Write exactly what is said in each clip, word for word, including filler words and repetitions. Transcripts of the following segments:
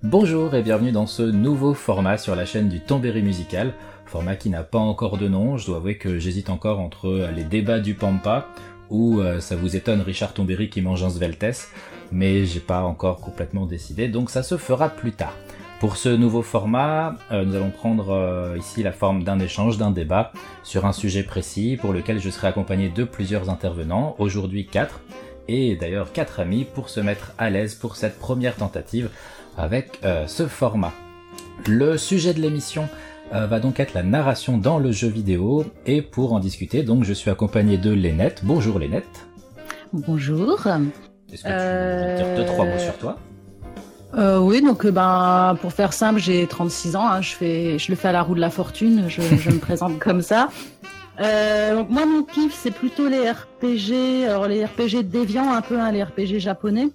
Bonjour et bienvenue dans ce nouveau format sur la chaîne du Tombéry Musical, format qui n'a pas encore de nom. Je dois avouer que j'hésite encore entre les débats du Pampa ou euh, ça vous étonne Richard Tombéry qui mange un Sveltes, mais j'ai pas encore complètement décidé, donc ça se fera plus tard. Pour ce nouveau format, euh, nous allons prendre euh, ici la forme d'un échange, d'un débat sur un sujet précis pour lequel je serai accompagné de plusieurs intervenants, aujourd'hui quatre, et d'ailleurs quatre amis pour se mettre à l'aise pour cette première tentative avec euh, ce format. Le sujet de l'émission euh, va donc être la narration dans le jeu vidéo, et pour en discuter, donc je suis accompagné de Lénette. Bonjour Lénette. Bonjour. Est-ce que euh... tu veux dire deux, trois mots sur toi? Euh, oui, donc euh, ben pour faire simple, j'ai trente-six ans, hein, je fais, je le fais à la roue de la fortune, je, je me présente comme ça. Euh, donc moi mon kiff c'est plutôt les R P G, alors les R P G déviants un peu, hein, les R P G japonais.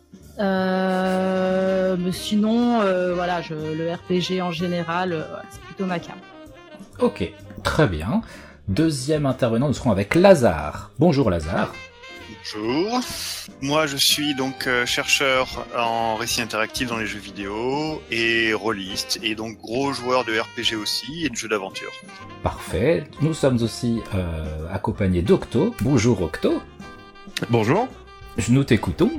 Euh, mais sinon, euh, voilà, je, le R P G en général, euh, c'est plutôt ma cam. Ok, très bien. Deuxième intervenant, nous serons avec Lazare. Bonjour Lazare. Bonjour. Moi, je suis donc euh, chercheur en récit interactif dans les jeux vidéo et rôliste, et donc gros joueur de R P G aussi et de jeux d'aventure. Parfait. Nous sommes aussi euh, accompagnés d'Octo. Bonjour Octo. Bonjour. Nous t'écoutons.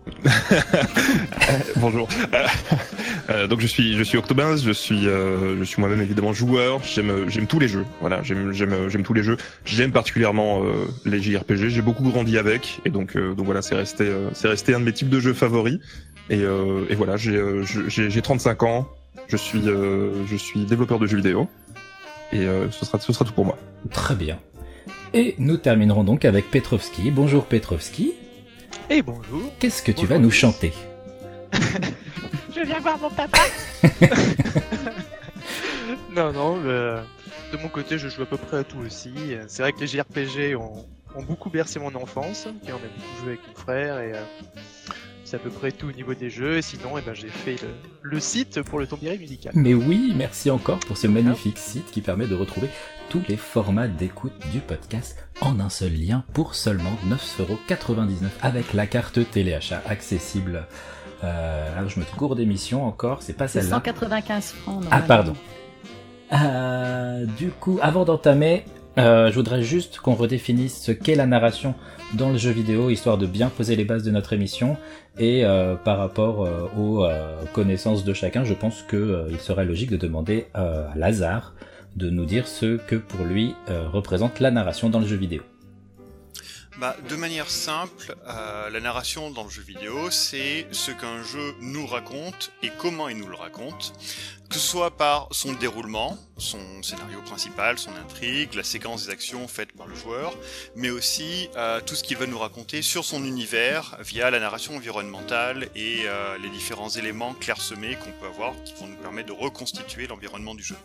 Bonjour. Euh, euh, donc je suis je suis Octobens, je suis euh, je suis moi-même évidemment joueur. J'aime j'aime tous les jeux. Voilà, j'aime j'aime j'aime tous les jeux. J'aime particulièrement euh, les J R P G. J'ai beaucoup grandi avec, et donc euh, donc voilà, c'est resté euh, c'est resté un de mes types de jeux favoris. Et euh, et voilà, j'ai euh, j'ai j'ai trente-cinq ans. Je suis euh, je suis développeur de jeux vidéo. Et euh, ce sera ce sera tout pour moi. Très bien. Et nous terminerons donc avec Petrovski. Bonjour Petrovski. Et bonjour. Qu'est-ce que tu bonjour. vas nous chanter? Je viens voir mon papa. Non, non, euh, de mon côté, je joue à peu près à tout aussi. C'est vrai que les J R P G ont, ont beaucoup bercé mon enfance, et on a beaucoup joué avec mon frère, et euh, c'est à peu près tout au niveau des jeux. Et sinon, eh ben, j'ai fait le, le site pour le Tombéry Musical. Mais oui, merci encore pour ce magnifique site qui permet de retrouver tous les formats d'écoute du podcast en un seul lien pour seulement neuf euros quatre-vingt-dix-neuf avec la carte téléachat accessible. Euh, alors je me cours d'émission encore, c'est pas C'est celle-là. cent quatre-vingt-quinze francs. Ah pardon. Euh, du coup, avant d'entamer, euh, je voudrais juste qu'on redéfinisse ce qu'est la narration dans le jeu vidéo, histoire de bien poser les bases de notre émission. Et euh, par rapport euh, aux euh, connaissances de chacun, je pense qu'il euh, serait logique de demander euh, à Lazare de nous dire ce que pour lui euh, représente la narration dans le jeu vidéo. Bah, de manière simple, euh, la narration dans le jeu vidéo, c'est ce qu'un jeu nous raconte et comment il nous le raconte, que ce soit par son déroulement, son scénario principal, son intrigue, la séquence des actions faites par le joueur, mais aussi euh, tout ce qu'il va nous raconter sur son univers via la narration environnementale et euh, les différents éléments clairsemés qu'on peut avoir qui vont nous permettre de reconstituer l'environnement du jeu.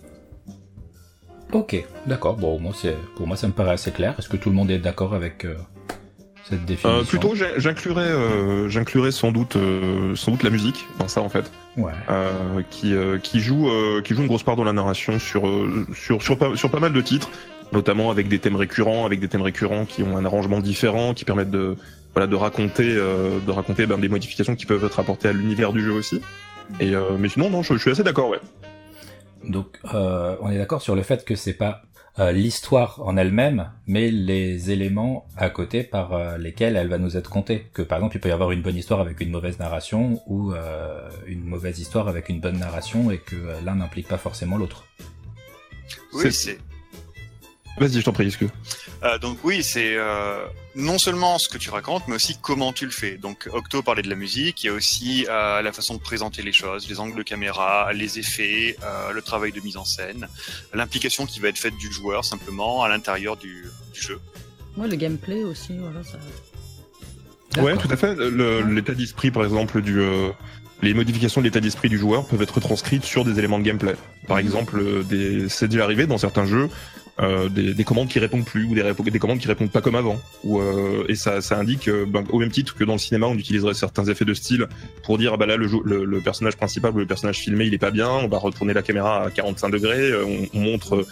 Ok, d'accord, bon, moi, c'est, pour moi ça me paraît assez clair. Est-ce que tout le monde est d'accord avec euh, cette définition? Euh, plutôt, j'inclurais, euh, j'inclurais sans doute, euh, sans doute la musique dans ça en fait, ouais. euh, qui, euh, qui joue, euh, qui joue une grosse part dans la narration sur, euh, sur, sur, pas, sur pas mal de titres, notamment avec des thèmes récurrents, avec des thèmes récurrents qui ont un arrangement différent, qui permettent de, voilà, de raconter, euh, de raconter ben, des modifications qui peuvent être apportées à l'univers du jeu aussi. Et euh, mais sinon, non, je, je suis assez d'accord, ouais. Donc, euh, on est d'accord sur le fait que c'est pas euh, l'histoire en elle-même, mais les éléments à côté par euh, lesquels elle va nous être contée. Que par exemple, il peut y avoir une bonne histoire avec une mauvaise narration, ou euh, une mauvaise histoire avec une bonne narration, et que euh, l'un n'implique pas forcément l'autre. Oui, c'est... c'est... Vas-y, je t'en prie, excuse. Euh, donc oui, c'est euh, non seulement ce que tu racontes, mais aussi comment tu le fais. Donc Octo parlait de la musique, il y a aussi euh, la façon de présenter les choses, les angles de caméra, les effets, euh, le travail de mise en scène, l'implication qui va être faite du joueur simplement à l'intérieur du, du jeu. Ouais, le gameplay aussi, voilà, ça... Ouais, tout à fait. Le, l'état d'esprit, par exemple, du... Euh... Les modifications de l'état d'esprit du joueur peuvent être transcrites sur des éléments de gameplay. Par exemple, des... c'est déjà arrivé dans certains jeux, euh, des, des commandes qui répondent plus, ou des, rép... des commandes qui répondent pas comme avant. Ou, euh, et ça, ça indique, euh, ben, au même titre que dans le cinéma, on utiliserait certains effets de style pour dire, ah bah là, le, le, le personnage principal ou le personnage filmé, il est pas bien, on va retourner la caméra à quarante-cinq degrés, on, on montre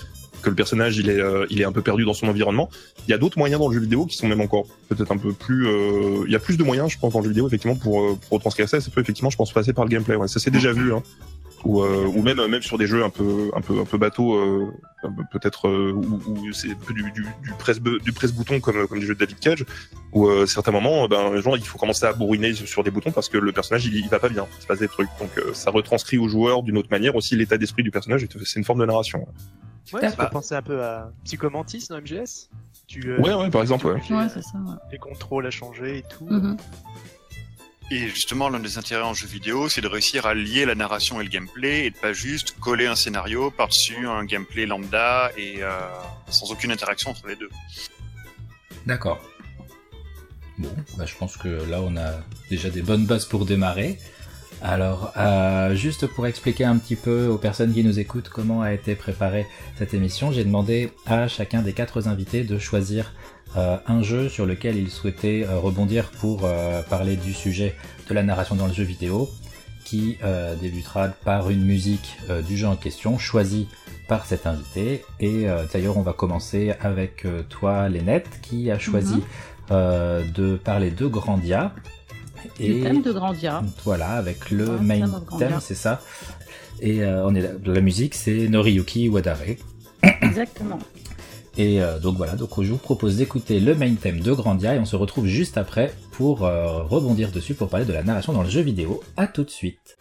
que le personnage il est euh, il est un peu perdu dans son environnement. Il y a d'autres moyens dans le jeu vidéo qui sont même encore peut-être un peu plus euh, il y a plus de moyens je pense dans le jeu vidéo effectivement pour euh, pour retranscrire ça. Ça peut effectivement je pense passer par le gameplay. Ouais, ça c'est déjà vu hein. Ou euh, ou même même sur des jeux un peu un peu un peu bateau euh, peut-être euh, où, où c'est un peu du du du presse du presse bouton comme comme les jeux de David Cage où euh, certains moments ben genre il faut commencer à bourriner sur des boutons parce que le personnage il, il va pas bien, il se passe des trucs donc euh, ça retranscrit au joueur d'une autre manière aussi l'état d'esprit du personnage et c'est une forme de narration. Ouais, ça peut penser un peu à Psychomantis dans M G S. Tu euh, ouais ouais par exemple ouais. Ouais, c'est ça. Ouais. Les contrôles à changer et tout. Mm-hmm. Et justement, l'un des intérêts en jeu vidéo, c'est de réussir à lier la narration et le gameplay et de pas juste coller un scénario par-dessus un gameplay lambda et euh, sans aucune interaction entre les deux. D'accord. Bon, bah je pense que là on a déjà des bonnes bases pour démarrer. Alors, euh, juste pour expliquer un petit peu aux personnes qui nous écoutent comment a été préparée cette émission, j'ai demandé à chacun des quatre invités de choisir Euh, un jeu sur lequel il souhaitait euh, rebondir pour euh, parler du sujet de la narration dans le jeu vidéo, qui euh, débutera par une musique euh, du jeu en question, choisie par cet invité. Et euh, d'ailleurs, on va commencer avec euh, toi, Lénette, qui a choisi mm-hmm. euh, de parler de Grandia. Et le thème de Grandia. Voilà, avec le ouais, main theme, c'est ça. Et euh, on est là, la musique, c'est Noriyuki Wadare. Exactement. Et euh, donc voilà, donc je vous propose d'écouter le main theme de Grandia et on se retrouve juste après pour euh, rebondir dessus pour parler de la narration dans le jeu vidéo. À tout de suite.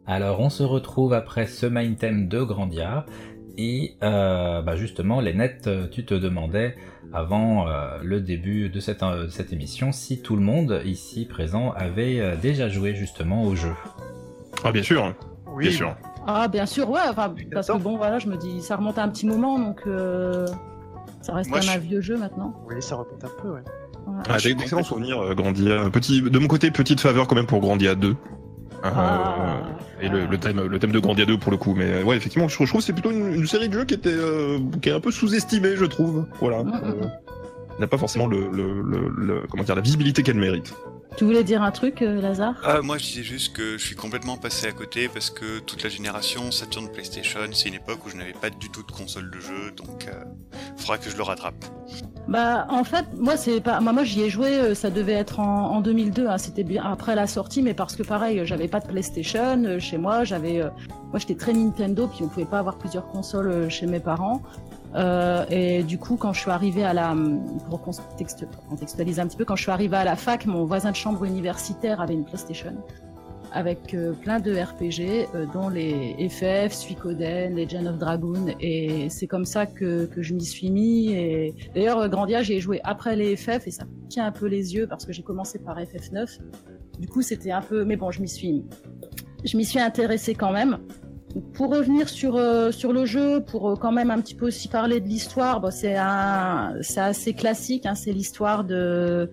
Alors on se retrouve après ce main theme de Grandia et euh, bah justement Lennett, tu te demandais avant euh, le début de cette, euh, cette émission si tout le monde ici présent avait euh, déjà joué justement au jeu. Ah bien sûr, Oui, bien sûr. Ah, bien sûr, ouais, enfin, parce que D'accord. bon, voilà, je me dis, ça remonte à un petit moment, donc euh, ça reste Moi, quand même je- un vieux jeu maintenant. Oui, ça remonte un peu, ouais. Voilà. Ah, je suis j'ai d'excellents complètement- souvenirs, euh, Grandia. Petit, de mon côté, petite faveur quand même pour Grandia deux. Euh, Ah. et le, le thème, le thème de Grandia deux pour le coup. Mais euh, ouais, effectivement, je, je trouve que c'est plutôt une, une série de jeux qui était, euh, qui est un peu sous-estimée, je trouve. Voilà. Mm, mm, Euh, n'a pas forcément le, le, le, le- comment dire, la visibilité qu'elle mérite. Tu voulais dire un truc, euh, Lazare? Ah, moi je disais juste que je suis complètement passé à côté parce que toute la génération Saturn PlayStation, c'est une époque où je n'avais pas du tout de console de jeu, donc euh, faudra que je le rattrape. Bah, en fait, moi, c'est pas, moi, moi, j'y ai joué, euh, ça devait être en, en deux mille deux, hein, c'était bien après la sortie, mais parce que pareil, euh, j'avais pas de PlayStation euh, chez moi, j'avais, euh, moi, j'étais très Nintendo, puis on pouvait pas avoir plusieurs consoles euh, chez mes parents. Euh, et du coup, quand je suis arrivée à la, pour contextu- pour contextualiser un petit peu, quand je suis arrivée à la fac, mon voisin de chambre universitaire avait une PlayStation avec euh, plein de R P G, euh, dont les F F, Suikoden, Legend of Dragoon, et c'est comme ça que, que je m'y suis mis. Et d'ailleurs, euh, Grandia, j'ai joué après les F F et ça me tient un peu les yeux parce que j'ai commencé par F F neuf. Du coup, c'était un peu, mais bon, je m'y suis, je m'y suis intéressée quand même. Pour revenir sur euh, sur le jeu, pour euh, quand même un petit peu aussi parler de l'histoire, bon, c'est un c'est assez classique, hein, c'est l'histoire de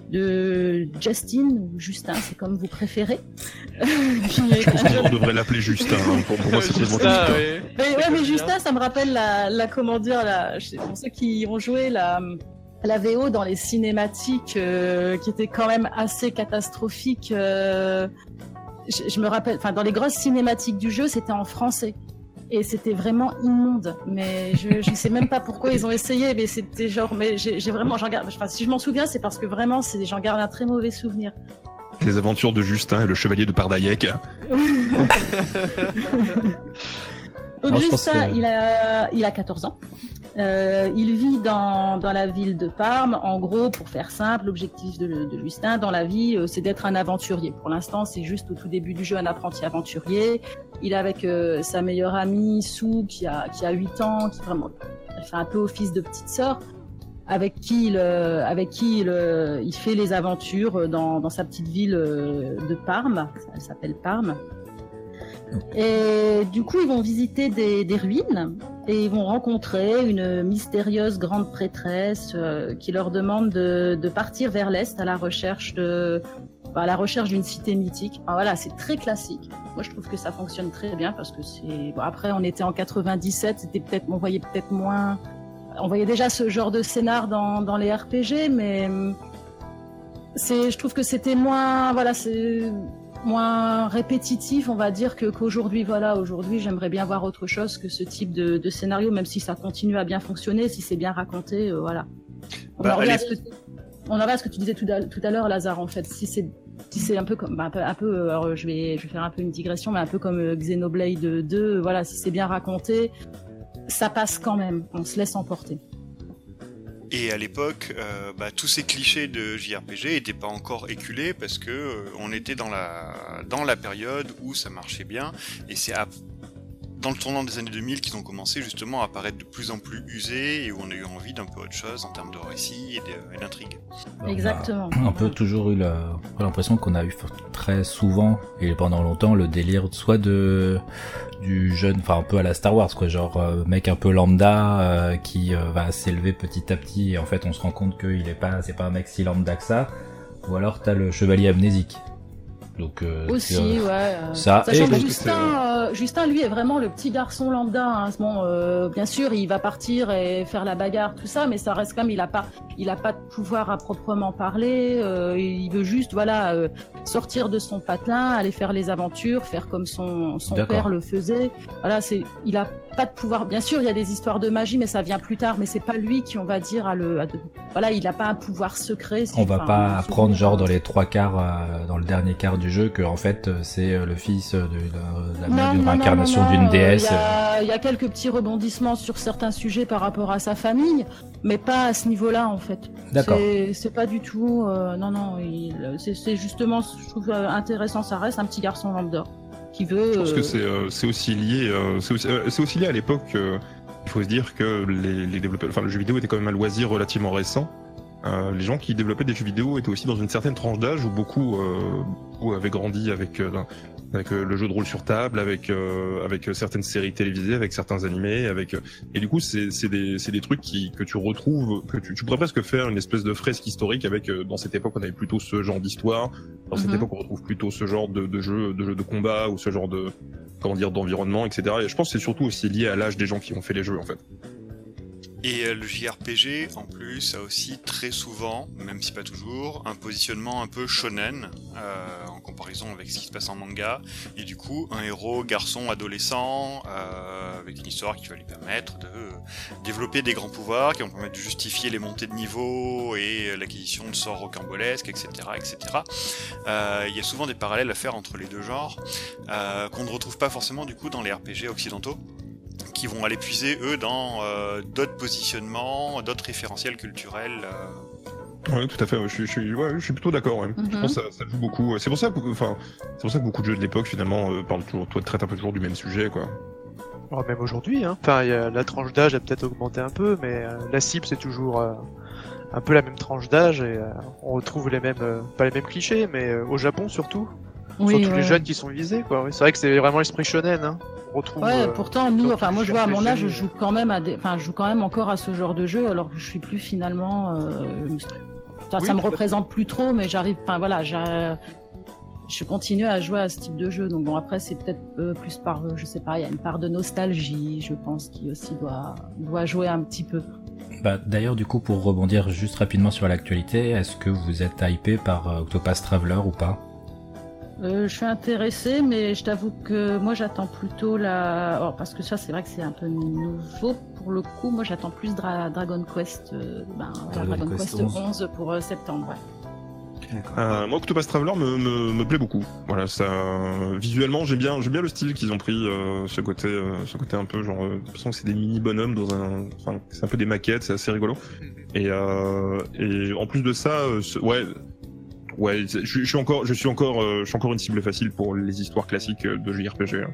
de Justin ou Justin, c'est comme vous préférez. Qui est Je pense un qu'on jeune- devrait l'appeler Justin. hein. Pour, pour moi, c'est Juste complètement ça, Justin. ouais. Mais, ouais, mais Justin, ça me rappelle la, la comment dire, la, je sais- pour ceux qui ont joué la, la V O dans les cinématiques, euh, qui était quand même assez catastrophique. Euh, je, je me rappelle, enfin, dans les grosses cinématiques du jeu, c'était en français. Et c'était vraiment immonde. Mais je, je sais même pas pourquoi ils ont essayé, mais c'était genre, mais j'ai j'ai vraiment, j'en garde, enfin, si je m'en souviens, c'est parce que vraiment, c'est, j'en garde un très mauvais souvenir. Les aventures de Justin et le chevalier de Pardaïek. Donc Moi, je pense Justin, que- il a, il a quatorze ans. Euh, il vit dans, dans la ville de Parme. En gros, pour faire simple, l'objectif de, de Justin dans la vie, euh, c'est d'être un aventurier. Pour l'instant, c'est juste au tout début du jeu un apprenti aventurier. Il est avec euh, sa meilleure amie Sue, qui a, qui a huit ans, qui vraiment, elle fait un peu office de petite sœur, avec qui il, euh, avec qui il, euh, il fait les aventures dans, dans sa petite ville euh, de Parme. Elle s'appelle Parme. Et du coup, ils vont visiter des, des ruines et ils vont rencontrer une mystérieuse grande prêtresse euh, qui leur demande de, de partir vers l'est à la recherche de, bah, à la recherche d'une cité mythique. Enfin, voilà, c'est très classique. Moi, je trouve que ça fonctionne très bien parce que c'est. Bon, après, on était en quatre-vingt-dix-sept, c'était peut-être, on voyait peut-être moins. On voyait déjà ce genre de scénar dans, dans les R P G, mais c'est. Je trouve que c'était moins. Voilà, c'est moins répétitif, on va dire, que qu'aujourd'hui. Voilà, aujourd'hui, j'aimerais bien voir autre chose que ce type de, de scénario, même si ça continue à bien fonctionner, si c'est bien raconté, euh, voilà. On Bah, en revient à allez. ce que, on en revient à ce que tu disais tout à, tout à l'heure, Lazare, en fait. Si c'est si c'est un peu comme, bah, un peu, un peu, euh, alors je vais, je vais faire un peu une digression, mais un peu comme euh, Xenoblade deux, voilà, si c'est bien raconté, ça passe quand même, on se laisse emporter. Et à l'époque, euh, bah, tous ces clichés de J R P G étaient pas encore éculés parce que euh, on était dans la dans la période où ça marchait bien, et c'est à- dans le tournant des années deux mille qu'ils ont commencé justement à paraître de plus en plus usés et où on a eu envie d'un peu autre chose en termes de récit et de- et d'intrigue. On a Exactement. un peu toujours eu la- l'impression qu'on a eu très souvent et pendant longtemps le délire soit de du jeune, enfin un peu à la Star Wars quoi, genre euh, mec un peu lambda euh, qui euh, va s'élever petit à petit et en fait on se rend compte qu'il est pas, c'est pas un mec si lambda que ça, ou alors t'as le chevalier amnésique. Donc euh, Aussi, c'est, euh, ouais. euh, ça, Sachant et- que je pense que Justin, euh, Justin, lui, est vraiment le petit garçon lambda. Hein. Bon, euh, bien sûr, il va partir et faire la bagarre, tout ça, mais ça reste quand même, il a pas, il a pas de pouvoir à proprement parler. Euh, il veut juste, voilà, euh, sortir de son patelin, aller faire les aventures, faire comme son, son D'accord. père le faisait. Voilà, c'est, il a pas de pouvoir. Bien sûr, il y a des histoires de magie, mais ça vient plus tard. Mais c'est pas lui qui, on va dire, a le, a de- voilà, il a pas un pouvoir secret. si- on va enfin, pas souvent, apprendre genre hein. dans les trois quarts, euh, dans le dernier quart du jeu que en fait euh, c'est euh, le fils de, de, de la mère Non, d'une non, non, réincarnation non, non, d'une euh, déesse. Il y, a- il y a quelques petits rebondissements sur certains sujets par rapport à sa famille, mais pas à ce niveau-là en fait. D'accord. C'est- C'est pas du tout. euh, non, non. il- C'est c'est justement, je trouve euh, intéressant. Ça reste un petit garçon lambda. qui veut. Je pense euh... que c'est euh, c'est aussi lié, euh, c'est aussi, euh, c'est aussi lié à l'époque. Euh, il faut se dire que les, les développeurs, enfin le jeu vidéo était quand même un loisir relativement récent. Euh, les gens qui développaient des jeux vidéo étaient aussi dans une certaine tranche d'âge où beaucoup, euh, beaucoup avaient grandi avec, euh, avec euh, le jeu de rôle sur table, avec, euh, avec certaines séries télévisées, avec certains animés, avec, et du coup c'est, c'est, des, c'est des trucs qui, que tu retrouves, que tu, tu pourrais presque faire une espèce de fresque historique avec, euh, dans cette époque on avait plutôt ce genre d'histoire, dans cette Mhm. époque on retrouve plutôt ce genre de, de jeux de, jeux de combat ou ce genre de, comment dire, d'environnement, et cetera. Et je pense que c'est surtout aussi lié à l'âge des gens qui ont fait les jeux en fait. Et euh, le J R P G, en plus, a aussi très souvent, même si pas toujours, un positionnement un peu shonen, euh, en comparaison avec ce qui se passe en manga. Et du coup, un héros garçon adolescent, euh, avec une histoire qui va lui permettre de développer des grands pouvoirs, qui vont permettre de justifier les montées de niveau et l'acquisition de sorts rocambolesques, et cetera, et cetera. Euh, il y a souvent des parallèles à faire entre les deux genres, euh, qu'on ne retrouve pas forcément du coup dans les R P G occidentaux, qui vont aller puiser, eux, dans euh, d'autres positionnements, d'autres référentiels culturels. Euh... Oui, tout à fait. Ouais, je, suis, je, suis, ouais, je suis plutôt d'accord. Ouais. Mm-hmm. Je pense que ça, ça joue beaucoup. C'est pour ça, enfin, c'est pour ça que beaucoup de jeux de l'époque, finalement, euh, parlent toujours, toi, traitent un peu toujours du même sujet, quoi. Oh, même aujourd'hui, hein. Enfin, y a, la tranche d'âge a peut-être augmenté un peu, mais euh, la cible c'est toujours euh, un peu la même tranche d'âge et euh, on retrouve les mêmes, euh, pas les mêmes clichés, mais euh, au Japon surtout. Oui, Surtout ouais. les jeunes qui sont visés, quoi. Oui, c'est vrai que c'est vraiment l'esprit shonen, hein. On retrouve. Ouais, euh, pourtant nous, dans enfin tous moi les je vois à mon âge, je R P G. joue quand même à des, enfin je joue quand même encore à ce genre de jeu, alors que je suis plus finalement, euh... enfin, Oui, ça me tout à représente plus trop, mais j'arrive, enfin voilà, j'ai... je continue à jouer à ce type de jeu. Donc bon après c'est peut-être euh, plus par, euh, je sais pas, il y a une part de nostalgie, je pense, qui aussi doit doit jouer un petit peu. Bah, d'ailleurs, du coup, pour rebondir juste rapidement sur l'actualité, est-ce que vous êtes hypé par euh, Octopath Traveler ou pas? Euh, je suis intéressée, mais je t'avoue que moi j'attends plutôt la... Alors, parce que ça c'est vrai que c'est un peu nouveau pour le coup, moi j'attends plus Dra- Dragon Quest, euh, ben, voilà, Dragon Dragon Quest Quest onze. onze pour euh, septembre. Ouais. D'accord. Euh, moi, Octopath Traveler me, me, me plaît beaucoup. Voilà, ça, visuellement, j'aime bien, j'aime bien le style qu'ils ont pris, euh, ce côté, euh, ce côté un peu genre, euh, j'ai l'impression que c'est des mini bonhommes dans un, enfin, c'est un peu des maquettes, c'est assez rigolo. Et, euh, et en plus de ça, euh, ce- ouais. Ouais, je, je suis encore, je suis encore, euh, je suis encore une cible facile pour les histoires classiques de J R P G. Hein.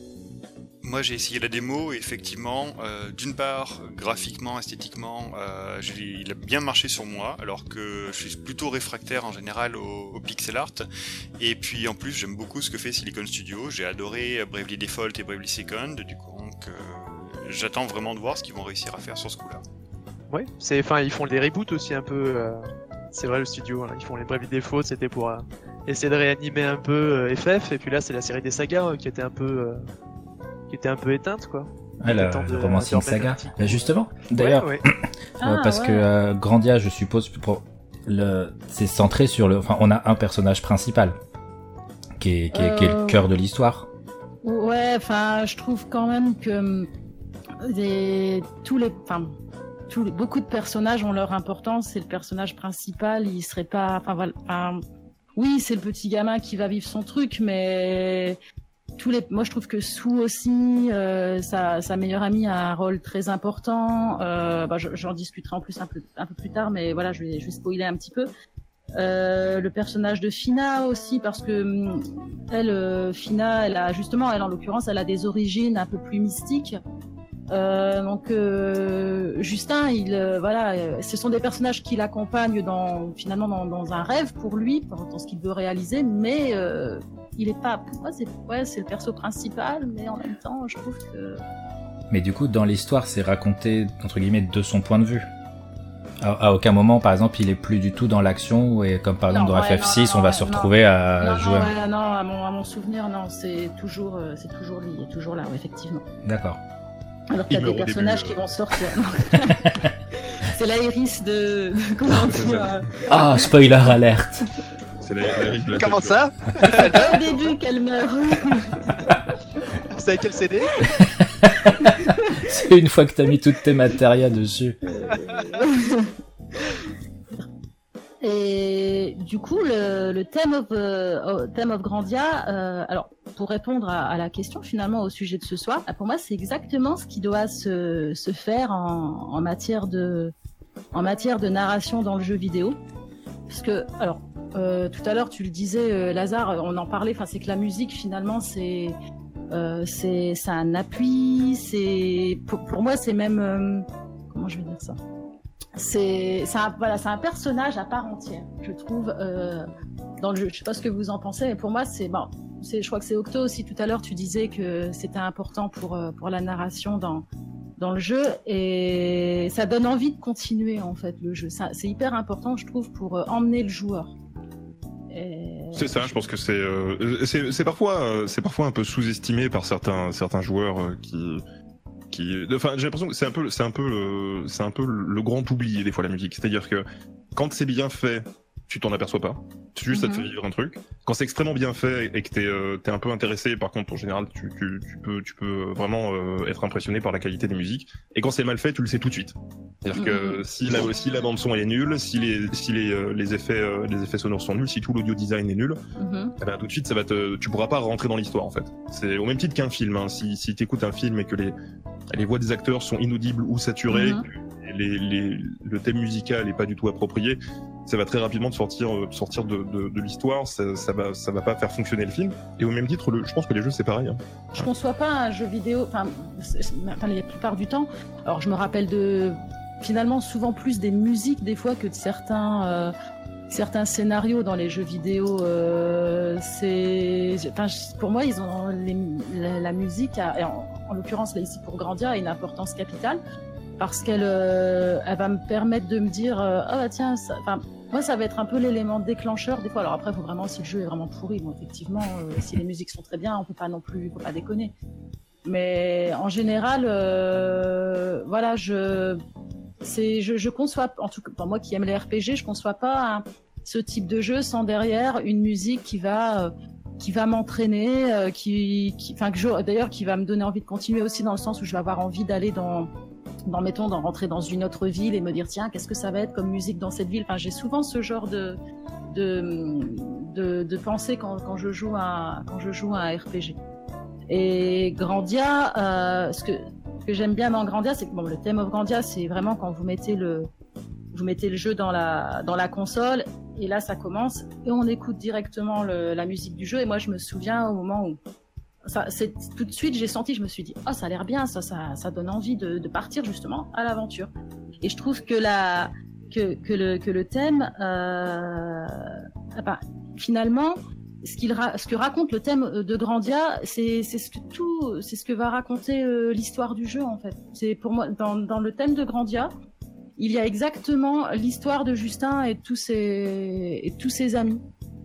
Moi, j'ai essayé la démo, et effectivement, euh, d'une part, graphiquement, esthétiquement, euh, j'ai- il a bien marché sur moi, alors que je suis plutôt réfractaire en général au, au pixel art. Et puis, en plus, j'aime beaucoup ce que fait Silicon Studio. J'ai adoré Bravely Default et Bravely Second, du coup, donc, euh, j'attends vraiment de voir ce qu'ils vont réussir à faire sur ce coup-là. Ouais, c'est, enfin, ils font des reboots aussi un peu. Euh... C'est vrai, le studio, hein. Ils font les Bravely Default, c'était pour euh, essayer de réanimer un peu euh, F F, et puis là, c'est la série des sagas euh, qui était un peu, euh, qui était un peu éteinte, quoi. Ah, la, Attends de- le Romancing de remettre Saga. un petit coup. Bah, justement, d'ailleurs, Ouais, ouais. euh, Ah, parce ouais. que euh, Grandia, je suppose, pour le, c'est centré sur le, enfin, on a un personnage principal qui est, qui est, qui est le Euh, cœur de l'histoire. Ouais, enfin, je trouve quand même que hum, les, tous les, enfin, tous les, beaucoup de personnages ont leur importance. C'est le personnage principal, il serait pas, enfin voilà, enfin, oui, c'est le petit gamin qui va vivre son truc, mais tous les, moi je trouve que Sue aussi, euh, sa, sa meilleure amie a un rôle très important. Euh, bah, je- j'en discuterai en plus un peu, un peu plus tard, mais voilà, je vais, je vais spoiler un petit peu. Euh, le personnage de Fina aussi, parce que hum, elle, euh, Fina, elle a justement, elle en l'occurrence, elle a des origines un peu plus mystiques. Euh, donc euh, Justin, il, euh, voilà, euh, ce sont des personnages qui l'accompagnent dans, finalement, dans, dans un rêve pour lui, dans, dans ce qu'il veut réaliser, mais euh, il est pas, pour moi, c'est, ouais, c'est le perso principal, mais en même temps, je trouve que Mais du coup, dans l'histoire, c'est raconté, entre guillemets, de son point de vue. À, à aucun moment, par exemple, il est plus du tout dans l'action, et comme par exemple Non, dans ouais, F F six, non, non, on va ouais, se non. retrouver à non, jouer. non, ouais, non, à mon, à mon souvenir, non, c'est toujours, euh, c'est toujours lui, il est toujours là, ouais, effectivement. D'accord. Alors qu'il y a Il des meurt au personnages début, qui euh. vont sortir. c'est l'Aéris de, de comment dire. euh, Ah, spoiler alerte. C'est la, la risque de la Comment tête, ça C'est pas au début qu'elle meurt. Vous savez quel C D? C'est une fois que t'as mis toutes tes matérias dessus. Et du coup, le, le thème of, euh, theme of Grandia, euh, alors pour répondre à, à la question finalement au sujet de ce soir, pour moi c'est exactement ce qui doit se, se faire en, en matière de en matière de narration dans le jeu vidéo, parce que alors euh, tout à l'heure tu le disais, euh, Lazare, on en parlait. Enfin, c'est que la musique finalement, c'est euh, c'est c'est un appui. C'est pour, pour moi, c'est même euh, comment je vais dire ça. C'est c'est un, voilà, c'est un personnage à part entière, je trouve, euh, dans le jeu. Je sais pas ce que vous en pensez, mais pour moi, c'est bon. C'est, je crois que c'est Octo aussi. Tout à l'heure, tu disais que c'était important pour pour la narration dans dans le jeu, et ça donne envie de continuer en fait le jeu. Ça, c'est hyper important, je trouve, pour euh, emmener le joueur. Et... C'est ça, je pense que c'est euh, c'est, c'est parfois euh, c'est parfois un peu sous-estimé par certains certains joueurs euh, qui qui enfin j'ai l'impression que c'est un peu c'est un peu le, c'est un peu le grand oublié des fois la musique. C'est-à-dire que quand c'est bien fait, tu t'en aperçois pas. C'est juste, mm-hmm. ça te fait vivre un truc. Quand c'est extrêmement bien fait et que t'es, euh, t'es un peu intéressé, par contre, en général, tu, tu, tu peux, tu peux vraiment euh, être impressionné par la qualité des musiques. Et quand c'est mal fait, tu le sais tout de suite. C'est-à-dire que mm-hmm. si la, si la bande son elle est nulle, si les, si les, euh, les effets, euh, les effets sonores sont nuls, si tout l'audio design est nul, mm-hmm. eh ben, tout de suite, ça va te, tu pourras pas rentrer dans l'histoire, en fait. C'est au même titre qu'un film, hein. Si, si t'écoutes un film et que les, les voix des acteurs sont inaudibles ou saturées, mm-hmm. les, les, le thème musical est pas du tout approprié, ça va très rapidement te sortir, te sortir de, de, de l'histoire, ça, ça va, ça va pas faire fonctionner le film. Et au même titre, le, je pense que les jeux c'est pareil. Hein. Je conçois pas un jeu vidéo, enfin, enfin, la plupart du temps. Alors je me rappelle de, finalement, souvent plus des musiques des fois que de certains, euh, certains scénarios dans les jeux vidéo. Euh, c'est, enfin, pour moi, ils ont les, la, la musique, a, en, en l'occurrence là ici pour Grandia, a une importance capitale parce qu'elle, euh, elle va me permettre de me dire, euh, ah bah tiens, enfin. Moi, ça va être un peu l'élément déclencheur des fois. Alors après, il faut vraiment, si le jeu est vraiment pourri, bon, effectivement, euh, si les musiques sont très bien, on peut pas non plus, faut pas déconner. Mais en général, euh, voilà, je, c'est, je, je conçois, en tout cas, pour moi qui aime les R P G, je conçois pas un, ce type de jeu sans derrière une musique qui va, euh, qui va m'entraîner, euh, qui, qui, enfin, que je, d'ailleurs, qui va me donner envie de continuer aussi dans le sens où je vais avoir envie d'aller dans dans mettons d'en rentrer dans une autre ville et me dire tiens qu'est-ce que ça va être comme musique dans cette ville. Enfin j'ai souvent ce genre de de de, de pensée quand quand je joue un quand je joue un R P G. Et Grandia, euh, ce que ce que j'aime bien dans Grandia, c'est que bon, le theme of Grandia, c'est vraiment quand vous mettez le vous mettez le jeu dans la dans la console et là ça commence et on écoute directement le, la musique du jeu. Et moi je me souviens au moment où Ça, c'est, tout de suite, j'ai senti, je me suis dit, oh, ça a l'air bien, ça, ça, ça donne envie de, de partir justement à l'aventure. Et je trouve que la, que, que le, que le thème, euh, bah, finalement, ce qu'il, ra- ce que raconte le thème de Grandia, c'est, c'est ce que tout, c'est ce que va raconter euh, l'histoire du jeu en fait. C'est pour moi, dans, dans le thème de Grandia, il y a exactement l'histoire de Justin et tous ses, et tous ses amis.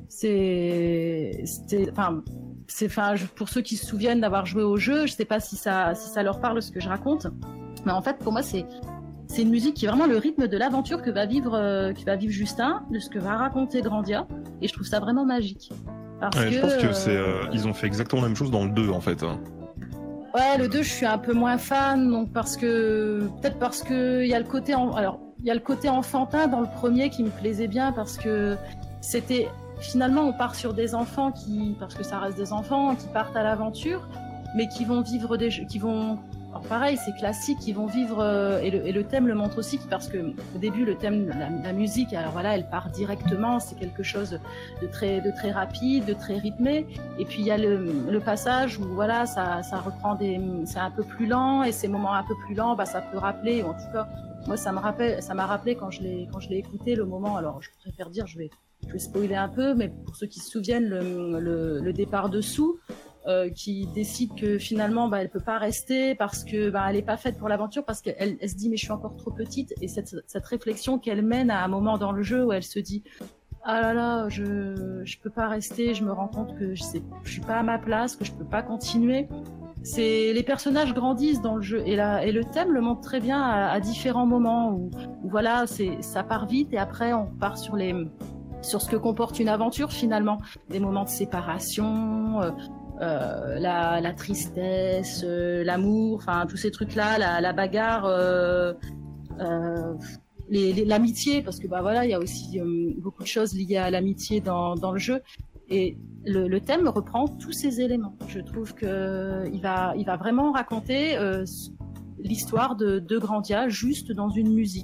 C'est, c'est, enfin. C'est, enfin, pour ceux qui se souviennent d'avoir joué au jeu, je sais pas si ça, si ça leur parle ce que je raconte, mais en fait, pour moi, c'est, c'est une musique qui est vraiment le rythme de l'aventure que va vivre, euh, que va vivre Justin, de ce que va raconter Grandia, et je trouve ça vraiment magique. Parce ouais, que, je pense que euh... c'est, euh, ils ont fait exactement la même chose dans le deux, en fait. Ouais, le deux, je suis un peu moins fan, donc parce que, peut-être parce que il y a le côté, en... alors, il y a le côté enfantin dans le premier qui me plaisait bien parce que c'était, finalement, on part sur des enfants qui, parce que ça reste des enfants, qui partent à l'aventure, mais qui vont vivre des jeux, qui vont, alors pareil, c'est classique, qui vont vivre, euh, et, le, et le thème le montre aussi, parce que au début, le thème, la, la musique, alors voilà, elle part directement, c'est quelque chose de très, de très rapide, de très rythmé, et puis il y a le, le passage où voilà, ça, ça reprend des, c'est un peu plus lent, et ces moments un peu plus lents, bah ça peut rappeler, ou en tout cas, moi ça me rappelle, ça m'a rappelé quand je l'ai, quand je l'ai écouté, le moment, alors je préfère dire, je vais Je vais spoiler un peu, mais pour ceux qui se souviennent, le, le, le départ de Sue, euh, qui décide que finalement, bah, elle peut pas rester parce que bah, elle est pas faite pour l'aventure, parce qu'elle elle se dit mais je suis encore trop petite, et cette, cette réflexion qu'elle mène à un moment dans le jeu où elle se dit ah là là, je je peux pas rester, je me rends compte que je sais, je suis pas à ma place, que je peux pas continuer. C'est les personnages grandissent dans le jeu, et là et le thème le montre très bien à, à différents moments où, où voilà, c'est ça part vite et après on part sur les sur ce que comporte une aventure finalement, des moments de séparation, euh, euh, la, la tristesse, euh, l'amour, enfin tous ces trucs-là, la, la bagarre, euh, euh, les, les, l'amitié, parce que bah voilà, il y a aussi euh, beaucoup de choses liées à l'amitié dans, dans le jeu, et le, le thème reprend tous ces éléments. Je trouve que il va, il va vraiment raconter euh, l'histoire de, de Grandia juste dans une musique.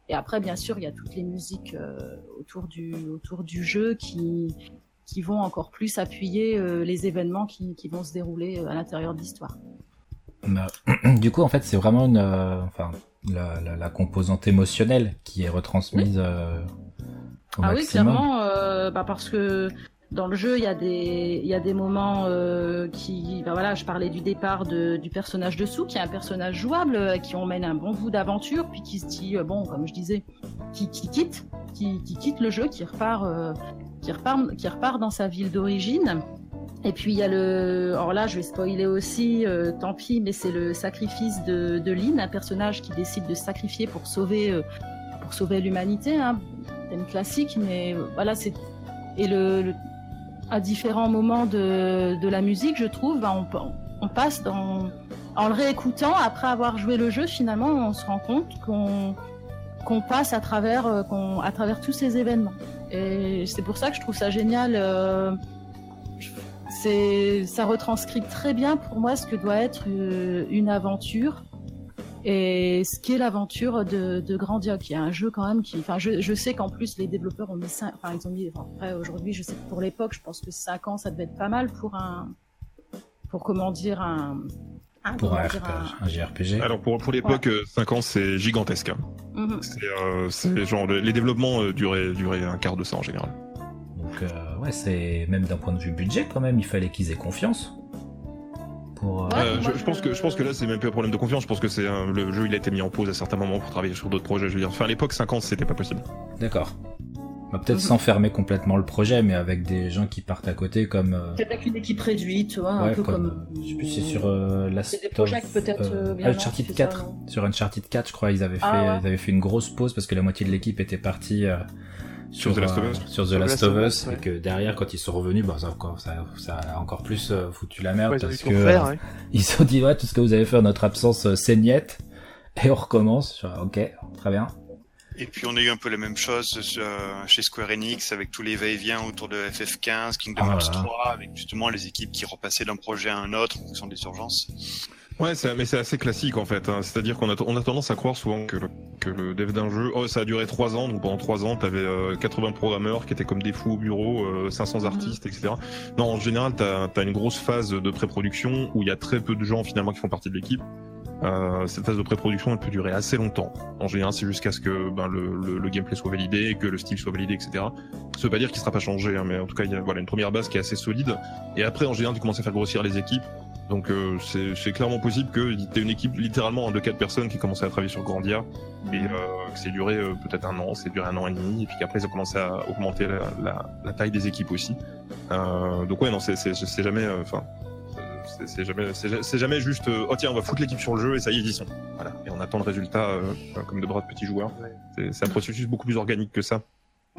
Et après, bien sûr, il y a toutes les musiques euh, autour du autour du jeu qui qui vont encore plus appuyer euh, les événements qui qui vont se dérouler à l'intérieur de l'histoire. Du coup, en fait, c'est vraiment une, euh, enfin, la, la, la composante émotionnelle qui est retransmise oui. euh, au ah maximum. Oui, clairement, euh, bah parce que dans le jeu, il y a des, il y a des moments euh, qui, bah voilà, je parlais du départ de, du personnage de Sue, qui est un personnage jouable, euh, qui emmène un bon bout d'aventure, puis qui se dit, euh, bon, comme je disais, qui, qui quitte, qui, qui quitte le jeu, qui repart, euh, qui repart, qui repart dans sa ville d'origine. Et puis il y a le, alors là, je vais spoiler aussi, euh, tant pis, mais c'est le sacrifice de, de Lynn, un personnage qui décide de se sacrifier pour sauver, euh, pour sauver l'humanité, hein, thème classique, mais euh, voilà, c'est et le, le à différents moments de, de la musique, je trouve, ben on, on passe dans, en le réécoutant, après avoir joué le jeu, finalement, on se rend compte qu'on, qu'on passe à travers, qu'on, à travers tous ces événements. Et c'est pour ça que je trouve ça génial. Euh, c'est, ça retranscrit très bien pour moi ce que doit être une aventure. Et ce qui est l'aventure de, de Grandia, qui est un jeu quand même qui, enfin, je, je sais qu'en plus les développeurs ont mis cinq, enfin, ils ont mis, enfin, après aujourd'hui, je sais que pour l'époque, je pense que cinq ans, ça devait être pas mal pour un, pour comment dire, un, un pour un, dire, un, un J R P G. Alors pour, pour l'époque, ouais. cinq ans, c'est gigantesque. Hein. Mm-hmm. C'est, euh, c'est genre, les développements euh, duraient, duraient un quart de ça en général. Donc, euh, ouais, c'est, même d'un point de vue budget quand même, il fallait qu'ils aient confiance. Pour, euh... Euh, je, je pense que je pense que là c'est même plus un problème de confiance. Je pense que c'est un, le jeu il a été mis en pause à certains moments pour travailler sur d'autres projets. Je veux dire, enfin à l'époque cinq ans c'était pas possible. D'accord. Bah, peut-être mm-hmm. sans fermer complètement le projet, mais avec des gens qui partent à côté comme. Euh... Peut-être avec une équipe réduite, tu vois, ouais, un peu comme. comme... Je sais plus si c'est sur euh, la. C'est des projets of... peut-être. Euh, bien Uncharted quatre. Ça, sur Uncharted quatre, je crois, ils avaient fait, ah, ouais. ils avaient fait une grosse pause parce que la moitié de l'équipe était partie. Euh... Sur, sur The Last of Us, euh, sur The Last of Us, ouais. Et que derrière, quand ils sont revenus, bah, ça, encore, ça, ça a encore plus euh, foutu la merde, ouais, parce que faire, euh, ouais. ils se sont dit, ouais, tout ce que vous avez fait en notre absence, euh, c'est niette, et on recommence. Genre, ok, très bien. Et puis on a eu un peu la même chose euh, chez Square Enix, avec tous les va-et-vient autour de F F quinze, Kingdom ah, Hearts voilà. trois, avec justement les équipes qui repassaient d'un projet à un autre en fonction des urgences. Ouais, c'est, mais c'est assez classique en fait. Hein. C'est-à-dire qu'on a, on a tendance à croire souvent que le, que le dev d'un jeu, oh, ça a duré trois ans, donc pendant trois ans, t'avais euh, quatre-vingts programmeurs qui étaient comme des fous au bureau, euh, cinq cents artistes, et cetera. Non, en général, t'as, t'as une grosse phase de pré-production où il y a très peu de gens finalement qui font partie de l'équipe. Euh, cette phase de pré-production, elle peut durer assez longtemps. En général, c'est jusqu'à ce que ben, le, le, le gameplay soit validé, que le style soit validé, et cetera. Ça veut pas dire qu'il sera pas changé, hein, mais en tout cas, il y a voilà, une première base qui est assez solide. Et après, en général, tu commences à faire grossir les équipes. Donc euh, c'est, c'est clairement possible que t'aies une équipe littéralement de quatre personnes qui commençaient à travailler sur Grandia et euh, que c'est duré euh, peut-être un an, c'est duré un an et demi et puis qu'après ils ont commencé à augmenter la, la, la taille des équipes aussi. Euh, donc ouais non c'est c'est, c'est jamais enfin euh, c'est, c'est jamais c'est, c'est jamais juste euh, oh tiens on va foutre l'équipe sur le jeu et ça y est ils y sont. Voilà et on attend le résultat euh, comme de braves petits joueurs. C'est, c'est un processus beaucoup plus organique que ça.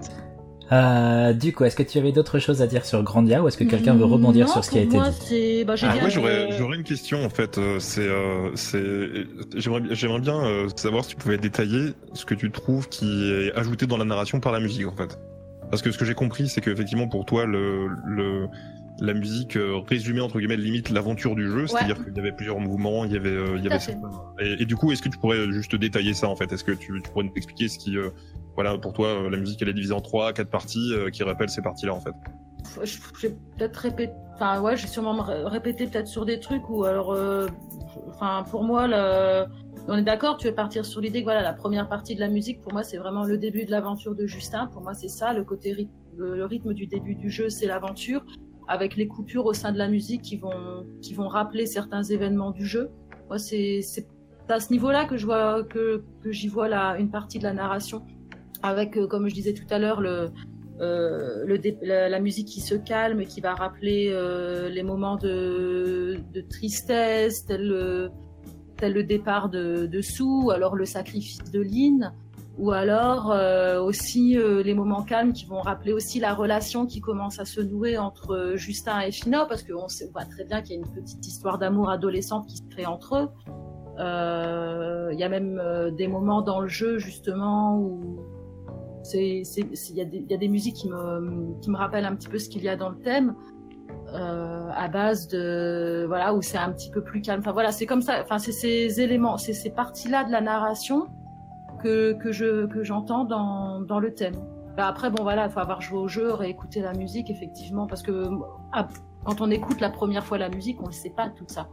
Euh, du coup, est-ce que tu avais d'autres choses à dire sur Grandia ou est-ce que quelqu'un veut rebondir non, sur ce qui a été moi, dit c'est... Bah, j'ai ah, bien ouais, j'aurais, euh... j'aurais une question en fait. Euh, c'est, euh, c'est, j'aimerais, j'aimerais bien euh, savoir si tu pouvais détailler ce que tu trouves qui est ajouté dans la narration par la musique en fait. Parce que ce que j'ai compris, c'est qu'effectivement pour toi, le, le, la musique euh, résumait entre guillemets limite l'aventure du jeu, c'est-à-dire ouais. qu'il y avait plusieurs mouvements, il y avait, euh, il y avait. Cette... Et, et du coup, est-ce que tu pourrais juste détailler ça en fait? Est-ce que tu, tu pourrais nous expliquer ce qui euh, Voilà, pour toi, la musique, elle est divisée en trois, quatre parties euh, qui rappellent ces parties-là, en fait. Je, j'ai peut-être répété, enfin ouais, j'ai sûrement répété peut-être sur des trucs ou alors, euh, enfin pour moi, le... on est d'accord, tu veux partir sur l'idée que voilà, la première partie de la musique, pour moi, c'est vraiment le début de l'aventure de Justin. Pour moi, c'est ça, le côté rythme, le, le rythme du début du jeu, c'est l'aventure, avec les coupures au sein de la musique qui vont, qui vont rappeler certains événements du jeu. Moi, c'est, c'est à ce niveau-là que je vois, que, que j'y vois la, une partie de la narration. Avec, euh, comme je disais tout à l'heure, le, euh, le dé- la, la musique qui se calme, qui va rappeler euh, les moments de, de tristesse, tel le, tel le départ de, de Sue, alors le sacrifice de Lynn, ou alors euh, aussi euh, les moments calmes qui vont rappeler aussi la relation qui commence à se nouer entre Justin et Fino, parce qu'on sait, on voit très bien qu'il y a une petite histoire d'amour adolescente qui se crée entre eux. Il euh, y a même euh, des moments dans le jeu justement où c'est c'est il y a des il y a des musiques qui me qui me rappellent un petit peu ce qu'il y a dans le thème euh, à base de voilà où c'est un petit peu plus calme. Enfin voilà, c'est comme ça, enfin c'est ces éléments, c'est ces parties-là de la narration que que je que j'entends dans dans le thème. Bah après bon voilà, il faut avoir joué au jeu, réécouter la musique effectivement, parce que ah, quand on écoute la première fois la musique, on ne sait pas tout ça.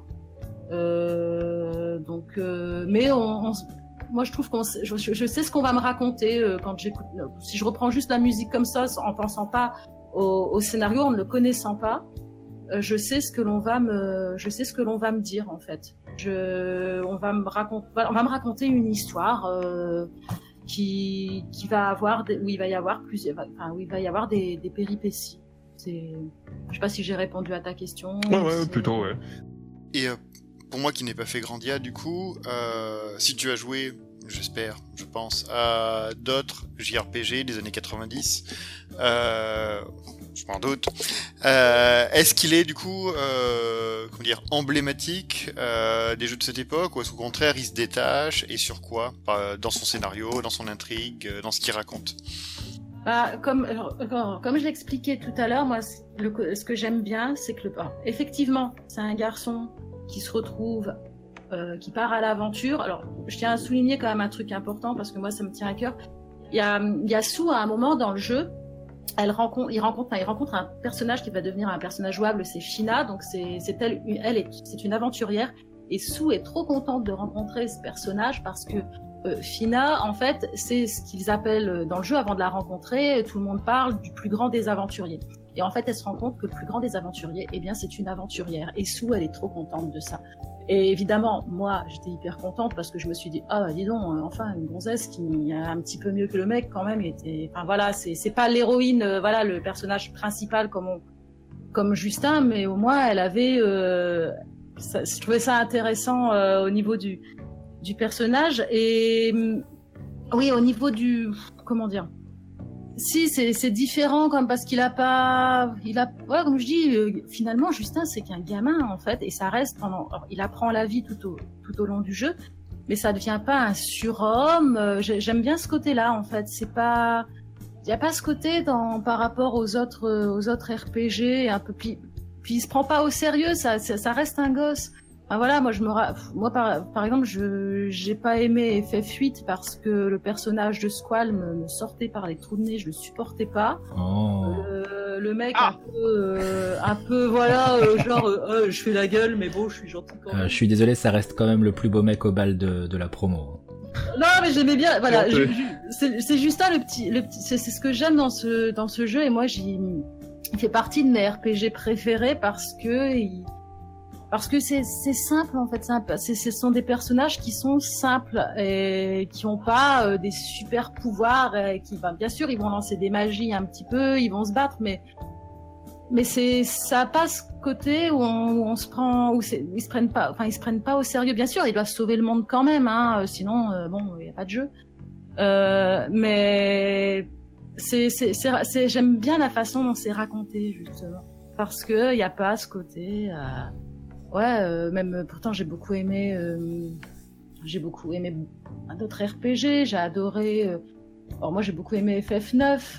Euh, donc, euh, mais on, on, moi je trouve qu'on, je, je sais ce qu'on va me raconter euh, quand j'écoute. Si je reprends juste la musique comme ça, en pensant pas au, au scénario, en ne le connaissant pas, euh, je sais ce que l'on va me, je sais ce que l'on va me dire en fait. Je, on va me raconter, on va me raconter une histoire. Euh, qui qui va avoir des, où il va y avoir plusieurs, enfin où il va y avoir des, des péripéties. C'est, je sais pas si j'ai répondu à ta question. Ouais ouais, plutôt ouais. Et euh, pour moi qui n'ai pas fait Grandia, du coup, euh, si tu as joué, j'espère, je pense, à d'autres J R P G des années quatre-vingt-dix, euh, je m'en doute, euh, est-ce qu'il est du coup, euh, comment dire, emblématique euh, des jeux de cette époque, ou est-ce qu'au contraire il se détache, et sur quoi, euh, dans son scénario, dans son intrigue, dans ce qu'il raconte? Bah, comme, alors, comme je l'expliquais tout à l'heure, moi, le, ce que j'aime bien, c'est que le, alors, effectivement, c'est un garçon qui se retrouve, euh, qui part à l'aventure. Alors, je tiens à souligner quand même un truc important parce que moi, ça me tient à cœur. Il y a, il y a Sue à un moment dans le jeu, elle rencontre, il rencontre, enfin, il rencontre un personnage qui va devenir un personnage jouable, c'est Fina. Donc c'est, c'est elle, elle est, c'est une aventurière. Et Sue est trop contente de rencontrer ce personnage parce que Euh, Fina, en fait, c'est ce qu'ils appellent dans le jeu, avant de la rencontrer, tout le monde parle du plus grand des aventuriers. Et en fait, elle se rend compte que le plus grand des aventuriers, eh bien, c'est une aventurière. Et Sue, elle est trop contente de ça. Et évidemment, moi, j'étais hyper contente parce que je me suis dit, ah, dis donc, enfin, une gonzesse qui est un petit peu mieux que le mec, quand même, il était, enfin, voilà, c'est, c'est pas l'héroïne, euh, voilà, le personnage principal comme on, comme Justin, mais au moins, elle avait, euh, ça, je trouvais ça intéressant, euh, au niveau du, du personnage. Et oui, au niveau du, comment dire, si c'est c'est différent comme parce qu'il a pas, il a, ouais, comme je dis, euh, finalement Justin c'est qu'un gamin en fait, et ça reste pendant, alors, il apprend la vie tout au tout au long du jeu, mais ça devient pas un surhomme. Euh, j'aime bien ce côté-là en fait, c'est pas, il y a pas ce côté dans par rapport aux autres aux autres R P G un peu, puis puis il se prend pas au sérieux, ça ça, ça reste un gosse. Ah voilà, moi je me ra... moi par par exemple, je j'ai pas aimé F F huit parce que le personnage de Squall me, me sortait par les trous de nez, je le supportais pas. Oh. Euh, le mec ah. un peu euh, un peu voilà, euh, genre euh, je fais la gueule mais bon, je suis gentil quand même. Euh, je suis désolé, ça reste quand même le plus beau mec au bal de de la promo. Non, mais j'aimais bien, voilà, je, je, c'est c'est juste ça le petit le petit c'est c'est ce que j'aime dans ce dans ce jeu, et moi j'y il fait partie de mes R P G préférés parce que il Parce que c'est c'est simple en fait, c'est, ce sont des personnages qui sont simples et qui ont pas euh, des super pouvoirs, et qui, ben, bien sûr, ils vont lancer des magies un petit peu, ils vont se battre, mais mais c'est ça a pas ce côté où on, où on se prend, où c'est, ils se prennent pas, enfin ils se prennent pas au sérieux. Bien sûr, ils doivent sauver le monde quand même, hein, sinon euh, bon, il y a pas de jeu. Euh, mais c'est c'est, c'est c'est j'aime bien la façon dont c'est raconté justement, parce que il y a pas ce côté. Euh, Ouais, euh, même pourtant j'ai beaucoup aimé, euh, j'ai beaucoup aimé d'autres R P G. J'ai adoré. Euh, alors moi j'ai beaucoup aimé F F neuf.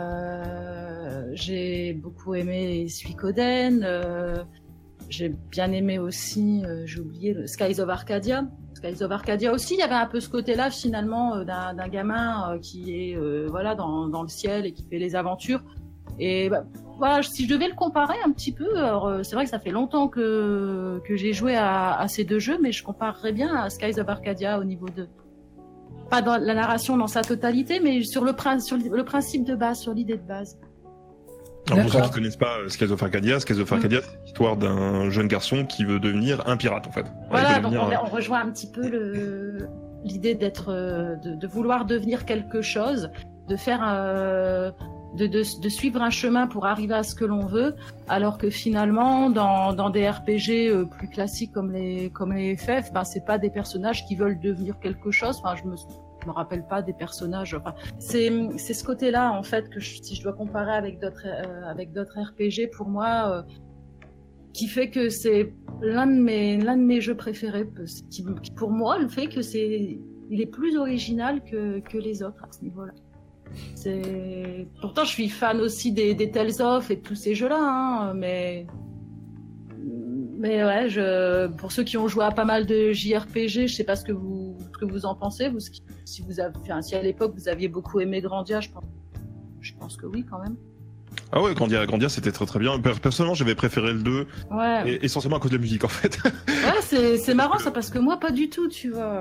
Euh, j'ai beaucoup aimé Suikoden. Euh, j'ai bien aimé aussi. Euh, j'ai oublié le Skies of Arcadia. Skies of Arcadia aussi. Il y avait un peu ce côté-là finalement euh, d'un, d'un gamin euh, qui est euh, voilà dans, dans le ciel et qui fait les aventures. Et bah, voilà, si je devais le comparer un petit peu, alors c'est vrai que ça fait longtemps que que j'ai joué à, à ces deux jeux, mais je comparerais bien à Skies of Arcadia au niveau de, pas dans la narration dans sa totalité, mais sur le sur le principe de base, sur l'idée de base. Alors pour ceux qui ne connaissent pas Skies of Arcadia, Skies of Arcadia, mmh. c'est l'histoire d'un jeune garçon qui veut devenir un pirate en fait. Voilà, donc devenir... on, on rejoint un petit peu le l'idée d'être, de, de vouloir devenir quelque chose, de faire euh, De, de, de suivre un chemin pour arriver à ce que l'on veut, alors que finalement dans, dans des R P G euh, plus classiques comme les comme les F F, ben c'est pas des personnages qui veulent devenir quelque chose. Enfin, je me je me rappelle pas des personnages. Enfin, c'est c'est ce côté-là en fait que je, si je dois comparer avec d'autres euh, avec d'autres R P G, pour moi, euh, qui fait que c'est l'un de mes l'un de mes jeux préférés. Qui, qui pour moi le fait que c'est il est plus original que que les autres à ce niveau-là. C'est... Pourtant, je suis fan aussi des, des Tales of et de tous ces jeux-là, hein, mais... Mais ouais, je... pour ceux qui ont joué à pas mal de J R P G, je sais pas ce que vous ce que vous en pensez, vous, si vous avez, enfin, si à l'époque vous aviez beaucoup aimé Grandia, je pense, je pense que oui quand même. Ah ouais, Grandia, Grandia c'était très très bien. Personnellement, j'avais préféré le deux, ouais. et, essentiellement à cause de la musique en fait. Ouais, c'est, c'est marrant ça, parce que moi pas du tout, tu vois.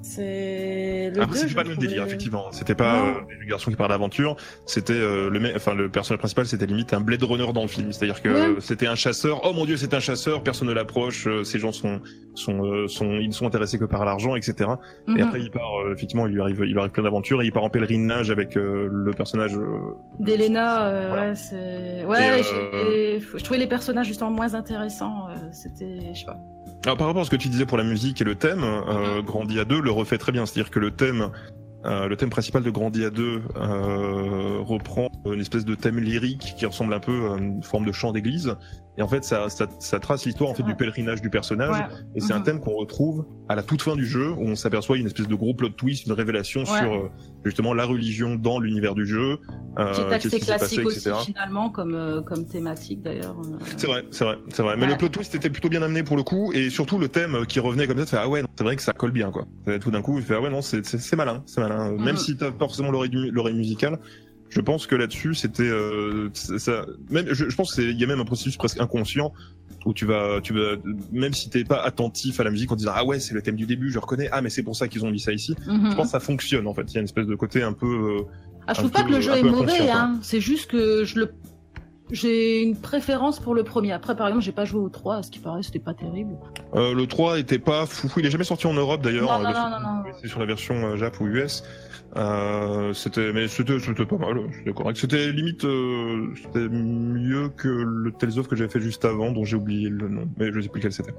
C'est le Après, deux, c'était pas le même trouvais... délire, effectivement. C'était pas euh, les garçons qui parlent d'aventure, c'était euh, le, mec, enfin, le personnage principal, c'était limite un Blade Runner dans le film. C'est-à-dire que ouais. c'était un chasseur, oh mon dieu, c'est un chasseur, personne ne l'approche, euh, ces gens sont, sont, euh, sont, ils ne sont intéressés que par l'argent, et cetera. Mm-hmm. Et après, il part, euh, effectivement, il lui arrive, il lui arrive plein d'aventures, et il part en pèlerinage avec euh, le personnage euh, d'Elena, euh, voilà. ouais, c'est. Ouais, et, euh... je trouvais les personnages justement moins intéressants. Euh, c'était, je sais pas. Alors, par rapport à ce que tu disais pour la musique et le thème, euh, Grandia deux le refait très bien. C'est-à-dire que le thème, euh, le thème principal de Grandia deux euh, reprend une espèce de thème lyrique qui ressemble un peu à une forme de chant d'église. Et en fait, ça, ça, ça trace l'histoire en fait ouais. du pèlerinage du personnage. Ouais. Et c'est mmh. un thème qu'on retrouve à la toute fin du jeu, où on s'aperçoit une espèce de gros plot twist, une révélation ouais. sur euh, justement la religion dans l'univers du jeu. Euh, qui est assez classique passé, aussi finalement comme euh, comme thématique d'ailleurs. Euh... C'est vrai, c'est vrai, c'est vrai. Mais ouais. le plot twist était plutôt bien amené pour le coup, et surtout le thème qui revenait comme ça, tu fais ah ouais, non, c'est vrai que ça colle bien quoi. Tout d'un coup, il fait ah ouais non, c'est c'est, c'est malin, c'est malin. Mmh. Même si t'as pas forcément l'oreille, l'oreille musicale. Je pense que là-dessus, c'était, euh, ça, même, je, je pense qu'il y a même un processus presque inconscient où tu vas, tu vas, même si t'es pas attentif à la musique en disant ah ouais c'est le thème du début, je reconnais, ah mais c'est pour ça qu'ils ont mis ça ici. Mm-hmm. Je pense que ça fonctionne en fait. Il y a une espèce de côté un peu. Euh, ah je trouve pas que le jeu est mauvais, hein. C'est juste que je le, j'ai une préférence pour le premier. Après par exemple j'ai pas joué au trois, à ce qui paraît c'était pas terrible. Euh, le trois était pas fou, il est jamais sorti en Europe d'ailleurs. Non non non, non, non. C'est sur la version euh, Jap ou U S. Euh, c'était, mais c'était, c'était pas mal, c'était correct. C'était limite, euh, c'était mieux que le Tales of que j'avais fait juste avant, dont j'ai oublié le nom, mais je sais plus quel c'était.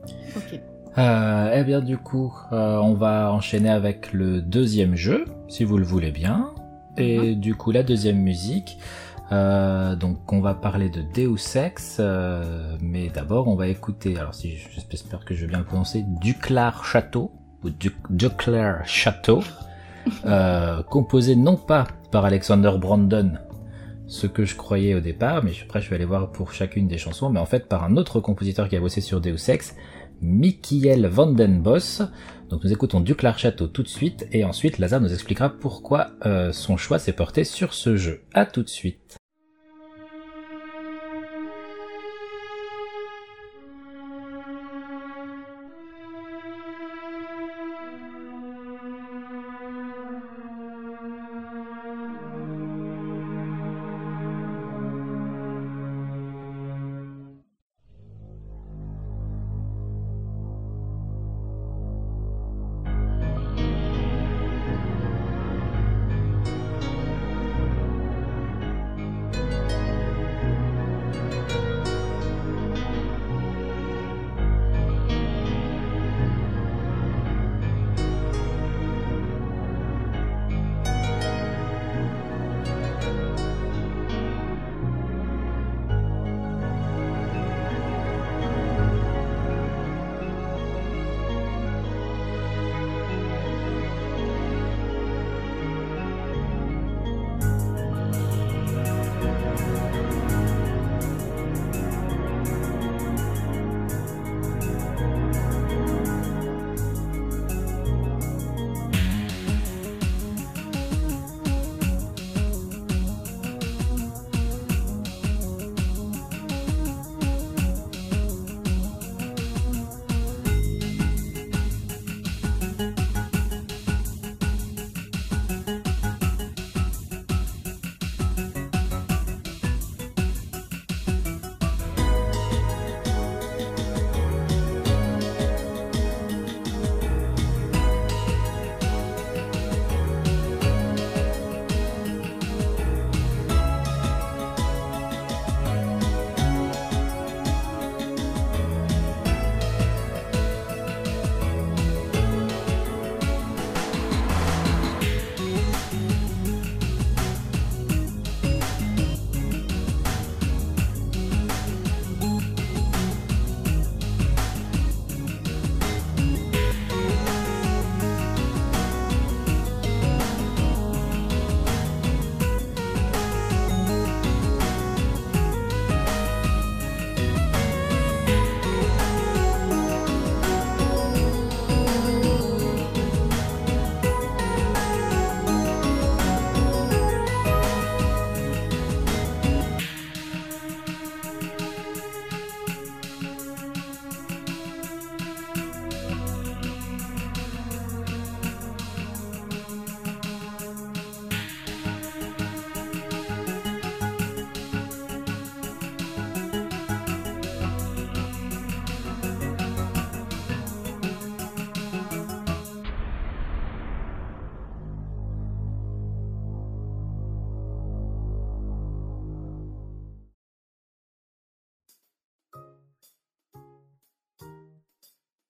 Ok. Euh, eh bien, du coup, euh, on va enchaîner avec le deuxième jeu, si vous le voulez bien. Et mm-hmm. du coup, la deuxième musique. Euh, donc, on va parler de Deus Ex, euh, mais d'abord, on va écouter, alors si j'espère que je vais bien le prononcer, Duclar Château, ou Duclar Château. Euh, composé non pas par Alexander Brandon, ce que je croyais au départ, mais après je vais aller voir pour chacune des chansons, mais en fait par un autre compositeur qui a bossé sur Deus Ex, Michiel van den Bos. Donc nous écoutons Duclar Château tout de suite, et ensuite Lazare nous expliquera pourquoi euh, son choix s'est porté sur ce jeu. À tout de suite.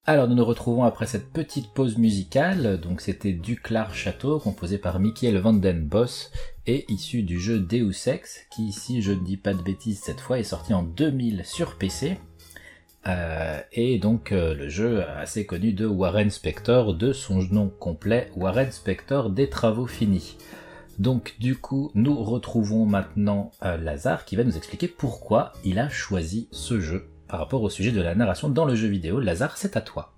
Alors nous nous retrouvons après cette petite pause musicale, donc c'était Duclar Château, composé par Michiel van den Bos, et issu du jeu Deus Ex, qui si je ne dis pas de bêtises cette fois est sorti en deux mille sur P C, euh, et donc euh, le jeu assez connu de Warren Spector, de son nom complet, Warren Spector des travaux finis. Donc du coup, nous retrouvons maintenant euh, Lazare qui va nous expliquer pourquoi il a choisi ce jeu par rapport au sujet de la narration dans le jeu vidéo. Lazare, c'est à toi.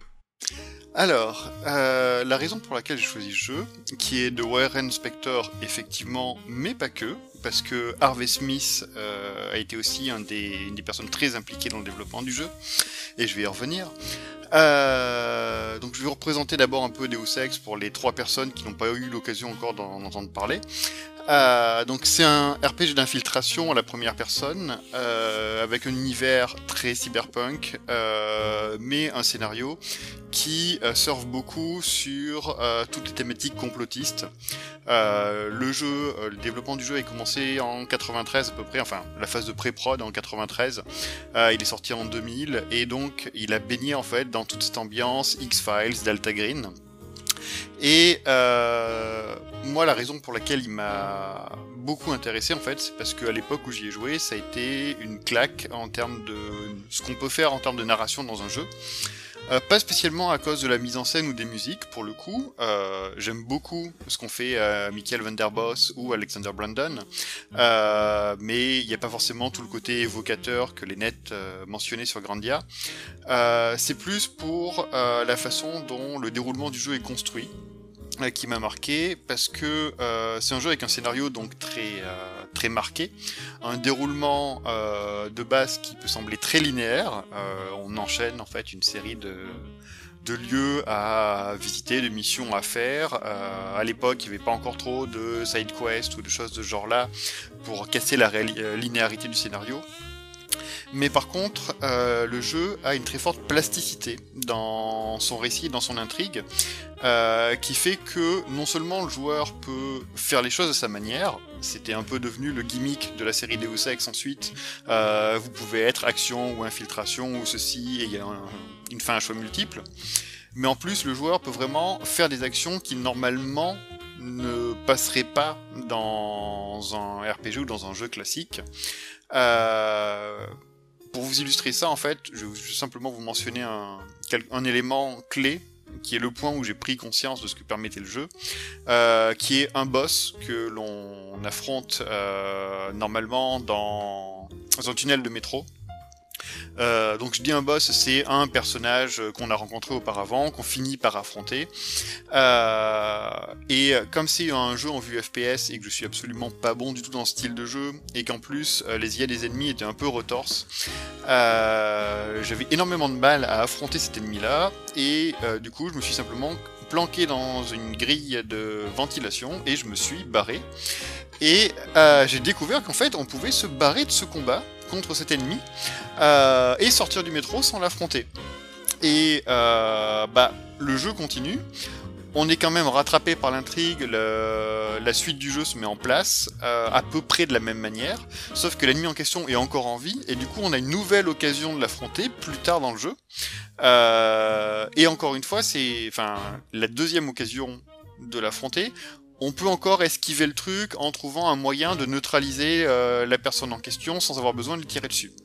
Alors, euh, la raison pour laquelle j'ai choisi ce jeu, qui est de Warren Spector effectivement, mais pas que, parce que Harvey Smith euh, a été aussi un des, une des personnes très impliquées dans le développement du jeu, et je vais y revenir. Euh, donc je vais représenter d'abord un peu Deus Ex pour les trois personnes qui n'ont pas eu l'occasion encore d'en entendre parler. Euh, donc c'est un R P G d'infiltration à la première personne, euh, avec un univers très cyberpunk, euh, mais un scénario qui euh, surfe beaucoup sur euh, toutes les thématiques complotistes. Euh, le jeu, euh, le développement du jeu a commencé en quatre-vingt-treize à peu près, enfin la phase de pré-prod en quatre-vingt-treize, euh, il est sorti en deux mille, et donc il a baigné en fait dans toute cette ambiance X-Files, Delta Green. Et euh, moi, la raison pour laquelle il m'a beaucoup intéressé, en fait, c'est parce qu'à l'époque où j'y ai joué, ça a été une claque en termes de ce qu'on peut faire en termes de narration dans un jeu. Euh, pas spécialement à cause de la mise en scène ou des musiques, pour le coup. Euh, j'aime beaucoup ce qu'ont fait euh, Michiel van der Bos ou Alexander Brandon, euh, mais il n'y a pas forcément tout le côté évocateur que les nets euh, mentionnaient sur Grandia. Euh, c'est plus pour euh, la façon dont le déroulement du jeu est construit, euh, qui m'a marqué, parce que euh, c'est un jeu avec un scénario donc très euh, très marqué, un déroulement euh, de base qui peut sembler très linéaire. Euh, on enchaîne en fait une série de de lieux à visiter, de missions à faire. Euh, à l'époque, il n'y avait pas encore trop de side quests ou de choses de ce genre-là pour casser la réali- euh, linéarité du scénario. Mais par contre, euh, le jeu a une très forte plasticité dans son récit et dans son intrigue, euh, qui fait que non seulement le joueur peut faire les choses à sa manière, c'était un peu devenu le gimmick de la série Deus Ex ensuite, euh, vous pouvez être action ou infiltration ou ceci, et il y a un, une fin à choix multiples, mais en plus le joueur peut vraiment faire des actions qui normalement ne passeraient pas dans un R P G ou dans un jeu classique. Euh... Pour vous illustrer ça, en fait, je vais simplement vous mentionner un, un élément clé, qui est le point où j'ai pris conscience de ce que permettait le jeu, euh, qui est un boss que l'on affronte euh, normalement dans, dans un tunnel de métro. Euh, donc je dis un boss, c'est un personnage qu'on a rencontré auparavant, qu'on finit par affronter. Euh, et comme c'est un jeu en vue F P S et que je suis absolument pas bon du tout dans ce style de jeu, et qu'en plus euh, les I A des ennemis étaient un peu retorses, euh, j'avais énormément de mal à affronter cet ennemi-là, et euh, du coup je me suis simplement planqué dans une grille de ventilation et je me suis barré. Et euh, j'ai découvert qu'en fait on pouvait se barrer de ce combat contre cet ennemi euh, et sortir du métro sans l'affronter. Et euh, bah le jeu continue. On est quand même rattrapé par l'intrigue, le... la suite du jeu se met en place euh, à peu près de la même manière, sauf que l'ennemi en question est encore en vie, et du coup on a une nouvelle occasion de l'affronter plus tard dans le jeu. Euh... Et encore une fois, c'est enfin la deuxième occasion de l'affronter. On peut encore esquiver le truc en trouvant un moyen de neutraliser euh, la personne en question sans avoir besoin de lui tirer dessus.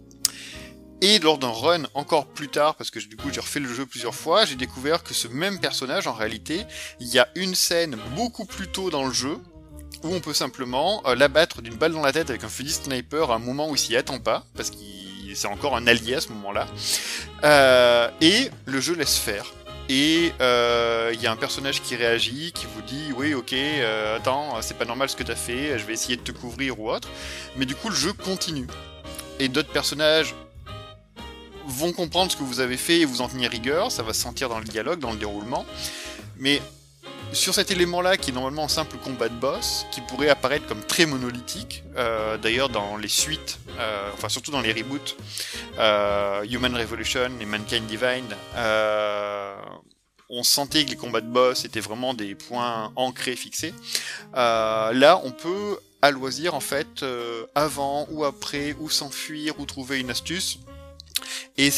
Et lors d'un run encore plus tard, parce que du coup j'ai refait le jeu plusieurs fois, j'ai découvert que ce même personnage, en réalité, il y a une scène beaucoup plus tôt dans le jeu, où on peut simplement euh, l'abattre d'une balle dans la tête avec un fusil sniper à un moment où il s'y attend pas, parce que c'est encore un allié à ce moment-là, euh, et le jeu laisse faire. Et il euh, y a un personnage qui réagit, qui vous dit « Oui, ok, euh, attends, c'est pas normal ce que t'as fait, je vais essayer de te couvrir ou autre. » Mais du coup, le jeu continue. Et d'autres personnages vont comprendre ce que vous avez fait et vous en tenir rigueur, ça va se sentir dans le dialogue, dans le déroulement. Mais sur cet élément-là, qui est normalement un simple combat de boss, qui pourrait apparaître comme très monolithique, euh, d'ailleurs dans les suites, euh, enfin surtout dans les reboots, euh, Human Revolution et Mankind Divine, euh, on sentait que les combats de boss étaient vraiment des points ancrés, fixés. Euh, là, on peut, à loisir, en fait, euh, avant ou après, ou s'enfuir, ou trouver une astuce. Et cette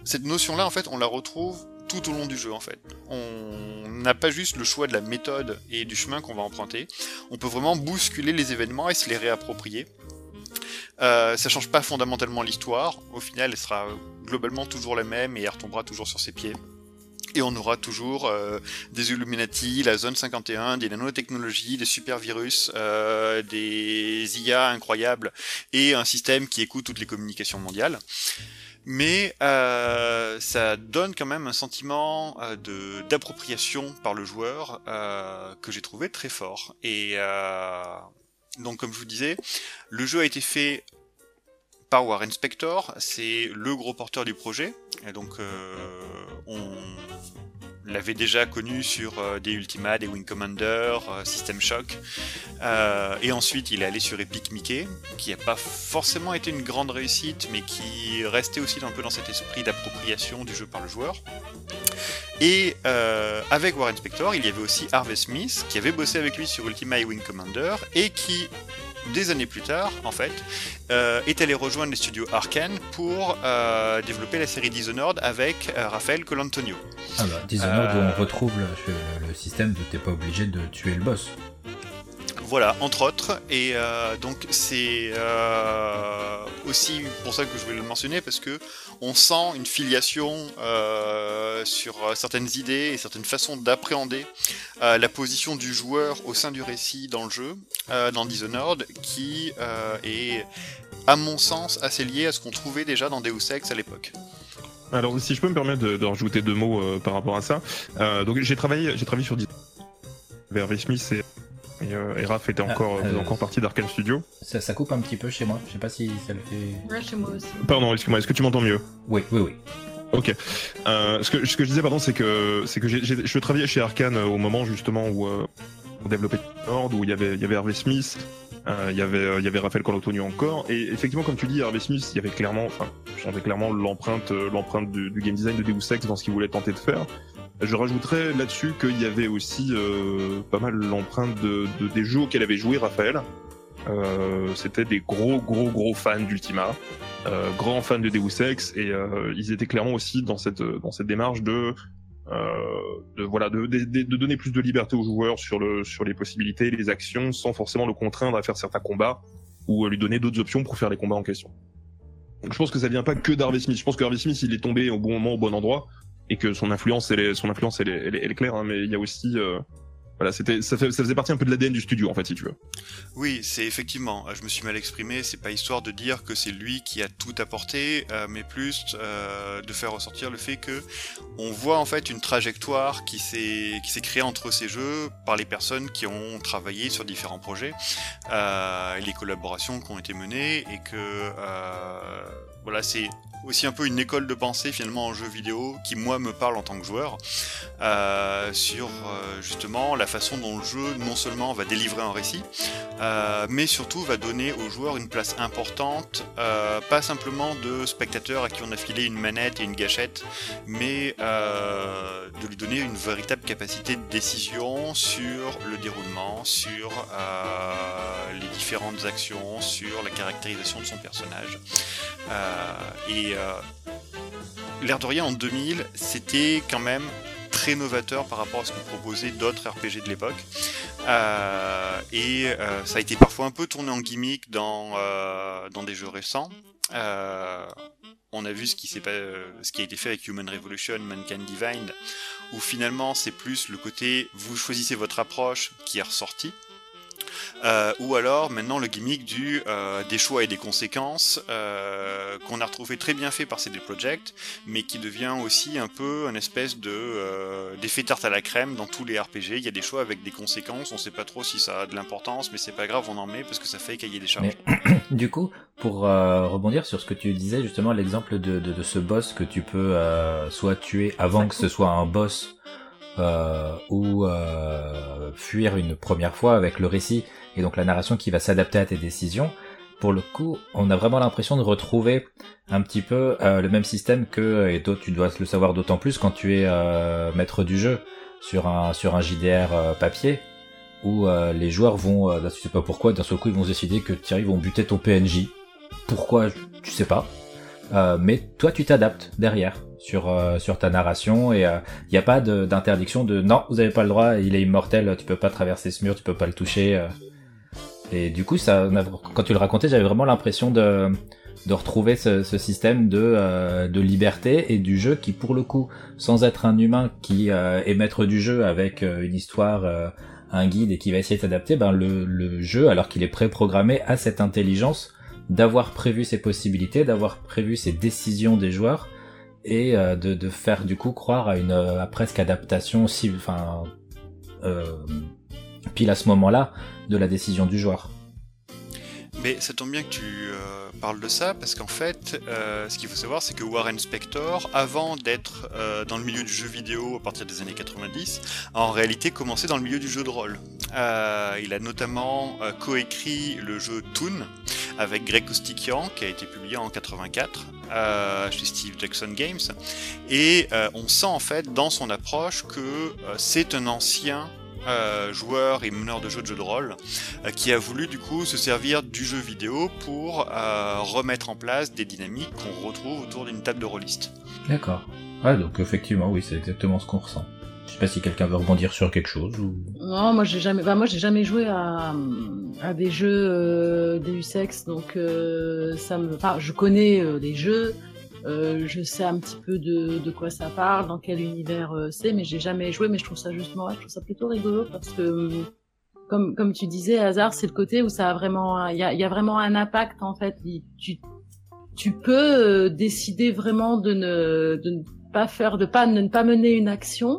cette notion-là, en fait, on la retrouve tout au long du jeu, en fait. On n'a pas juste le choix de la méthode et du chemin qu'on va emprunter. On peut vraiment bousculer les événements et se les réapproprier. Euh, ça change pas fondamentalement l'histoire. Au final, elle sera globalement toujours la même et elle retombera toujours sur ses pieds. Et on aura toujours euh, des Illuminati, la zone cinquante et un, des nanotechnologies, des super virus, euh, des I A incroyables et un système qui écoute toutes les communications mondiales. Mais euh, ça donne quand même un sentiment euh, de d'appropriation par le joueur euh, que j'ai trouvé très fort. Et euh, donc, comme je vous disais, le jeu a été fait par Warren Spector, c'est le gros porteur du projet. Et donc, euh, on l'avait déjà connu sur euh, des Ultima, des Wing Commander, euh, System Shock. Euh, et ensuite, il est allé sur Epic Mickey, qui n'a pas forcément été une grande réussite, mais qui restait aussi un peu dans cet esprit d'appropriation du jeu par le joueur. Et euh, avec Warren Spector, il y avait aussi Harvey Smith, qui avait bossé avec lui sur Ultima et Wing Commander, et qui, des années plus tard, en fait, euh, est allé rejoindre les studios Arkane pour euh, développer la série Dishonored avec euh, Raphaël Colantonio. Ah bah, Dishonored, Euh, où on retrouve le, le système de t'es pas obligé de tuer le boss. Voilà, entre autres, et euh, donc c'est euh, aussi pour ça que je voulais le mentionner, parce que on sent une filiation euh, sur certaines idées et certaines façons d'appréhender euh, la position du joueur au sein du récit dans le jeu, euh, dans Dishonored, qui euh, est, à mon sens, assez lié à ce qu'on trouvait déjà dans Deus Ex à l'époque. Alors, si je peux me permettre de, de rajouter deux mots euh, par rapport à ça. Euh, donc, j'ai travaillé, j'ai travaillé sur Harvey Smith et Et, euh, et Raph était encore, ah, euh, encore partie d'Arkane Studio. Ça, ça coupe un petit peu chez moi, je sais pas si ça le fait... Ouais, chez moi aussi. Pardon, excuse-moi, est-ce que tu m'entends mieux ? Oui, oui, oui. Ok. Euh, ce, que, ce que je disais, pardon, c'est que, c'est que j'ai, j'ai, je travaillais chez Arkane au moment justement où euh, on développait Dishonored, où il y avait, il y avait Harvey Smith, euh, il y avait, euh, il y avait Raphaël Colantonio encore, et effectivement, comme tu dis, Harvey Smith, il y avait clairement, enfin, je sentais clairement l'empreinte, euh, l'empreinte du, du game design de Deus Ex dans ce qu'il voulait tenter de faire. Je rajouterais là-dessus qu'il y avait aussi euh, pas mal l'empreinte de, de, des jeux auxquels avait joué Raphaël. Euh, c'était des gros gros gros fans d'Ultima, euh, grands fans de Deus Ex, et euh, ils étaient clairement aussi dans cette dans cette démarche de euh, de voilà de, de, de donner plus de liberté aux joueurs sur le sur les possibilités, les actions, sans forcément le contraindre à faire certains combats ou lui donner d'autres options pour faire les combats en question. Donc je pense que ça vient pas que d'Harvey Smith. Je pense que Harvey Smith il est tombé au bon moment, au bon endroit, et que son influence elle est son influence elle est, elle est, elle est claire, hein, mais il y a aussi euh, voilà, c'était ça, fait, ça faisait partie un peu de l'A D N du studio en fait, si tu veux. Oui, c'est effectivement, je me suis mal exprimé, c'est pas histoire de dire que c'est lui qui a tout apporté, euh, mais plus euh, de faire ressortir le fait que on voit en fait une trajectoire qui s'est qui s'est créée entre ces jeux par les personnes qui ont travaillé sur différents projets, euh, et les collaborations qui ont été menées, et que euh, voilà, c'est aussi un peu une école de pensée finalement en jeu vidéo qui moi me parle en tant que joueur, euh, sur euh, justement la façon dont le jeu non seulement va délivrer un récit, euh, mais surtout va donner aux joueurs une place importante, euh, pas simplement de spectateurs à qui on a filé une manette et une gâchette, mais euh, de lui donner une véritable capacité de décision sur le déroulement, sur euh, les différentes actions, sur la caractérisation de son personnage. Euh, et euh, l'air de rien, en deux mille, c'était quand même très novateur par rapport à ce que proposaient d'autres R P G de l'époque. Euh, et euh, ça a été parfois un peu tourné en gimmick dans, euh, dans des jeux récents. Euh, on a vu ce qui, s'est pas, euh, ce qui a été fait avec Human Revolution, Mankind Divided, où finalement c'est plus le côté vous choisissez votre approche qui est ressorti. Euh, ou alors maintenant le gimmick du euh, des choix et des conséquences, euh, qu'on a retrouvé très bien fait par C D Projekt, mais qui devient aussi un peu une espèce de euh, d'effet tarte à la crème dans tous les R P G. Il y a des choix avec des conséquences, on sait pas trop si ça a de l'importance, mais c'est pas grave, on en met parce que ça fait cahier des charges. Mais, du coup, pour euh, rebondir sur ce que tu disais, justement l'exemple de, de, de ce boss que tu peux euh, soit tuer avant que ce soit un boss, Euh, ou euh, fuir une première fois avec le récit et donc la narration qui va s'adapter à tes décisions. Pour le coup, on a vraiment l'impression de retrouver un petit peu euh, le même système que, et toi tu dois le savoir d'autant plus quand tu es euh, maître du jeu sur un sur un J D R euh, papier, où euh, les joueurs vont, euh, là tu sais pas pourquoi, d'un seul coup ils vont décider que Thierry vont buter ton P N J. Pourquoi, tu sais pas. Euh, mais toi tu t'adaptes derrière. sur euh, sur ta narration et il euh, y a pas de, d'interdiction de non, vous avez pas le droit, il est immortel, tu peux pas traverser ce mur, tu peux pas le toucher. Euh. Et du coup, ça, quand tu le racontais, j'avais vraiment l'impression de de retrouver ce, ce système de euh, de liberté et du jeu qui, pour le coup, sans être un humain qui euh, est maître du jeu avec euh, une histoire, euh, un guide et qui va essayer de s'adapter, ben le le jeu, alors qu'il est préprogrammé, a cette intelligence d'avoir prévu ses possibilités, d'avoir prévu ses décisions des joueurs et euh, de de faire du coup croire à une euh, à presque adaptation, si, enfin euh, pile à ce moment-là de la décision du joueur. Mais ça tombe bien que tu euh, parles de ça, parce qu'en fait, euh, ce qu'il faut savoir, c'est que Warren Spector, avant d'être euh, dans le milieu du jeu vidéo à partir des années quatre-vingt-dix, a en réalité commencé dans le milieu du jeu de rôle. Euh, il a notamment euh, coécrit le jeu Toon avec Greg Costikyan, qui a été publié en quatre-vingt-quatre euh, chez Steve Jackson Games, et euh, on sent en fait dans son approche que euh, c'est un ancien Euh, joueur et meneur de jeux de jeux de rôle euh, qui a voulu du coup se servir du jeu vidéo pour euh, remettre en place des dynamiques qu'on retrouve autour d'une table de rôliste. D'accord. Ouais, donc effectivement, oui, c'est exactement ce qu'on ressent. Je sais pas si quelqu'un veut rebondir sur quelque chose ou... Non, moi j'ai jamais, bah, moi j'ai jamais joué à, à des jeux euh, Deus Ex, donc euh, ça me, enfin, je connais euh, les jeux. Euh, je sais un petit peu de, de quoi ça parle, dans quel univers euh, c'est, mais j'ai jamais joué. Mais je trouve ça justement, ouais, je trouve ça plutôt rigolo parce que, comme comme tu disais, Hazard, c'est le côté où ça a vraiment, il y a, y a vraiment un impact en fait. Tu tu peux euh, décider vraiment de ne de ne pas faire, de pas de ne pas mener une action.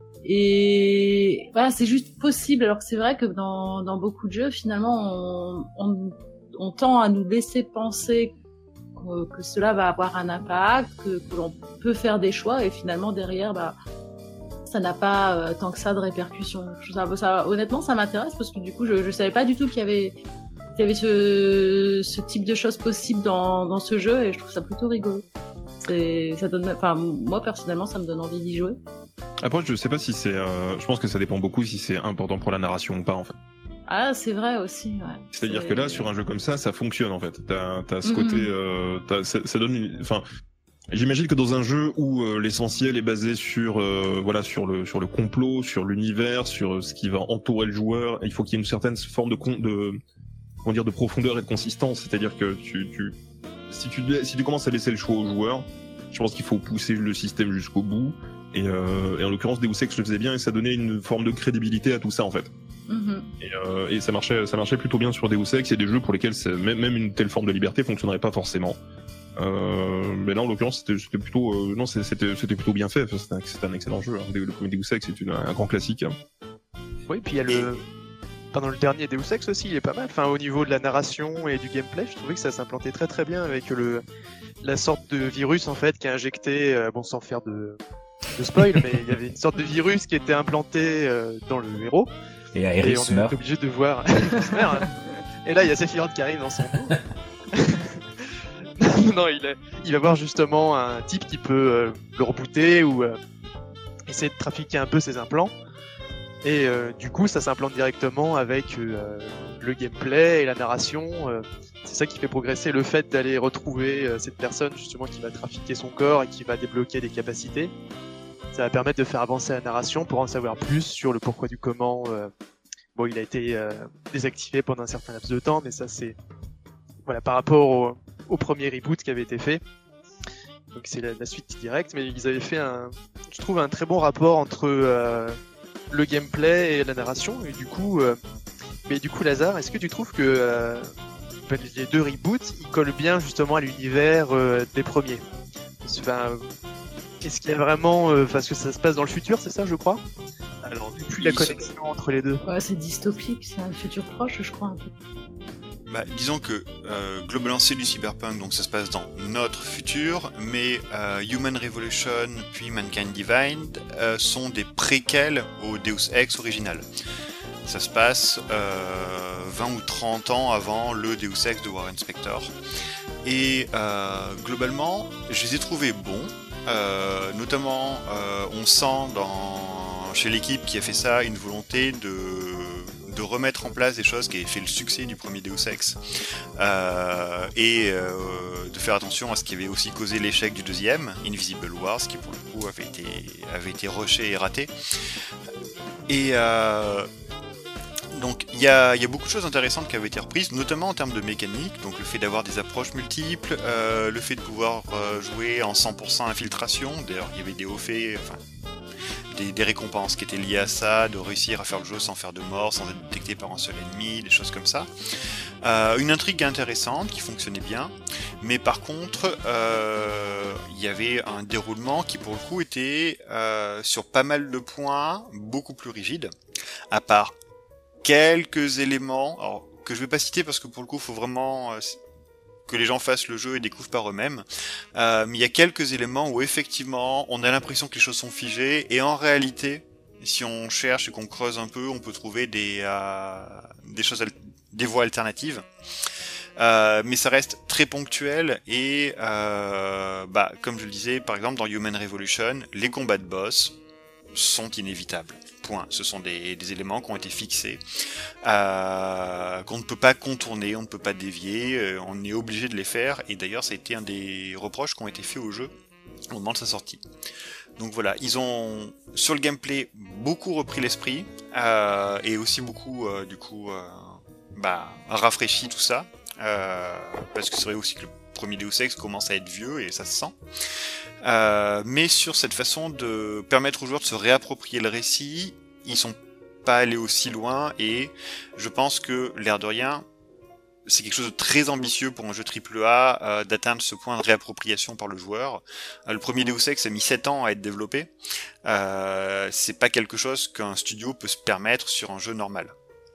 Et voilà, c'est juste possible. Alors que c'est vrai que dans dans beaucoup de jeux, finalement, on on, on tend à nous laisser penser que cela va avoir un impact, que, que l'on peut faire des choix et finalement derrière, bah, ça n'a pas euh, tant que ça de répercussions. Ça, ça, honnêtement, ça m'intéresse parce que du coup, je, je savais pas du tout qu'il y avait, qu'il y avait ce, ce type de choses possibles dans, dans ce jeu et je trouve ça plutôt rigolo. C'est, ça donne, enfin, moi personnellement, ça me donne envie d'y jouer. Après, je sais pas si c'est, euh, je pense que ça dépend beaucoup si c'est important pour la narration ou pas en fait. Ah, c'est vrai aussi, ouais. C'est-à-dire c'est... que là, sur un jeu comme ça, ça fonctionne en fait. T'as, t'as ce Mm-hmm. côté, euh, t'as, ça, ça donne une, enfin, j'imagine que dans un jeu où euh, l'essentiel est basé sur, euh, voilà, sur le, sur le complot, sur l'univers, sur ce qui va entourer le joueur, il faut qu'il y ait une certaine forme de, con, de, comment dire, de profondeur et de consistance. C'est-à-dire que tu, tu, si tu, si tu commences à laisser le choix au joueur, je pense qu'il faut pousser le système jusqu'au bout. Et, euh, et en l'occurrence, Deus Ex le faisait bien et ça donnait une forme de crédibilité à tout ça en fait. Mm-hmm. Et, euh, et ça marchait, ça marchait plutôt bien sur Deus Ex. Il y a des jeux pour lesquels même, même une telle forme de liberté fonctionnerait pas forcément. Euh, mais là, en l'occurrence, c'était, c'était plutôt, euh, non, c'était, c'était plutôt bien fait. Enfin, c'était, un, c'était un excellent jeu. Hein. Le premier Deus Ex, c'est une, un grand classique. Oui, puis il y a le, pendant le dernier Deus Ex aussi, il est pas mal. Enfin, au niveau de la narration et du gameplay, je trouvais que ça s'implantait très très bien avec le, la sorte de virus en fait qui est injecté, euh, bon, sans faire de, de spoil, mais il y avait une sorte de virus qui était implanté euh, dans le héros. Et Aerys on meurt. est obligé de voir. Et là, il y a Sephiroth qui arrive dans son dos. non, il, est... il va voir justement un type qui peut euh, le rebooter ou euh, essayer de trafiquer un peu ses implants. Et euh, du coup, ça s'implante directement avec euh, le gameplay et la narration. Euh, c'est ça qui fait progresser le fait d'aller retrouver euh, cette personne justement qui va trafiquer son corps et qui va débloquer des capacités. Ça va permettre de faire avancer la narration pour en savoir plus sur le pourquoi du comment. Euh, bon, il a été euh, désactivé pendant un certain laps de temps, mais ça c'est voilà par rapport au, au premier reboot qui avait été fait. Donc c'est la, la suite directe, mais ils avaient fait un, je trouve un très bon rapport entre euh, le gameplay et la narration. Et du coup, euh, mais du coup, Lazare, est-ce que tu trouves que euh, les deux reboots ils collent bien justement à l'univers euh, des premiers? Enfin, est-ce qu'il y a vraiment, euh, parce que ça se passe dans le futur, c'est ça, je crois? Alors, depuis la connexion entre les deux. Ouais, c'est dystopique, c'est un futur proche, je crois. Un peu. Bah, disons que euh, globalement c'est du cyberpunk, donc ça se passe dans notre futur, mais euh, Human Revolution puis Mankind Divided euh, sont des préquels au Deus Ex original. Ça se passe euh, vingt ou trente ans avant le Deus Ex de Warren Spector. Et euh, globalement, je les ai trouvés bons. Euh, notamment, euh, on sent dans, chez l'équipe qui a fait ça une volonté de, de remettre en place des choses qui avaient fait le succès du premier Deus Ex, euh, et euh, de faire attention à ce qui avait aussi causé l'échec du deuxième, Invisible Wars, qui pour le coup avait été, avait été rushé et raté. Et euh, donc il y a, y a beaucoup de choses intéressantes qui avaient été reprises, notamment en termes de mécanique, donc le fait d'avoir des approches multiples, euh, le fait de pouvoir euh, jouer en cent pour cent infiltration, d'ailleurs il y avait des hauts faits, enfin, des, des récompenses qui étaient liées à ça, de réussir à faire le jeu sans faire de mort, sans être détecté par un seul ennemi, des choses comme ça. Euh, une intrigue intéressante qui fonctionnait bien, mais par contre euh, il y avait un déroulement qui pour le coup était euh, sur pas mal de points beaucoup plus rigide, à part quelques éléments, alors, que je vais pas citer parce que pour le coup il faut vraiment euh, que les gens fassent le jeu et découvrent par eux-mêmes, euh, mais il y a quelques éléments où effectivement on a l'impression que les choses sont figées, et en réalité si on cherche et qu'on creuse un peu on peut trouver des, euh, des choses, des voies alternatives. Euh, mais ça reste très ponctuel et euh, bah, comme je le disais par exemple dans Human Revolution, les combats de boss sont inévitables. Point. Ce sont des, des éléments qui ont été fixés, euh, qu'on ne peut pas contourner, on ne peut pas dévier, euh, on est obligé de les faire, et d'ailleurs ça a été un des reproches qui ont été faits au jeu au moment de sa sortie. Donc voilà, ils ont sur le gameplay beaucoup repris l'esprit, euh, et aussi beaucoup euh, du coup euh, bah, rafraîchi tout ça, euh, parce que c'est vrai aussi que le premier Deus Ex commence à être vieux et ça se sent. Euh, mais sur cette façon de permettre aux joueurs de se réapproprier le récit, ils sont pas allés aussi loin, et je pense que l'air de rien, c'est quelque chose de très ambitieux pour un jeu triple A euh, d'atteindre ce point de réappropriation par le joueur. Euh, le premier Deus Ex a mis sept ans à être développé. Euh, c'est pas quelque chose qu'un studio peut se permettre sur un jeu normal.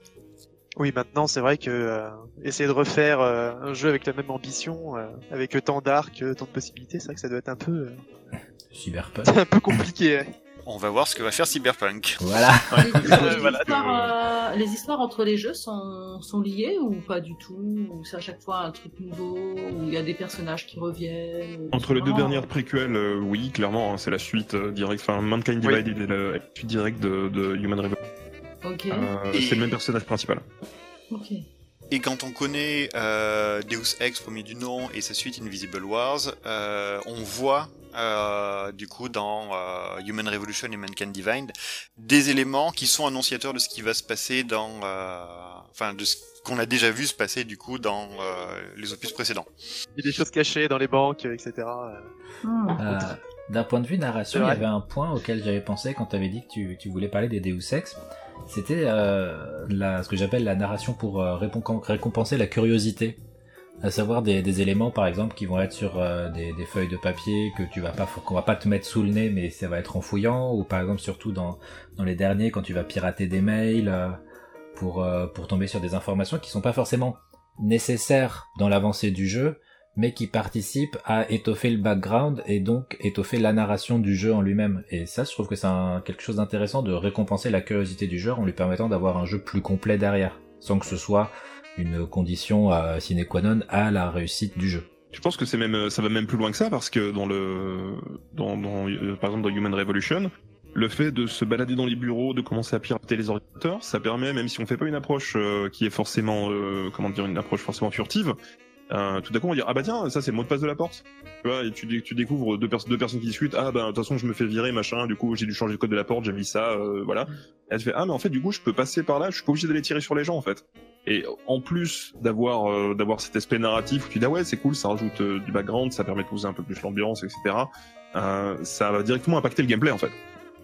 Oui, maintenant c'est vrai que euh, essayer de refaire euh, un jeu avec la même ambition, euh, avec tant d'arcs, tant de possibilités, c'est vrai que ça doit être un peu, euh, Cyberpunk. c'est un peu compliqué. Ouais. On va voir ce que va faire Cyberpunk. Voilà. Les, les Voilà. histoires, euh, les histoires entre les jeux sont, sont liées ou pas du tout? Ou c'est à chaque fois un truc nouveau? Ou il y a des personnages qui reviennent? Entre les deux Vraiment, dernières préquelles, euh, oui, clairement, hein, c'est la suite euh, directe. Enfin, Mankind Divided est la la suite directe de, de Human Revolution. Ok. Euh, c'est le même personnage principal. Ok. Et quand on connaît euh, Deus Ex, premier du nom, et sa suite Invisible Wars, euh, on voit euh, du coup dans euh, Human Revolution et Mankind Divided des éléments qui sont annonciateurs de ce qui va se passer dans, euh, enfin de ce qu'on a déjà vu se passer du coup dans euh, les opus précédents. Il y a des choses cachées dans les banques, et cetera. Hmm. Euh, D'un point de vue narration, C'est il y vrai. avait un point auquel j'avais pensé quand tu avais dit que tu, tu voulais parler des Deus Ex. C'était euh, la, ce que j'appelle la narration pour euh, récom- récompenser la curiosité. À savoir des, des éléments, par exemple, qui vont être sur euh, des, des feuilles de papier que tu vas pas, qu'on va pas te mettre sous le nez, mais ça va être en fouillant. Ou par exemple, surtout dans, dans les derniers, quand tu vas pirater des mails euh, pour, euh, pour tomber sur des informations qui sont pas forcément nécessaires dans l'avancée du jeu, mais qui participe à étoffer le background et donc étoffer la narration du jeu en lui-même. Et ça, je trouve que c'est un, quelque chose d'intéressant de récompenser la curiosité du joueur en lui permettant d'avoir un jeu plus complet derrière, sans que ce soit une condition euh, sine qua non à la réussite du jeu. Je pense que c'est même, ça va même plus loin que ça, parce que dans le, dans, dans, euh, par exemple dans Human Revolution, le fait de se balader dans les bureaux, de commencer à pirater les ordinateurs, ça permet, même si on fait pas une approche euh, qui est forcément, euh, comment dire, une approche forcément furtive, Euh, tout d'un coup on va dire ah bah tiens ça c'est le mot de passe de la porte, tu vois, et tu, dé- tu découvres deux, pers- deux personnes qui discutent, ah bah de toute façon je me fais virer machin, du coup j'ai dû changer le code de la porte, j'ai mis ça, euh, voilà, et tu fais ah mais en fait du coup je peux passer par là, je suis pas obligé d'aller tirer sur les gens en fait. Et en plus d'avoir euh, d'avoir cet aspect narratif où tu dis ah ouais c'est cool, ça rajoute euh, du background, ça permet de poser un peu plus l'ambiance, etc. Euh, ça va directement impacter le gameplay en fait.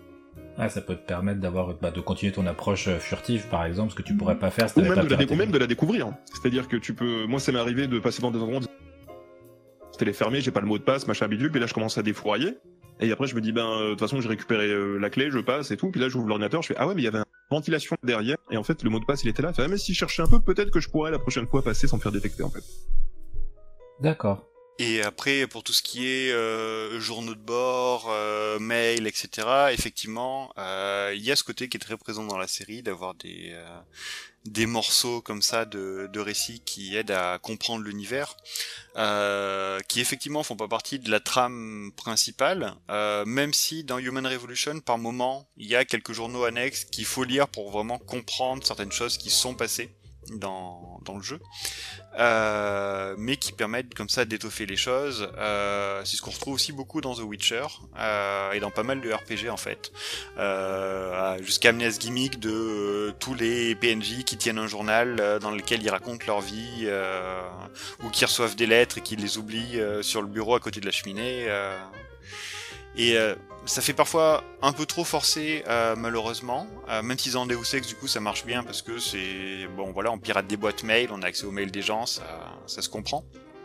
Ah, ça peut te permettre d'avoir, bah, de continuer ton approche euh, furtive, par exemple, ce que tu pourrais pas faire si Ou t'avais même, pas de la, dé- piraté. ou même de la découvrir. C'est-à-dire que tu peux. Moi, ça m'est arrivé de passer dans des endroits. C'était les fermés, j'ai pas le mot de passe, machin bidule, puis là je commence à défourailler. Et après je me dis ben euh, de toute façon j'ai récupéré euh, la clé, je passe et tout, puis là j'ouvre l'ordinateur, je fais ah ouais mais il y avait une ventilation derrière, et en fait le mot de passe il était là. Je fais, ah mais si je cherchais un peu, peut-être que je pourrais la prochaine fois passer sans me faire détecter en fait. D'accord. Et après, pour tout ce qui est euh, journaux de bord, euh, mail, et cetera, effectivement, euh, il y a ce côté qui est très présent dans la série, d'avoir des euh, des morceaux comme ça de, de récits qui aident à comprendre l'univers, euh, qui effectivement font pas partie de la trame principale, euh, même si dans Human Revolution, par moment, il y a quelques journaux annexes qu'il faut lire pour vraiment comprendre certaines choses qui sont passées dans dans le jeu, euh, mais qui permettent comme ça d'étoffer les choses. Euh, c'est ce qu'on retrouve aussi beaucoup dans The Witcher euh, et dans pas mal de R P G en fait, euh, jusqu'à amener à ce gimmick de euh, tous les P N J qui tiennent un journal euh, dans lequel ils racontent leur vie, euh, ou qui reçoivent des lettres et qui les oublient euh, sur le bureau à côté de la cheminée. Euh, et euh, ça fait parfois un peu trop forcé, euh, malheureusement, euh, même si dans Deus Ex du coup ça marche bien parce que c'est bon, voilà, on pirate des boîtes mail, on a accès aux mails des gens, ça, ça se comprend.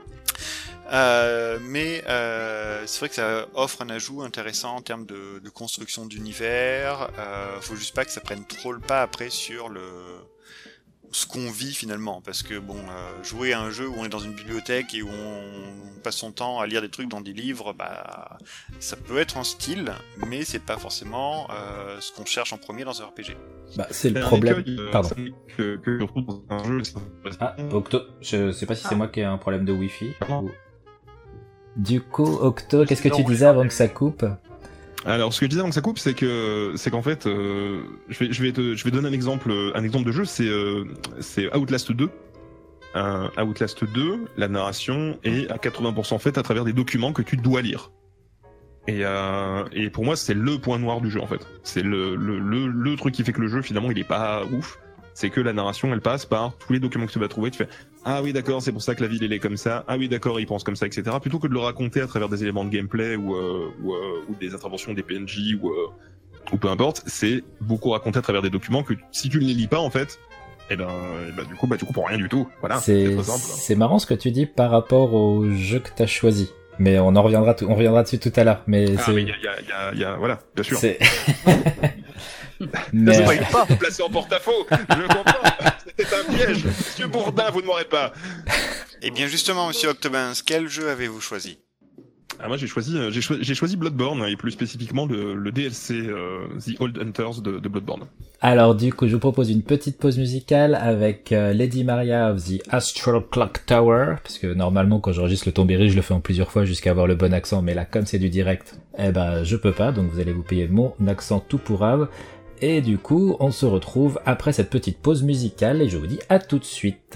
Euh, mais euh, c'est vrai que ça offre un ajout intéressant en termes de, de construction d'univers. Euh, faut juste pas que ça prenne trop le pas après sur le ce qu'on vit finalement, parce que bon, euh, jouer à un jeu où on est dans une bibliothèque et où on passe son temps à lire des trucs dans des livres, bah ça peut être un style, mais c'est pas forcément euh, ce qu'on cherche en premier dans un R P G. Bah, c'est le Un problème. écueil, euh, Pardon. Que, que je retrouve dans un jeu. Ah, Octo, je sais pas si c'est Ah. moi qui ai un problème de Wi-Fi. Pardon. ou- Du coup, Octo, qu'est-ce que Non, tu ouais, disais non, avant mais- que ça coupe? Alors, ce que je disais avant que ça coupe, c'est que, c'est qu'en fait, euh, je vais, je vais te, je vais donner un exemple, un exemple de jeu, c'est, euh, c'est Outlast deux. Un Outlast deux, la narration est à quatre-vingts pour cent faite à travers des documents que tu dois lire. Et, euh, et pour moi, c'est le point noir du jeu, en fait. C'est le, le, le, le truc qui fait que le jeu, finalement, il est pas ouf. C'est que la narration, elle passe par tous les documents que tu vas trouver. Tu fais, ah oui, d'accord, c'est pour ça que la ville, elle est comme ça. Ah oui, d'accord, il pense comme ça, et cetera. Plutôt que de le raconter à travers des éléments de gameplay ou, euh, ou, euh, ou des interventions des P N J ou, euh, ou peu importe, c'est beaucoup raconté à travers des documents que si tu ne les lis pas, en fait, et ben, eh ben du coup, bah, tu comprends rien du tout. Voilà. c'est très simple. c'est marrant ce que tu dis par rapport au jeu que t'as choisi. Mais on en reviendra, tout- on reviendra dessus tout à l'heure. Mais Ah, c'est, mais il y a, il y a, il y a, il y a- voilà, bien sûr. c'est. Ne mais, soyez pas placé en porte-à-faux. Je comprends. C'était un piège. Monsieur Bourdin, vous ne m'aurez pas. Et bien justement, monsieur Octobins, quel jeu avez-vous choisi? Ah, moi, j'ai choisi, euh, j'ai choisi, j'ai choisi Bloodborne, et plus spécifiquement le, le D L C euh, The Old Hunters de, de Bloodborne. Alors du coup, je vous propose une petite pause musicale avec euh, Lady Maria of the Astral Clock Tower, parce que normalement quand j'enregistre le Tombéry, je le fais en plusieurs fois jusqu'à avoir le bon accent, mais là comme c'est du direct, eh ben je peux pas, donc vous allez vous payer mon accent tout pourrave. Et du coup, on se retrouve après cette petite pause musicale et je vous dis à tout de suite.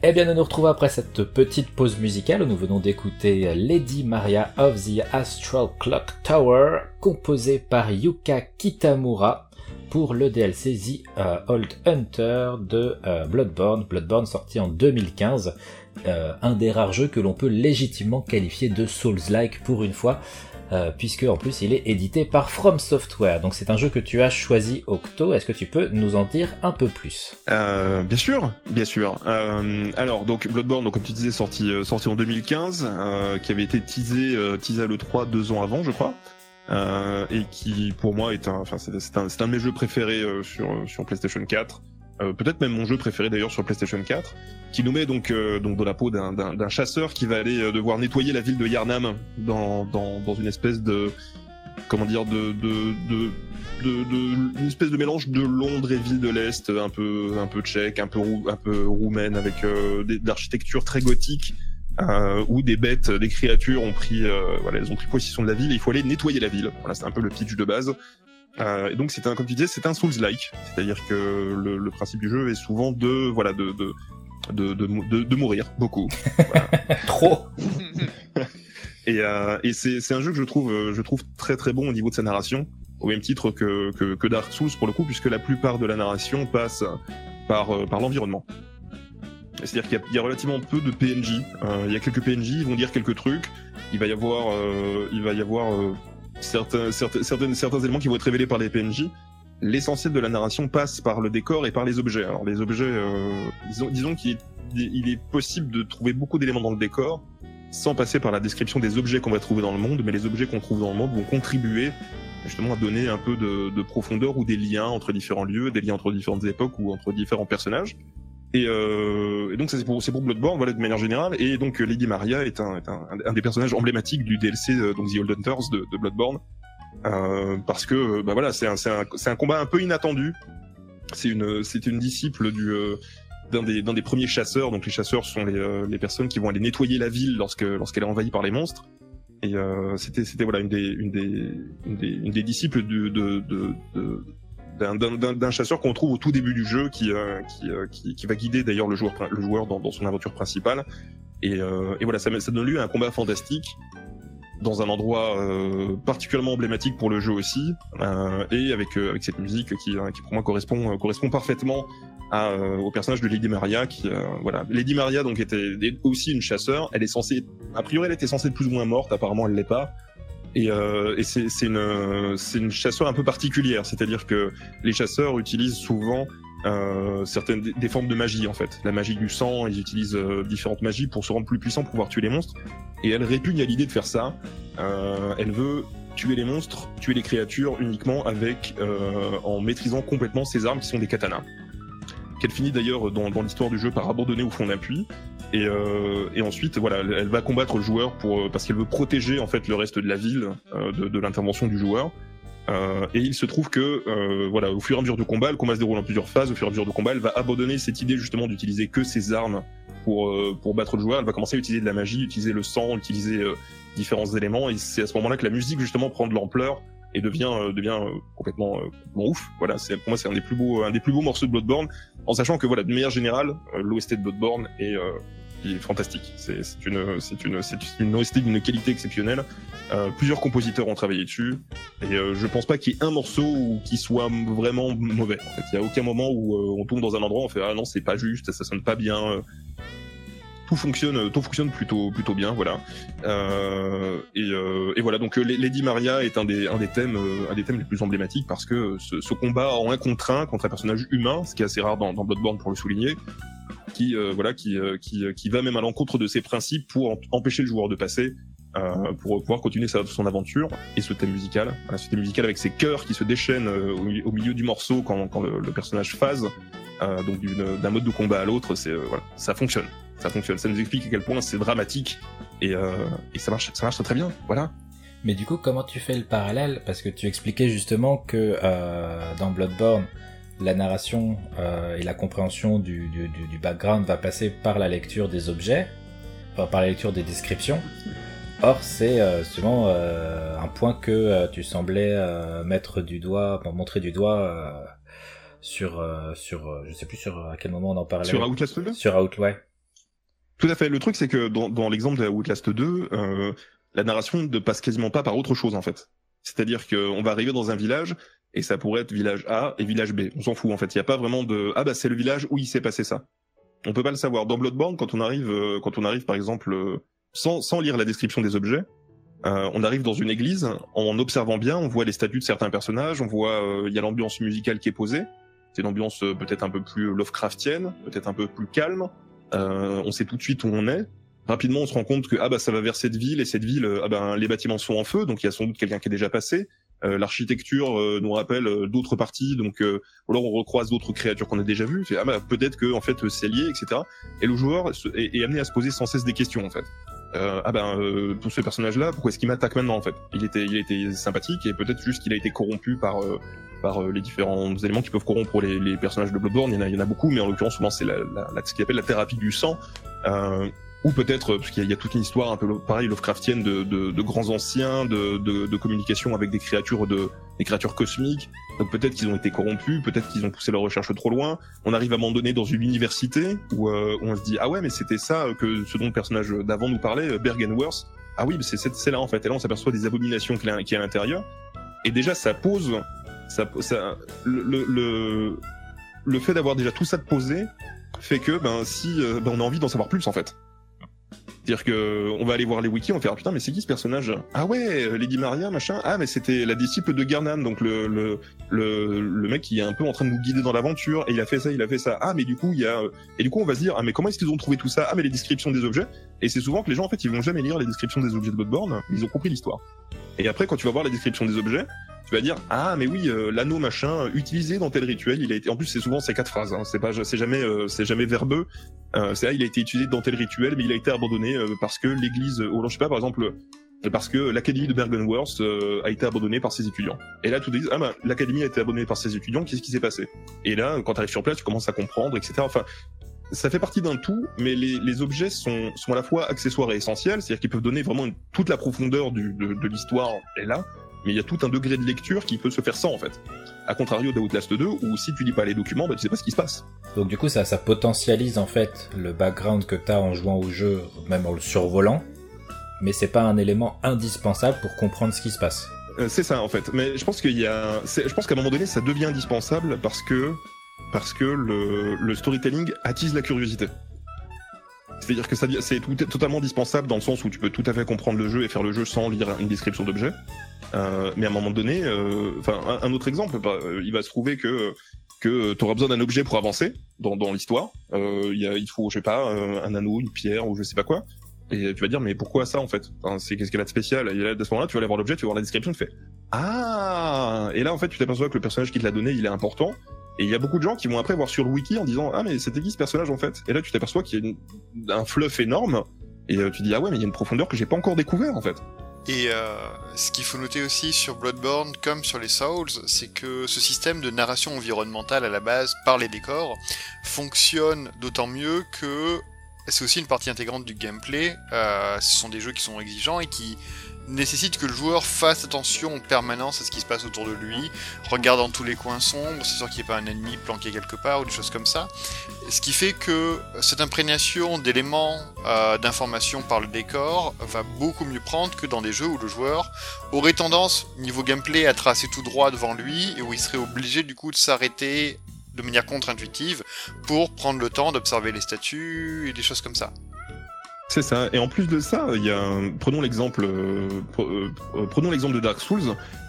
Eh bien, nous nous retrouvons après cette petite pause musicale où nous venons d'écouter Lady Maria of the Astral Clock Tower, composé par Yuka Kitamura pour le D L C The uh, Old Hunter de uh, Bloodborne, Bloodborne sorti en deux mille quinze, euh, un des rares jeux que l'on peut légitimement qualifier de Souls-like pour une fois, euh, puisque en plus il est édité par From Software. Donc c'est un jeu que tu as choisi, Octo. Est-ce que tu peux nous en dire un peu plus? euh, Bien sûr, bien sûr. Euh, alors donc Bloodborne, donc comme tu disais, sorti euh, sorti en deux mille quinze, euh, qui avait été teasé euh, teasé à l'E trois deux ans avant, je crois. Euh, et qui pour moi est un, enfin c'est, c'est un, c'est un de mes jeux préférés euh, sur sur PlayStation quatre, euh, peut-être même mon jeu préféré d'ailleurs sur PlayStation quatre, qui nous met donc euh, donc dans la peau d'un, d'un, d'un chasseur qui va aller euh, devoir nettoyer la ville de Yharnam dans dans dans une espèce de comment dire de de de de, de une espèce de mélange de Londres et ville de l'Est, un peu un peu tchèque, un peu rou, un peu roumaine, avec euh, des, d'architecture très gothique. Euh, où des bêtes, des créatures ont pris, euh, voilà, elles ont pris possession de la ville et il faut aller nettoyer la ville. Voilà, c'est un peu le pitch de base. Euh, et donc c'est un, comme tu disais, c'est un Souls-like, c'est-à-dire que le, le principe du jeu est souvent de, voilà, de de de de, de, de mourir beaucoup. Voilà. Trop. et euh, et c'est c'est un jeu que je trouve je trouve très très bon au niveau de sa narration, au même titre que que, que Dark Souls pour le coup, puisque la plupart de la narration passe par par l'environnement. C'est-à-dire qu'il y a, il y a relativement peu de P N J. Euh, il y a quelques P N J, ils vont dire quelques trucs. Il va y avoir, euh, il va y avoir euh, certains, certains, certains, certains éléments qui vont être révélés par les P N J. L'essentiel de la narration passe par le décor et par les objets. Alors les objets, euh, disons, disons qu'il est, il est possible de trouver beaucoup d'éléments dans le décor sans passer par la description des objets qu'on va trouver dans le monde, mais les objets qu'on trouve dans le monde vont contribuer justement à donner un peu de, de profondeur ou des liens entre différents lieux, des liens entre différentes époques ou entre différents personnages. Et, euh, et donc ça c'est pour, c'est pour Bloodborne, voilà, de manière générale. Et donc Lady Maria est un, est un, un des personnages emblématiques du D L C, donc The Old Hunters de, de Bloodborne, euh, parce que bah voilà, c'est un, c'est un, c'est un combat un peu inattendu. C'est une, c'est une disciple du euh, d'un des, d'un des premiers chasseurs. Donc les chasseurs sont les, euh, les personnes qui vont aller nettoyer la ville lorsque, lorsqu'elle est envahie par les monstres. Et euh, c'était, c'était voilà une des, une des, une des, une des disciples de, de, de, de D'un, d'un, d'un chasseur qu'on trouve au tout début du jeu, qui, euh, qui, euh, qui, qui va guider d'ailleurs le joueur, le joueur dans, dans son aventure principale. Et, euh, et voilà, ça, ça donne lieu à un combat fantastique dans un endroit euh, particulièrement emblématique pour le jeu aussi, euh, et avec, euh, avec cette musique qui, euh, qui pour moi correspond, euh, correspond parfaitement à, euh, au personnage de Lady Maria. Qui, euh, voilà, Lady Maria donc était aussi une chasseur. Elle est censée, a priori, elle était censée être plus ou moins morte. Apparemment, elle l'est pas. Et, euh, et c'est, c'est une, c'est une chasseur un peu particulière, c'est-à-dire que les chasseurs utilisent souvent euh, certaines des formes de magie en fait, la magie du sang. Ils utilisent euh, différentes magies pour se rendre plus puissants, pour pouvoir tuer les monstres. Et elle répugne à l'idée de faire ça. Euh, elle veut tuer les monstres, tuer les créatures uniquement avec euh, en maîtrisant complètement ses armes qui sont des katanas. Qu'elle finit d'ailleurs dans, dans l'histoire du jeu par abandonner au fond d'un puits. Et, euh, et ensuite, voilà, elle va combattre le joueur pour parce qu'elle veut protéger en fait le reste de la ville euh, de, de l'intervention du joueur. Euh, et il se trouve que, euh, voilà, au fur et à mesure du combat, le combat se déroule en plusieurs phases. Au fur et à mesure du combat, elle va abandonner cette idée justement d'utiliser que ses armes pour euh, pour battre le joueur. Elle va commencer à utiliser de la magie, utiliser le sang, utiliser euh, différents éléments. Et c'est à ce moment-là que la musique justement prend de l'ampleur et devient euh, devient euh, complètement euh, complètement ouf. Voilà, c'est pour moi c'est un des plus beaux un des plus beaux morceaux de Bloodborne. En sachant que voilà, de manière générale, euh, l'O S T de Bloodborne est euh, est fantastique. C'est, c'est une, c'est une, c'est une O S T d'une qualité exceptionnelle. Euh, plusieurs compositeurs ont travaillé dessus, et euh, je pense pas qu'il y ait un morceau où, qui soit vraiment mauvais. En fait, il y a aucun moment où euh, on tombe dans un endroit, on fait ah non c'est pas juste, ça sonne pas bien. Tout fonctionne, tout fonctionne plutôt, plutôt bien, voilà. Euh, et, euh, et voilà, donc Lady Maria est un des, un des thèmes, un des thèmes les plus emblématiques parce que ce, ce combat en un contre un contre un personnage humain, ce qui est assez rare dans, dans Bloodborne pour le souligner. Qui euh, voilà qui euh, qui qui va même à l'encontre de ses principes pour empêcher le joueur de passer euh, pour pouvoir continuer sa, son aventure. Et ce thème musical, voilà, ce thème musical avec ses chœurs qui se déchaînent euh, au, au milieu du morceau quand quand le, le personnage phase euh, donc d'une, d'un mode de combat à l'autre, c'est euh, voilà, ça fonctionne, ça fonctionne, ça nous explique à quel point c'est dramatique et euh, et ça marche ça marche très très bien, voilà. Mais du coup, comment tu fais le parallèle? Parce que tu expliquais justement que euh, dans Bloodborne, la narration euh, et la compréhension du, du, du, du background va passer par la lecture des objets, enfin par la lecture des descriptions. Or, c'est euh, justement euh, un point que euh, tu semblais euh, mettre du doigt, pour montrer du doigt euh, sur, euh, sur, euh, je sais plus sur à quel moment on en parlait. Sur Outlast deux ? Sur Outlast, ouais. Tout à fait. Le truc, c'est que dans, dans l'exemple de Outlast deux, euh, la narration ne passe quasiment pas par autre chose, en fait. C'est-à-dire qu'on va arriver dans un village, et ça pourrait être village A et village B. On s'en fout, en fait. Il n'y a pas vraiment de « Ah bah c'est le village où il s'est passé ça ». On peut pas le savoir. Dans Bloodborne, quand on arrive, euh, quand on arrive par exemple, euh, sans, sans lire la description des objets, euh, on arrive dans une église, en observant bien, on voit les statues de certains personnages, on voit, il euh, y a l'ambiance musicale qui est posée. C'est une ambiance euh, peut-être un peu plus Lovecraftienne, peut-être un peu plus calme. Euh, on sait tout de suite où on est. Rapidement, on se rend compte que ah bah ça va vers cette ville et cette ville, ah bah les bâtiments sont en feu, donc il y a sans doute quelqu'un qui est déjà passé. Euh, l'architecture euh, nous rappelle euh, d'autres parties, donc euh, alors on recroise d'autres créatures qu'on a déjà vues. Fait, ah bah peut-être que en fait c'est lié, et cetera. Et le joueur est, est amené à se poser sans cesse des questions en fait. Euh, ah ben euh, pour ce personnage-là, pourquoi est-ce qu'il m'attaque maintenant en fait? Il était, il était sympathique et peut-être juste qu'il a été corrompu par euh, par euh, les différents éléments qui peuvent corrompre les, les personnages de Bloodborne. Il y en a, il y en a beaucoup, mais en l'occurrence souvent c'est la, la, la, ce qu'il appelle la thérapie du sang. Euh, Ou peut-être, parce qu'il y a, il y a toute une histoire un peu pareil Lovecraftienne de, de, de grands anciens, de, de, de communication avec des créatures de des créatures cosmiques. Donc peut-être qu'ils ont été corrompus, peut-être qu'ils ont poussé leur recherche trop loin. On arrive à un moment donné dans une université où, euh, où on se dit ah ouais mais c'était ça que ce dont le personnage d'avant nous parlait, Bergenworth. Ah oui, mais c'est c'est là en fait. Et là on s'aperçoit des abominations qu'il y a, qu'il y a à l'intérieur. Et déjà ça pose, ça, ça le, le, le, le fait d'avoir déjà tout ça de posé fait que ben si euh, ben, on a envie d'en savoir plus en fait. C'est-à-dire que on va aller voir les wikis, on va faire ah, putain mais c'est qui ce personnage? Ah ouais, Lady Maria machin. Ah mais c'était la disciple de Garnan, donc le le le le mec qui est un peu en train de nous guider dans l'aventure et il a fait ça, il a fait ça. Ah mais du coup il y a et du coup on va se dire ah mais comment est-ce qu'ils ont trouvé tout ça? Ah mais les descriptions des objets. Et c'est souvent que les gens en fait ils vont jamais lire les descriptions des objets de Bloodborne, mais ils ont compris l'histoire. Et après quand tu vas voir la description des objets, tu vas dire ah mais oui euh, l'anneau machin utilisé dans tel rituel, il a été en plus c'est souvent ces quatre phrases, hein, c'est pas c'est jamais euh, c'est jamais verbeux. Euh, c'est là il a été utilisé dans tel rituel mais il a été abandonné euh, parce que l'église ou je sais pas par exemple parce que l'académie de Bergenworth euh, a été abandonnée par ses étudiants. Et là tout dis ah bah l'académie a été abandonnée par ses étudiants, qu'est-ce qui s'est passé? Et là quand tu arrives sur place tu commences à comprendre et cetera. Enfin ça fait partie d'un tout, mais les, les objets sont, sont à la fois accessoires et essentiels, c'est-à-dire qu'ils peuvent donner vraiment une, toute la profondeur du, de, de l'histoire est là. Mais il y a tout un degré de lecture qui peut se faire sans en fait. A contrario d'Outlast deux, où si tu lis pas les documents, bah tu sais pas ce qui se passe. Donc du coup ça, ça potentialise en fait le background que t'as en jouant au jeu, même en le survolant, mais c'est pas un élément indispensable pour comprendre ce qui se passe. Euh, c'est ça en fait, mais je pense qu'il y a, c'est, je pense qu'à un moment donné ça devient indispensable parce que parce que le, le storytelling attise la curiosité. C'est-à-dire que ça, c'est tout, totalement indispensable dans le sens où tu peux tout à fait comprendre le jeu et faire le jeu sans lire une description d'objet. Euh, mais à un moment donné, enfin euh, un, un autre exemple, euh, il va se trouver que que tu auras besoin d'un objet pour avancer dans, dans l'histoire. Euh, y a, il faut, je sais pas, un anneau, une pierre ou je sais pas quoi. Et tu vas dire mais pourquoi ça en fait? Enfin, c'est qu'est-ce qu'elle a de spécial? Et là, à ce moment-là, tu vas aller voir l'objet, tu vas voir la description, tu fais ah. Et là en fait, tu t'aperçois que le personnage qui te l'a donné, il est important. Et il y a beaucoup de gens qui vont après voir sur le wiki en disant ah mais c'était qui ce personnage en fait? Et là tu t'aperçois qu'il y a une, un fluff énorme et euh, tu dis ah ouais mais il y a une profondeur que j'ai pas encore découvert en fait. Et euh, ce qu'il faut noter aussi sur Bloodborne comme sur les Souls, c'est que ce système de narration environnementale à la base par les décors fonctionne d'autant mieux que c'est aussi une partie intégrante du gameplay. Euh, ce sont des jeux qui sont exigeants et qui nécessite que le joueur fasse attention en permanence à ce qui se passe autour de lui, regarde dans tous les coins sombres, c'est sûr qu'il n'y ait pas un ennemi planqué quelque part ou des choses comme ça. Ce qui fait que cette imprégnation d'éléments, euh, d'informations par le décor va beaucoup mieux prendre que dans des jeux où le joueur aurait tendance, niveau gameplay, à tracer tout droit devant lui et où il serait obligé du coup de s'arrêter de manière contre-intuitive pour prendre le temps d'observer les statues et des choses comme ça. C'est ça. Et en plus de ça, il y a un... prenons l'exemple, euh, euh, prenons l'exemple de Dark Souls.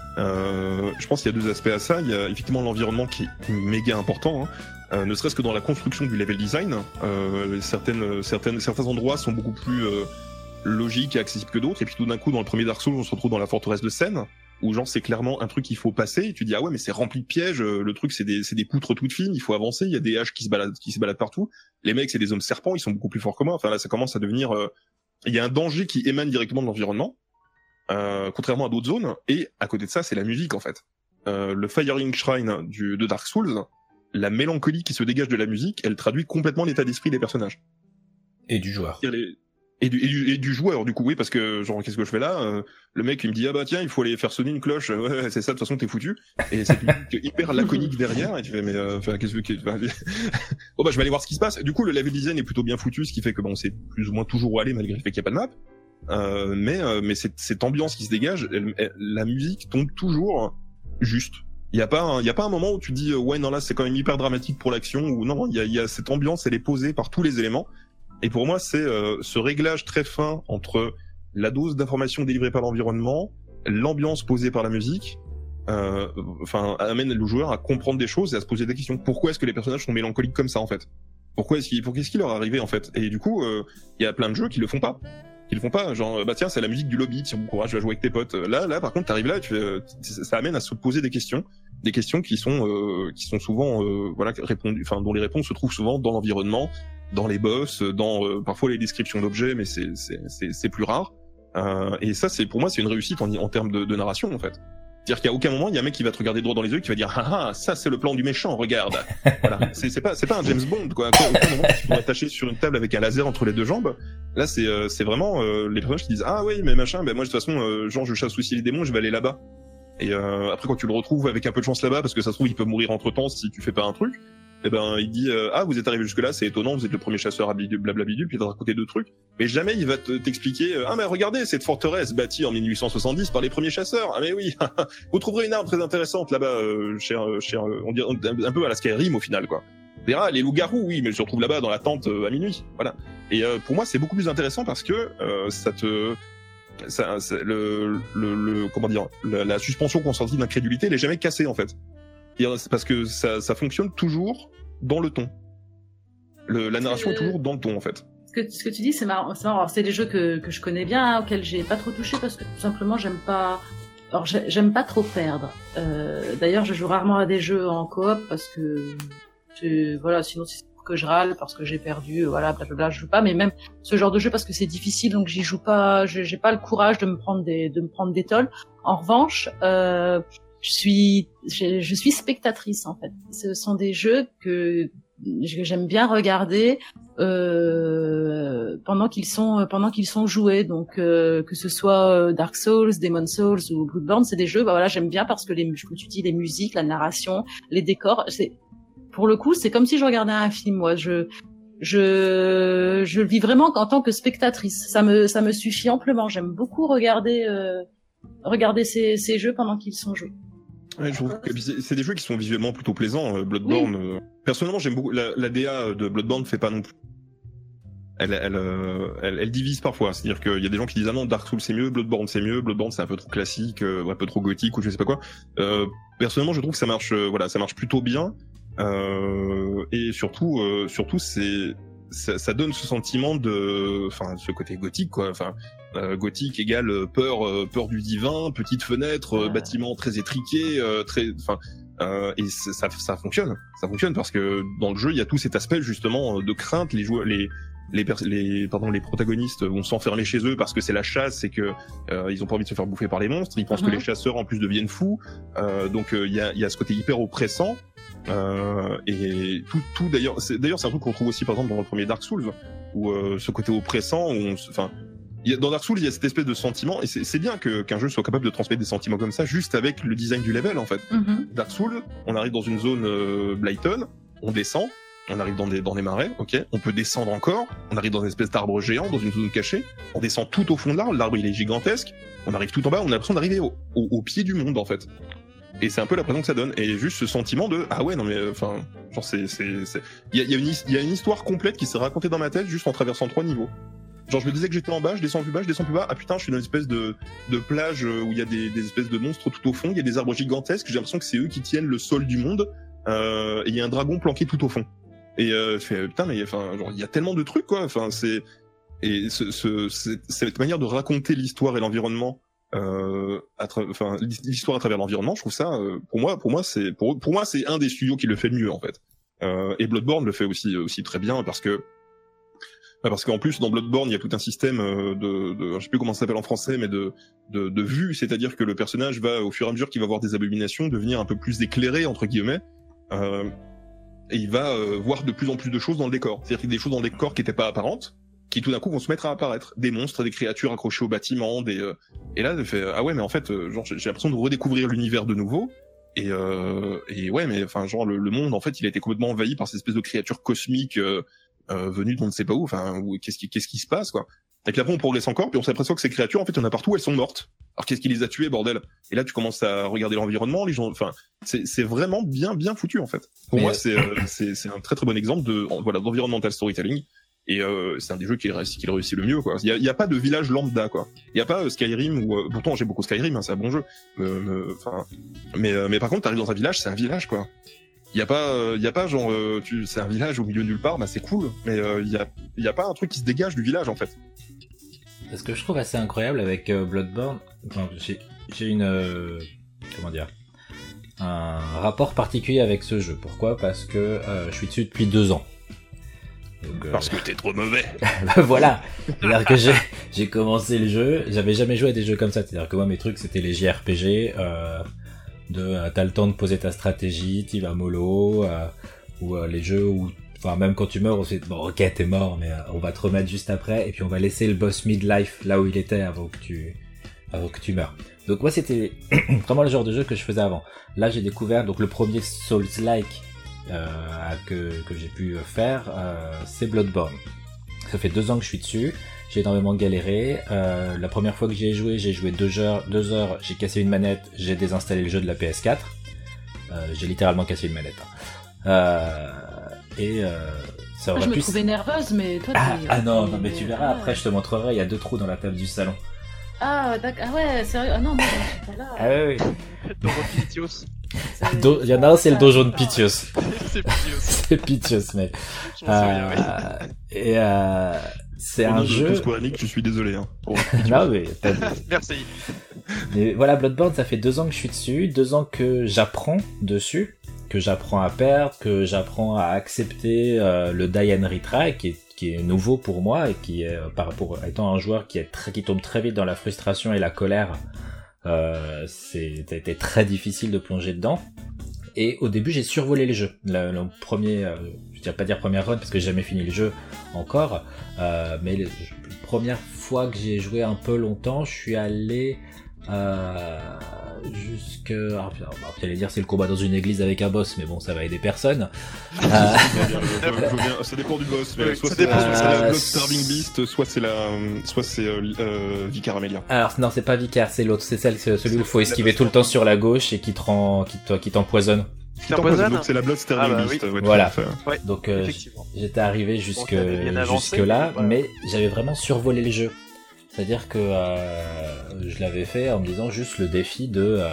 Euh, je pense qu'il y a deux aspects à ça. Il y a effectivement l'environnement qui est méga important, hein. euh, ne serait-ce que dans la construction du level design. Euh, certaines, certaines, certains endroits sont beaucoup plus euh, logiques et accessibles que d'autres. Et puis tout d'un coup, dans le premier Dark Souls, on se retrouve dans la forteresse de Sen, où genre c'est clairement un truc qu'il faut passer. Et tu dis ah ouais mais c'est rempli de pièges. Le truc c'est des, c'est des poutres toutes fines. Il faut avancer. Il y a des haches qui se baladent, qui se baladent partout. Les mecs c'est des hommes serpents. Ils sont beaucoup plus forts que moi. Enfin là ça commence à devenir. Euh... Il y a un danger qui émane directement de l'environnement, euh, contrairement à d'autres zones. Et à côté de ça c'est la musique en fait. Euh, le Firing Shrine du, de Dark Souls, la mélancolie qui se dégage de la musique, elle traduit complètement l'état d'esprit des personnages. Et du joueur. Et, Et du, et, du, et du joueur, du coup, oui, parce que, genre, qu'est-ce que je fais là euh, le mec, il me dit, ah bah tiens, il faut aller faire sonner une cloche. Ouais, c'est ça, de toute façon, t'es foutu. Et c'est hyper laconique derrière, et tu fais, mais, enfin, euh, qu'est-ce que, enfin, bon, bah, je vais aller voir ce qui se passe. Du coup, le level design est plutôt bien foutu, ce qui fait que, bon, c'est plus ou moins toujours où aller, malgré le fait qu'il n'y a pas de map. Euh, mais, euh, mais cette, cette ambiance qui se dégage, elle, elle, la musique tombe toujours juste. Il y a pas, il y a pas un moment où tu dis, ouais, non, là, c'est quand même hyper dramatique pour l'action, ou non, il y a, il y a cette ambiance, elle est posée par tous les éléments. Et pour moi, c'est euh, ce réglage très fin entre la dose d'information délivrée par l'environnement, l'ambiance posée par la musique, euh, enfin, amène le joueur à comprendre des choses et à se poser des questions. Pourquoi est-ce que les personnages sont mélancoliques comme ça, en fait? Pourquoi est-ce qu'il, pour qu'est-ce qui leur est arrivé, en fait? Et du coup, il euh, y a plein de jeux qui le font pas. Qui le font pas, genre, bah tiens, c'est la musique du lobby, tiens, bon courage, va jouer avec tes potes. Là, là, par contre, t'arrives là, et tu fais, ça amène à se poser des questions, des questions qui sont, euh, qui sont souvent, euh, voilà, répondues, enfin, dont les réponses se trouvent souvent dans l'environnement, dans les boss, dans euh, parfois les descriptions d'objets, mais c'est c'est c'est, c'est plus rare. Euh, et ça, c'est pour moi, c'est une réussite en, en termes de, de narration, en fait. C'est-à-dire qu'à aucun moment, il y a un mec qui va te regarder droit dans les yeux, qui va dire ah ah, ça c'est le plan du méchant, regarde. Voilà, c'est c'est pas c'est pas un James Bond quoi. À aucun moment tu pourrais attacher sur une table avec un laser entre les deux jambes. Là, c'est euh, c'est vraiment euh, les personnages qui disent ah oui mais machin, ben moi de toute façon, euh, genre je chasse aussi les démons, je vais aller là-bas. Et euh, après quand tu le retrouves avec un peu de chance là-bas, parce que ça se trouve il peut mourir entre temps si tu fais pas un truc. Et ben il dit euh, ah vous êtes arrivé jusque là, c'est étonnant, vous êtes le premier chasseur à bidule, blablabla, puis il va te raconter deux trucs, mais jamais il va te, t'expliquer euh, ah mais regardez cette forteresse bâtie en mille huit cent soixante-dix par les premiers chasseurs, ah mais oui vous trouverez une arme très intéressante là-bas, euh, cher cher on dirait un peu à la Skyrim au final quoi. Ah, les loups-garous oui mais je les retrouve là-bas dans la tente euh, à minuit, voilà. Et euh, pour moi c'est beaucoup plus intéressant parce que euh, ça te ça, ça le, le le comment dire la, la suspension consentie d'incrédulité elle est jamais cassée en fait. C'est parce que ça, ça fonctionne toujours dans le ton. Le, la narration euh... est toujours dans le ton en fait. Ce que, ce que tu dis, c'est marrant. C'est marrant. Alors, c'est des jeux que, que je connais bien, hein, auxquels j'ai pas trop touché parce que tout simplement j'aime pas. Alors j'aime pas trop perdre. Euh, d'ailleurs, je joue rarement à des jeux en coop parce que je, voilà, sinon c'est pour que je râle parce que j'ai perdu. Voilà, blablabla, je joue pas. Mais même ce genre de jeu parce que c'est difficile, donc j'y joue pas. J'ai pas le courage de me prendre des de me prendre des tolls. En revanche. Euh, Je suis, je, je suis spectatrice en fait. Ce sont des jeux que, que j'aime bien regarder euh, pendant qu'ils sont pendant qu'ils sont joués. Donc euh, que ce soit Dark Souls, Demon Souls ou Bloodborne, c'est des jeux. Bah voilà, j'aime bien parce que les, comme tu dis, les musiques, la narration, les décors. C'est pour le coup, c'est comme si je regardais un film. Moi, je je je le vis vraiment en tant que spectatrice. Ça me ça me suffit amplement. J'aime beaucoup regarder euh, regarder ces ces jeux pendant qu'ils sont joués. Ouais, je trouve que c'est des jeux qui sont visuellement plutôt plaisants. Bloodborne, oui. euh... personnellement, j'aime beaucoup. La, la D A de Bloodborne fait pas non plus. Elle, elle, elle, elle divise parfois. C'est-à-dire qu'il y a des gens qui disent ah non, Dark Souls c'est mieux, Bloodborne c'est mieux, Bloodborne c'est un peu trop classique, euh, un peu trop gothique ou je sais pas quoi. Euh, personnellement, je trouve que ça marche, euh, voilà, ça marche plutôt bien. Euh, et surtout, euh, surtout c'est ça, ça donne ce sentiment de, enfin, ce côté gothique quoi. Enfin. Euh, gothique égale peur, euh, peur du divin, petite fenêtre, euh, bâtiment très étriqué, euh, très, enfin, euh, et ça, ça fonctionne, ça fonctionne parce que dans le jeu il y a tout cet aspect justement de crainte. Les joueurs, les, les, les, pardon, les protagonistes vont s'enfermer chez eux parce que c'est la chasse et que euh, ils ont pas envie de se faire bouffer par les monstres. Ils pensent mm-hmm. que les chasseurs en plus deviennent fous, euh, donc il euh, y a, il y a ce côté hyper oppressant. Euh, et tout, tout d'ailleurs, c'est, d'ailleurs c'est un truc qu'on trouve aussi par exemple dans le premier Dark Souls où euh, ce côté oppressant, où on, enfin. Dans Dark Souls, il y a cette espèce de sentiment, et c'est, c'est bien que, qu'un jeu soit capable de transmettre des sentiments comme ça, juste avec le design du level, en fait. Mm-hmm. Dark Souls, on arrive dans une zone euh, Blyton, on descend, on arrive dans des, dans des marais, ok, on peut descendre encore, on arrive dans une espèce d'arbre géant, dans une zone cachée, on descend tout au fond de l'arbre, l'arbre il est gigantesque, on arrive tout en bas, on a l'impression d'arriver au, au, au pied du monde, en fait. Et c'est un peu l'impression que ça donne, et juste ce sentiment de ah ouais non mais enfin genre c'est c'est c'est il y a, y a une il y a une histoire complète qui s'est racontée dans ma tête juste en traversant trois niveaux. Genre je me disais que j'étais en bas, je descends plus bas, je descends plus bas, ah putain je suis dans une espèce de, de plage où il y a des, des espèces de monstres tout au fond, il y a des arbres gigantesques, j'ai l'impression que c'est eux qui tiennent le sol du monde, euh, et il y a un dragon planqué tout au fond. Et euh, je fais putain mais enfin genre il y a tellement de trucs quoi, enfin c'est et ce, ce, cette, cette manière de raconter l'histoire et l'environnement, euh, à tra- enfin l'histoire à travers l'environnement, je trouve ça euh, pour moi pour moi c'est pour pour moi c'est un des studios qui le fait le mieux en fait. Euh, et Bloodborne le fait aussi aussi très bien parce que Parce qu'en plus, dans Bloodborne, il y a tout un système de, de, je sais plus comment ça s'appelle en français, mais de, de, de vue, c'est-à-dire que le personnage va, au fur et à mesure qu'il va voir des abominations, devenir un peu plus éclairé, entre guillemets, euh, et il va euh, voir de plus en plus de choses dans le décor. C'est-à-dire qu'il y a des choses dans le décor qui n'étaient pas apparentes, qui tout d'un coup vont se mettre à apparaître, des monstres, des créatures accrochées aux bâtiments, des euh... et là je fais ah ouais mais en fait euh, genre j'ai l'impression de redécouvrir l'univers de nouveau et euh... et ouais mais enfin genre le, le monde en fait il a été complètement envahi par ces espèces de créatures cosmiques euh, euh, venues d'on ne sait pas où, enfin où, qu'est-ce qui qu'est-ce qui se passe quoi. Et puis après on progresse encore, puis on s'aperçoit que ces créatures en fait il y en a partout, elles sont mortes. Alors qu'est-ce qui les a tuées bordel? Et là tu commences à regarder l'environnement, les gens, enfin c'est c'est vraiment bien bien foutu en fait. Pour mais moi c'est euh, c'est c'est un très très bon exemple de voilà d'environmental storytelling. Et euh, c'est un des jeux qui réussit, qui réussit le mieux quoi. Il y a, il y a pas de village lambda quoi. Il y a pas euh, Skyrim où euh, pourtant j'ai beaucoup Skyrim, hein, c'est un bon jeu. Enfin, mais euh, mais par contre t'arrives dans un village, c'est un village quoi. Il y a pas, il euh, y a pas genre euh, tu, c'est un village au milieu de nulle part, bah c'est cool. Mais il euh, y a, il y a pas un truc qui se dégage du village en fait. Ce que je trouve assez incroyable avec euh, Bloodborne, enfin, j'ai, j'ai une, euh, comment dire, un rapport particulier avec ce jeu. Pourquoi ? Parce que euh, je suis dessus depuis deux ans. Donc, euh... Parce que t'es trop mauvais. Voilà. C'est-à-dire que j'ai, j'ai commencé le jeu, j'avais jamais joué à des jeux comme ça. C'est-à-dire que moi mes trucs c'était les J R P G, euh, de euh, t'as le temps de poser ta stratégie, t'y vas mollo, euh, ou euh, les jeux où enfin, même quand tu meurs, on se dit, bon, ok, t'es mort, mais euh, on va te remettre juste après, et puis on va laisser le boss midlife là où il était avant que tu, avant que tu meurs. Donc moi, c'était vraiment le genre de jeu que je faisais avant. Là, j'ai découvert, donc le premier Souls-like, euh, que, que j'ai pu faire, euh, c'est Bloodborne. Ça fait deux ans que je suis dessus, j'ai énormément galéré, euh, la première fois que j'y ai joué, j'ai joué deux heures, deux heures, j'ai cassé une manette, j'ai désinstallé le jeu de la P S quatre, euh, j'ai littéralement cassé une manette. Hein. Euh, et euh, ça aurait ah, je pu... me trouvais nerveuse, mais toi ah, t'es... ah non, non mais tu verras, après je te montrerai, il y a deux trous dans la table du salon. Ah d'accord, ah ouais, sérieux, ah non, moi je suis pas là. Ah oui, oui. Donjon Pitios. Do... Il y en a un, c'est le donjon de Pitios. C'est Pitios. C'est Pitios, mec. Je m'en souviens, oui. Euh, et euh, c'est Au un nom de jeu... Square Enix, je suis désolé. Hein. Oh, non mais... T'as... Merci. Mais voilà, Bloodborne, ça fait deux ans que je suis dessus, deux ans que j'apprends dessus, que j'apprends à perdre, que j'apprends à accepter euh, le die and retry, qui est, qui est nouveau pour moi, et qui est, par rapport étant un joueur qui, est très, qui tombe très vite dans la frustration et la colère, euh, c'est, ça a été très difficile de plonger dedans. Et au début, j'ai survolé les jeux. Le, le premier, euh, je ne dirais pas dire première run, parce que j'ai jamais fini le jeu encore, euh, mais la première fois que j'ai joué un peu longtemps, je suis allé... Euh, jusque alors, alors, j'allais dire c'est le combat dans une église avec un boss, mais bon ça va aider personne. euh... Ça dépend du boss, mais soit c'est, soit c'est la Blood Starving Beast, soit c'est la soit c'est euh, euh, Vicar Amelia. Alors non, c'est pas Vicar, c'est l'autre, c'est celle c'est celui où il faut esquiver tout le temps sur la gauche et qui te rend qui, qui t'empoisonne. Qui t'empoisonne. Donc c'est la Blood Starving ah bah, Beast. oui. Ouais, voilà. Ouais, donc euh, j'étais arrivé jusque bon, jusque là, voilà. Mais j'avais vraiment survolé le jeu. C'est-à-dire que euh, je l'avais fait en me disant juste le défi de euh,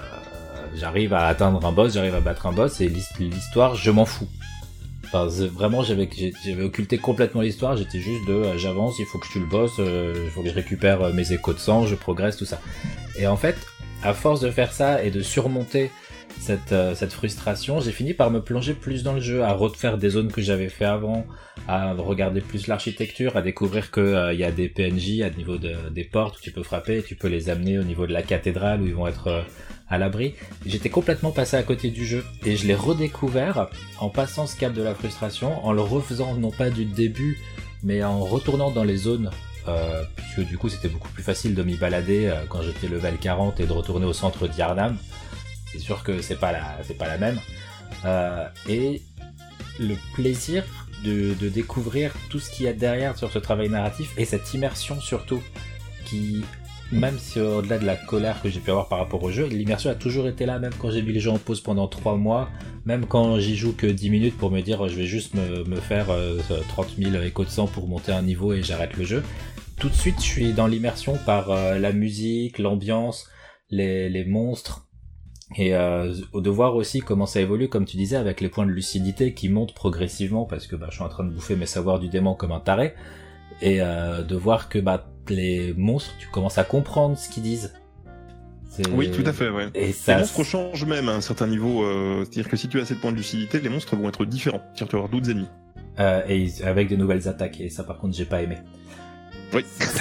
j'arrive à atteindre un boss, j'arrive à battre un boss, et l'histoire, je m'en fous. Enfin, vraiment, j'avais, j'avais occulté complètement l'histoire, j'étais juste de euh, j'avance, il faut que je tue le boss, euh, il faut que je récupère euh, mes échos de sang, je progresse, tout ça. Et en fait, à force de faire ça et de surmonter cette, euh, cette frustration, j'ai fini par me plonger plus dans le jeu, à refaire des zones que j'avais fait avant, à regarder plus l'architecture, à découvrir que euh, y a des P N J à niveau de, des portes où tu peux frapper, et tu peux les amener au niveau de la cathédrale où ils vont être euh, à l'abri. J'étais complètement passé à côté du jeu, et je l'ai redécouvert en passant ce cap de la frustration, en le refaisant non pas du début, mais en retournant dans les zones, euh, puisque du coup c'était beaucoup plus facile de m'y balader euh, quand j'étais level quarante et de retourner au centre d'Yharnam. C'est sûr que c'est pas la, c'est pas la même. Euh, et le plaisir de, de découvrir tout ce qu'il y a derrière sur ce travail narratif, et cette immersion surtout, qui, même si au-delà de la colère que j'ai pu avoir par rapport au jeu, l'immersion a toujours été là, même quand j'ai mis le jeu en pause pendant trois mois, même quand j'y joue que dix minutes pour me dire je vais juste me, me faire euh, trente mille échos de sang pour monter un niveau et j'arrête le jeu. Tout de suite, je suis dans l'immersion par euh, la musique, l'ambiance, les, les monstres. Et euh, de voir aussi comment ça évolue, comme tu disais, avec les points de lucidité qui montent progressivement, parce que bah, je suis en train de bouffer mes savoirs du démon comme un taré, et euh, de voir que bah, les monstres, tu commences à comprendre ce qu'ils disent. C'est... Oui, tout à fait, ouais. Et ça... Les monstres changent même à un certain niveau, euh, c'est-à-dire que si tu as assez de points de lucidité, les monstres vont être différents, c'est-à-dire tu vas avoir d'autres ennemis. Euh, et avec de nouvelles attaques, et ça par contre j'ai pas aimé. Oui,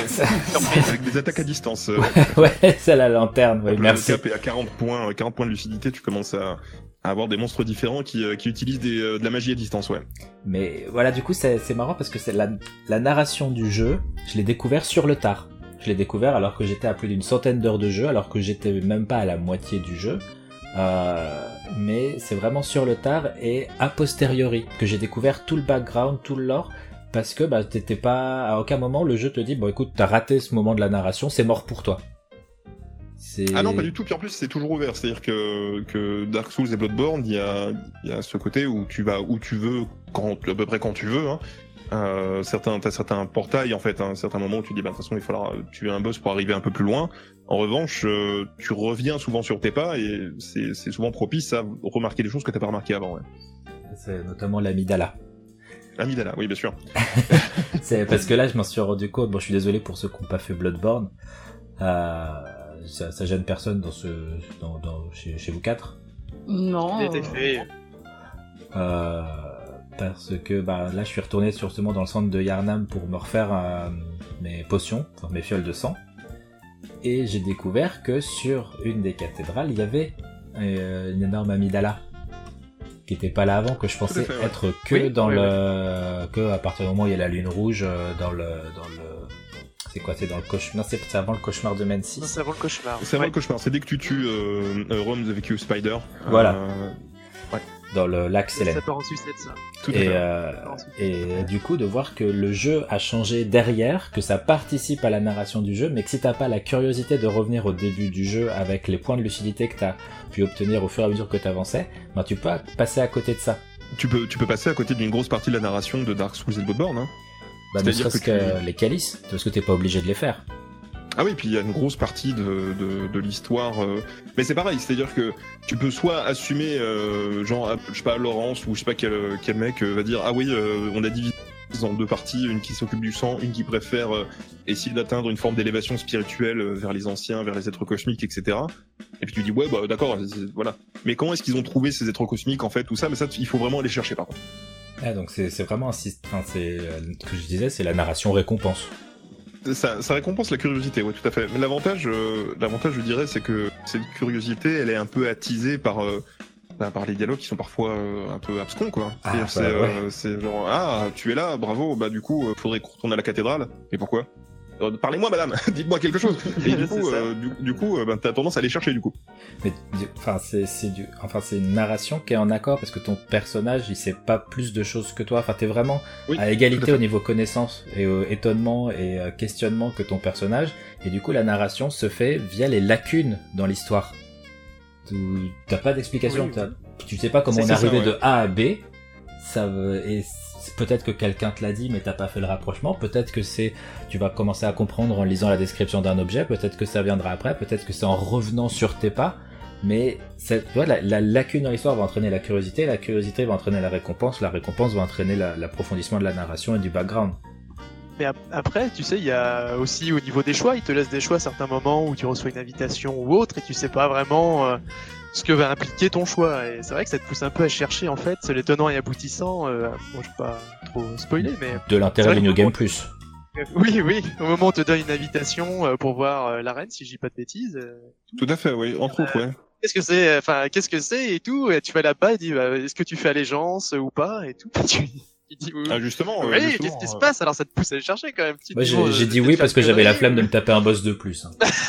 avec des attaques à distance. Euh, ouais, c'est la lanterne, ouais, le merci. Le cap est à quarante points, quarante points de lucidité, tu commences à, à avoir des monstres différents qui, euh, qui utilisent des, euh, de la magie à distance, ouais. Mais voilà, du coup, c'est, c'est marrant parce que c'est la, la narration du jeu, je l'ai découvert sur le tard. Je l'ai découvert alors que j'étais à plus d'une centaine d'heures de jeu, alors que j'étais même pas à la moitié du jeu. Euh, mais c'est vraiment sur le tard et a posteriori que j'ai découvert tout le background, tout le lore, parce que bah t'étais pas, à aucun moment le jeu te dit bon écoute t'as raté ce moment de la narration, c'est mort pour toi. C'est... Ah non, pas du tout. Puis en plus, c'est toujours ouvert. C'est-à-dire que, que Dark Souls et Bloodborne, il y a, il y a ce côté où tu vas où tu veux, quand, à peu près quand tu veux. Hein. Euh, certains, t'as certains portails en fait, à un certain moment où tu dis, bah de toute façon, il faudra tuer un boss pour arriver un peu plus loin. En revanche, euh, tu reviens souvent sur tes pas et c'est, c'est souvent propice à remarquer des choses que t'as pas remarquées avant. Ouais. C'est notamment l'Amidala. Amidala, oui, bien sûr. C'est parce que là, je m'en suis rendu compte. Bon, je suis désolé pour ceux qui n'ont pas fait Bloodborne. Euh, ça, ça gêne personne dans ce, dans, dans chez, chez vous quatre. Non. Il était fait. Euh, parce que bah là, je suis retourné justement dans le centre de Yarnam pour me refaire euh, mes potions, enfin, mes fioles de sang, et j'ai découvert que sur une des cathédrales, il y avait euh, une énorme Amidala qui était pas là avant, que je pensais fait, ouais. être que Oui, dans oui, le oui. que à partir du moment où il y a la lune rouge euh, dans le dans le c'est quoi, c'est dans le cauchemar, non c'est, c'est avant le cauchemar de Mensis. Non, c'est avant le cauchemar. C'est avant Ouais. le cauchemar. C'est dès que tu tues euh, euh, Rome the Vicious Spider. Voilà. Euh, Dans le lac Sélène. Ça part en sucette, ça. tout à Et, fait. euh, et du coup de voir que le jeu a changé derrière, que ça participe à la narration du jeu, mais que si t'as pas la curiosité de revenir au début du jeu avec les points de lucidité que t'as pu obtenir au fur et à mesure que t'avançais, ben tu peux passer à côté de ça. Tu peux, tu peux passer à côté d'une grosse partie de la narration de Dark Souls et de Bloodborne. Hein. Bah, ne C'est-à-dire serait-ce que que, tu- les calices, parce que t'es pas obligé de les faire. Ah oui, puis il y a une grosse partie de, de, de l'histoire. Euh... Mais c'est pareil, c'est-à-dire que tu peux soit assumer, euh, genre, je sais pas, Laurence ou je sais pas quel, quel mec euh, va dire ah oui, euh, on a divisé en deux parties, une qui s'occupe du sang, une qui préfère euh, essayer d'atteindre une forme d'élévation spirituelle euh, vers les anciens, vers les êtres cosmiques, et cetera. Et puis tu dis ouais, bah d'accord, c'est- voilà. Mais comment est-ce qu'ils ont trouvé ces êtres cosmiques en fait, tout ça? Mais ça, il faut vraiment aller chercher par contre. Ah, donc c'est, c'est vraiment un système, enfin c'est, euh, ce que je disais, c'est la narration récompense. Ça, ça récompense la curiosité, ouais, tout à fait. Mais l'avantage, euh, l'avantage, je dirais, c'est que cette curiosité, elle est un peu attisée par, euh, bah, par les dialogues qui sont parfois euh, un peu abscons, quoi. Ah, C'est-à-dire, bah, c'est, ouais. euh, c'est genre, ah, tu es là, bravo, bah du coup, euh, faudrait qu'on retourne à la cathédrale. Mais pourquoi? Euh, Parlez-moi, madame, dites-moi quelque chose. Et du C'est coup, ça. euh, du, du coup, euh, bah, t'as tendance à aller chercher, du coup. Mais du- enfin c'est, c'est du, enfin c'est une narration qui est en accord parce que ton personnage il sait pas plus de choses que toi. Enfin t'es vraiment Oui, à tout à égalité fait. au niveau connaissance et euh, étonnement et euh, questionnement que ton personnage. Et du coup la narration se fait via les lacunes dans l'histoire. Tu t'as pas d'explication. Oui, t'as- Tu sais pas comment C'est- on est c'est ça, arrivé ouais. de A à B. Ça veut- et c'est- peut-être que quelqu'un te l'a dit mais t'as pas fait le rapprochement. Peut-être que c'est tu vas commencer à comprendre en lisant la description d'un objet. Peut-être que ça viendra après. Peut-être que c'est en revenant sur tes pas. Mais cette, tu vois, la, la lacune dans l'histoire va entraîner la curiosité, la curiosité va entraîner la récompense, la récompense va entraîner la- l'approfondissement de la narration et du background. Mais ap- après, tu sais, il y a aussi au niveau des choix, ils te laissent des choix à certains moments où tu reçois une invitation ou autre et tu sais pas vraiment euh, ce que va impliquer ton choix. Et c'est vrai que ça te pousse un peu à chercher en fait les tenants et aboutissants. Euh, bon, je vais pas trop spoiler, mais De l'intérêt C'est du vrai New que- Game Plus. oui, oui, au moment où on te donne une invitation euh, pour voir euh, l'arène, si je dis pas de bêtises. euh, Tout à fait, oui, entre autres, ouais. Qu'est-ce que c'est, enfin, qu'est-ce que c'est et tout. Et tu vas là-bas et dis, bah, est-ce que tu fais allégeance ou pas et tout. Tu, tu dis oui. Ah, justement, euh, oui, justement, qu'est-ce qui se euh, passe? Alors ça te pousse à le chercher quand même. Tu te Moi dis, j'ai bon, j'ai euh, dit peut-être oui faire parce que une j'avais la connerie, flemme de ou- me taper un boss de plus. hein.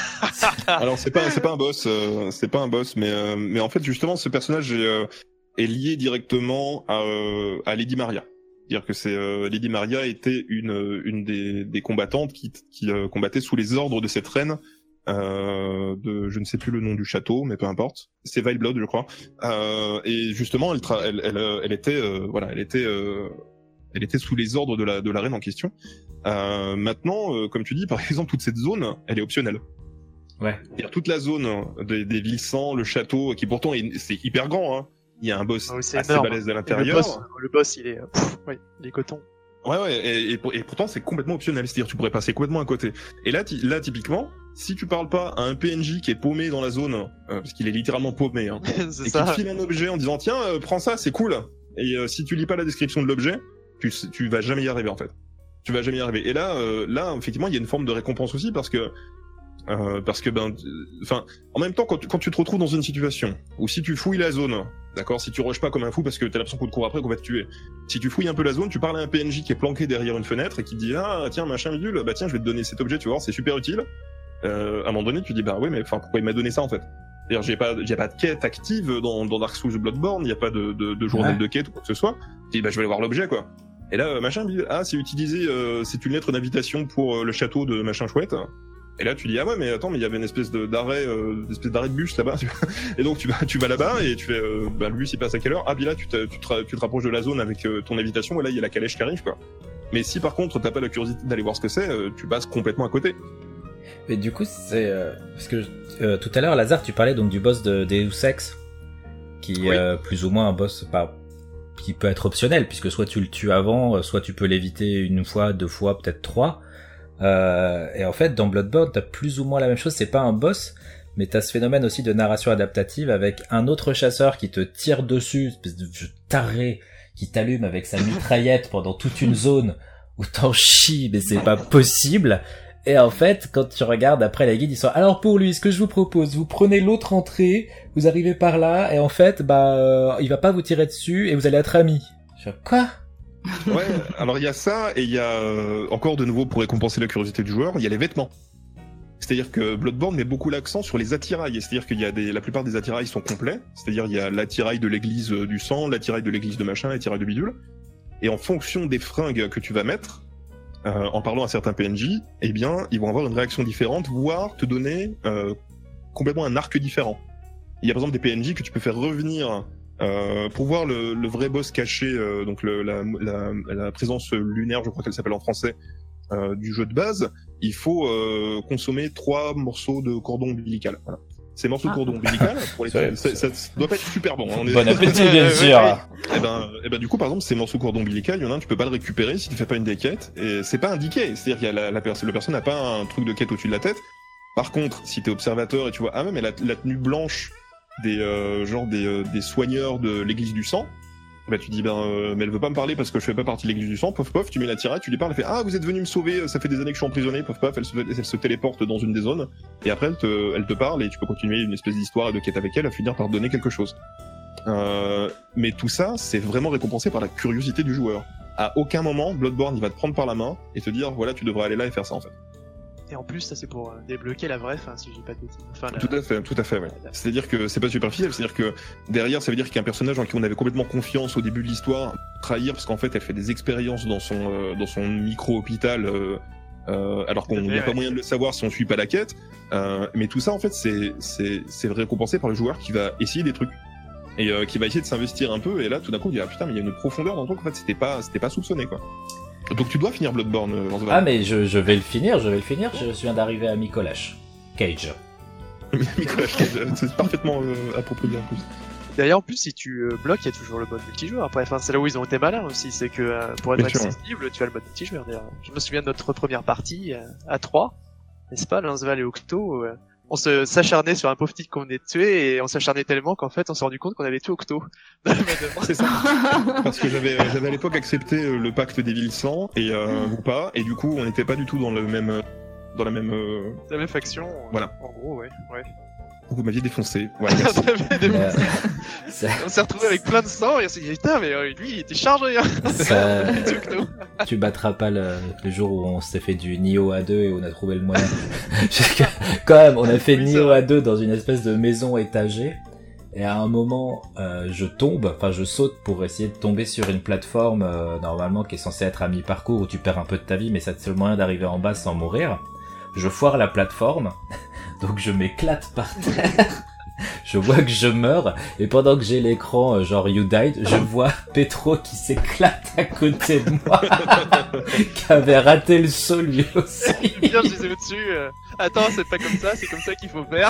Alors c'est pas c'est pas un boss, euh, c'est pas un boss, mais euh, mais en fait justement ce personnage est, euh, est lié directement à, euh, à Lady Maria. C'est-à-dire que c'est euh, Lady Maria était une une des, des combattantes qui qui euh, combattait sous les ordres de cette reine. Euh, de je ne sais plus le nom du château, mais peu importe. C'est Vileblood, je crois. Euh, et justement, elle, tra- elle, elle, euh, elle était euh, voilà, elle était euh, elle était sous les ordres de la de la reine en question. Euh, maintenant, euh, comme tu dis, par exemple, toute cette zone, elle est optionnelle. Ouais. C'est-à-dire toute la zone des, des villes sans, le château, qui pourtant est, c'est hyper grand. Hein. Il y a un boss Ah oui, c'est assez énorme. balèze à Et le l'intérieur. boss, le boss, il est, euh, pff, ouais, il est coton. Ouais, ouais, et, et, pour- et pourtant c'est complètement optionnel, c'est-à-dire tu pourrais passer complètement à côté. Et là, ti- là typiquement, si tu parles pas à un P N J qui est paumé dans la zone, euh, parce qu'il est littéralement paumé, hein, c'est et qui ça. te file un objet en disant tiens, euh, prends ça, c'est cool. Et euh, si tu lis pas la description de l'objet, tu, sais- tu vas jamais y arriver en fait. Tu vas jamais y arriver. Et là, euh, là, effectivement, il y a une forme de récompense aussi parce que euh, parce que ben, enfin, en même temps, quand tu, quand tu te retrouves dans une situation où si tu fouilles la zone, d'accord, si tu rushes pas comme un fou parce que t'as l'impression qu'on te court après, qu'on va te tuer, si tu fouilles un peu la zone, tu parles à un P N J qui est planqué derrière une fenêtre et qui te dit ah tiens machin bidule, bah tiens je vais te donner cet objet, tu vois, c'est super utile. Euh, à un moment donné, tu dis bah ouais mais enfin pourquoi il m'a donné ça en fait? C'est-à-dire j'ai pas, j'ai pas de quête active dans, dans Dark Souls Bloodborne, il y a pas de, de, de journal ouais. de quête ou quoi que ce soit. Tu dis bah je vais aller voir l'objet quoi. Et là machin bidule, ah c'est utilisé, euh, c'est une lettre d'invitation pour euh, le château de machin chouette. Et là tu dis ah ouais mais attends mais il y avait une espèce de d'arrêt, euh, une espèce d'arrêt de bus là-bas. Et donc tu vas, tu vas là-bas et tu fais euh, bah le bus il passe à quelle heure? Ah puis là tu te, tu te, tu te rapproches de la zone avec euh, ton invitation et là il y a la calèche qui arrive quoi. Mais si par contre t'as pas la curiosité d'aller voir ce que c'est, euh, tu passes complètement à côté. Mais du coup, c'est euh, parce que euh, tout à l'heure, Lazare, tu parlais donc du boss de Deus Ex, qui est euh, plus ou moins un boss pas qui peut être optionnel, puisque soit tu le tues avant, soit tu peux l'éviter une fois, deux fois, peut-être trois. Euh, et en fait, dans Bloodborne, t'as plus ou moins la même chose. C'est pas un boss, mais t'as ce phénomène aussi de narration adaptative avec un autre chasseur qui te tire dessus, espèce de vieux taré qui t'allume avec sa mitraillette pendant toute une zone où t'en chies, mais c'est pas possible. Et en fait, quand tu regardes après les guides, ils sont alors pour lui, ce que je vous propose, vous prenez l'autre entrée, vous arrivez par là, et en fait, bah, euh, il va pas vous tirer dessus, et vous allez être amis. Je fais, quoi? Ouais, alors il y a ça, et il y a, euh, encore de nouveau, pour récompenser la curiosité du joueur, il y a les vêtements. C'est-à-dire que Bloodborne met beaucoup l'accent sur les attirails, c'est-à-dire qu'il y a des, la plupart des attirails sont complets, c'est-à-dire il y a l'attirail de l'église du sang, l'attirail de l'église de machin, l'attirail de bidule, et en fonction des fringues que tu vas mettre, Euh, en parlant à certains P N J, eh bien, ils vont avoir une réaction différente, voire te donner euh, complètement un arc différent. Il y a par exemple des P N J que tu peux faire revenir euh, pour voir le, le vrai boss caché, euh, donc le, la, la, la présence lunaire, je crois qu'elle s'appelle en français, euh, du jeu de base. Il faut euh, consommer trois morceaux de cordon ombilical. Voilà. Ces morceaux ah. de cordon ombilical, pour les ça, ça, ça, ça doit pas être super bon. Hein. On est... Bon appétit, bien sûr. Et ben, et ben, du coup, par exemple, ces morceaux de cordon ombilical, il y en a un, tu peux pas le récupérer si tu fais pas une des quêtes, et c'est pas indiqué. C'est-à-dire qu'il y a la, la personne, la personne n'a pas un truc de quête au-dessus de la tête. Par contre, si t'es observateur et tu vois, ah ouais, mais la, la tenue blanche des, euh, genre des, euh, des soigneurs de l'église du sang, bah tu dis ben euh, mais elle veut pas me parler parce que je fais pas partie de l'église du sang, pof pof, tu mets la tirade, tu lui parles, elle fait ah vous êtes venu me sauver, ça fait des années que je suis emprisonné, pof pof, elle se, elle se téléporte dans une des zones, et après elle te, elle te parle et tu peux continuer une espèce d'histoire et de quête avec elle, à finir par donner quelque chose. Euh, mais tout ça, c'est vraiment récompensé par la curiosité du joueur. À aucun moment, Bloodborne il va te prendre par la main et te dire voilà tu devrais aller là et faire ça en fait. Et en plus, ça c'est pour euh, débloquer la vraie fin, si je dis pas de bêtises. Enfin, la... Tout à fait, tout à fait, ouais. C'est-à-dire que c'est pas superficiel, c'est-à-dire que derrière, ça veut dire qu'il y a un personnage en qui on avait complètement confiance au début de l'histoire, trahir parce qu'en fait, elle fait des expériences dans son euh, dans son micro-hôpital, euh, euh, alors qu'on n'a ouais. pas moyen de le savoir si on suit pas la quête. Euh, mais tout ça, en fait, c'est c'est c'est récompensé par le joueur qui va essayer des trucs et euh, qui va essayer de s'investir un peu. Et là, tout d'un coup, il dit ah putain, mais il y a une profondeur dans le truc. En fait, c'était pas c'était pas soupçonné quoi. Donc tu dois finir Bloodborne. Euh, ah mais je, je vais le finir, je vais le finir. Je viens d'arriver à Micolash Cage. Micolash Cage, c'est parfaitement euh, approprié en plus. D'ailleurs en plus si tu euh, bloques, il y a toujours le mode multijoueur. Après, enfin c'est là où ils ont été malins aussi, c'est que euh, pour être Bien accessible, sûr. Tu as le mode multijoueur. D'ailleurs, je me souviens de notre première partie euh, à trois, n'est-ce pas, Lanceval et Octo. Euh, on se s'acharnait sur un pauvre titre qu'on venait de tuer et on s'acharnait tellement qu'en fait on s'est rendu compte qu'on avait tué Octo. C'est ça. Parce que j'avais j'avais à l'époque accepté le pacte des villes cent et euh, ou pas, et du coup on n'était pas du tout dans le même dans la même euh... la même faction. Voilà. En gros, ouais, ouais. Vous m'aviez défoncé. Voilà. Ça... On s'est retrouvé avec plein de sang et on s'est dit putain mais euh, lui il était chargé. Hein. Ça... tu battras pas le... le jour où on s'est fait du Nioh à deux et on a trouvé le moyen. Quand même, on a fait oui, Nioh à deux dans une espèce de maison étagée. Et à un moment, euh, je tombe, enfin je saute pour essayer de tomber sur une plateforme euh, normalement qui est censée être à mi-parcours où tu perds un peu de ta vie, mais c'est le seul moyen d'arriver en bas sans mourir. Je foire la plateforme, donc je m'éclate par terre. Je vois que je meurs, et pendant que j'ai l'écran genre You Died, je vois Petro qui s'éclate à côté de moi, qui avait raté le saut lui aussi. Bien, je disais au-dessus, euh, attends, c'est pas comme ça, c'est comme ça qu'il faut faire.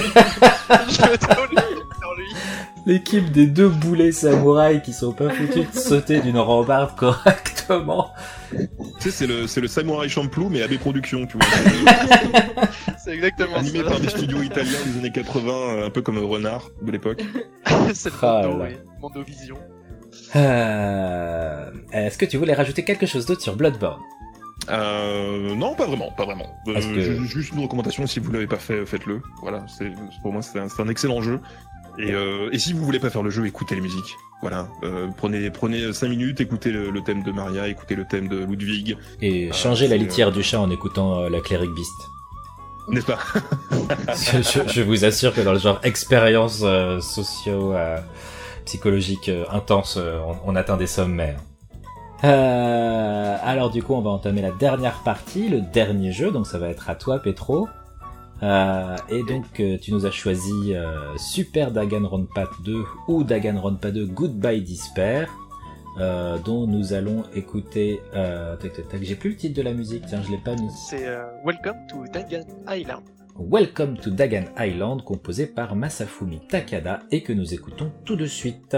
Je me tourne sur lui. L'équipe des deux boulets samouraïs qui sont pas foutus de sauter d'une rambarde correctement. Tu sais, c'est le, c'est le Samouraï Champloo, mais A B Productions, tu vois. C'est exactement Animé ça. par des studios italiens des années quatre-vingts, un peu comme Renard de l'époque. C'est le Mondo, ah, oui. Mondovision. Euh... Est-ce que tu voulais rajouter quelque chose d'autre sur Bloodborne ? Euh, non, pas vraiment, pas vraiment. Euh, que... ju- Juste une recommandation, si vous l'avez pas fait, faites-le. Voilà, c'est pour moi c'est un, c'est un excellent jeu. Et, euh, et si vous voulez pas faire le jeu, écoutez les musiques. Voilà, euh, prenez prenez cinq minutes, écoutez le, le thème de Maria, écoutez le thème de Ludwig. Et changez euh, la litière du chat en écoutant euh, la Cleric Beast. N'est-ce pas? je, je, je vous assure que dans le genre expérience euh, socio euh, psychologique euh, intense, euh, on, on atteint des sommets. Euh, alors du coup, on va entamer la dernière partie, le dernier jeu. Donc ça va être à toi, Petro. Euh, et donc euh, tu nous as choisi euh, Super Danganronpa deux ou Danganronpa deux Goodbye Despair, euh, dont nous allons écouter. Euh, tac, tac, tac. J'ai plus le titre de la musique. Tiens, je l'ai pas mis. C'est euh, Welcome to Dagan Island. Welcome to Dagan Island, composé par Masafumi Takada et que nous écoutons tout de suite.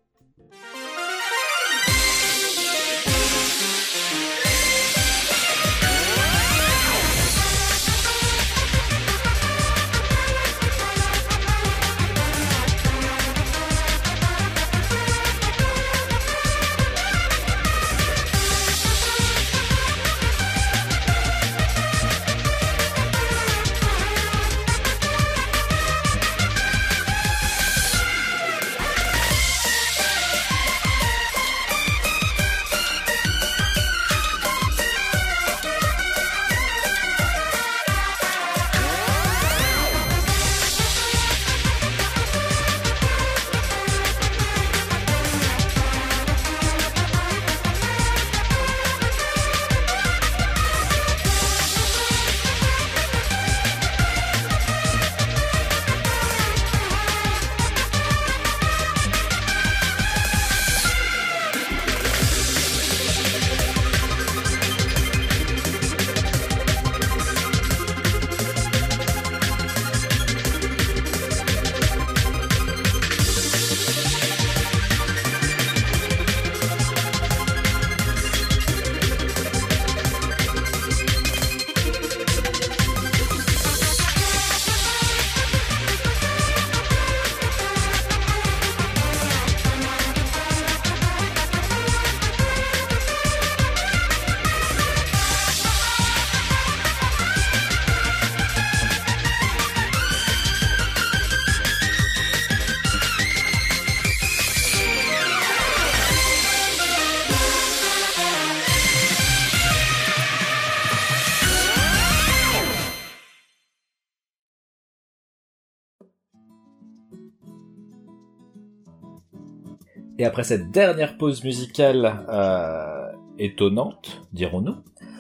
Et après cette dernière pause musicale euh, étonnante, dirons-nous,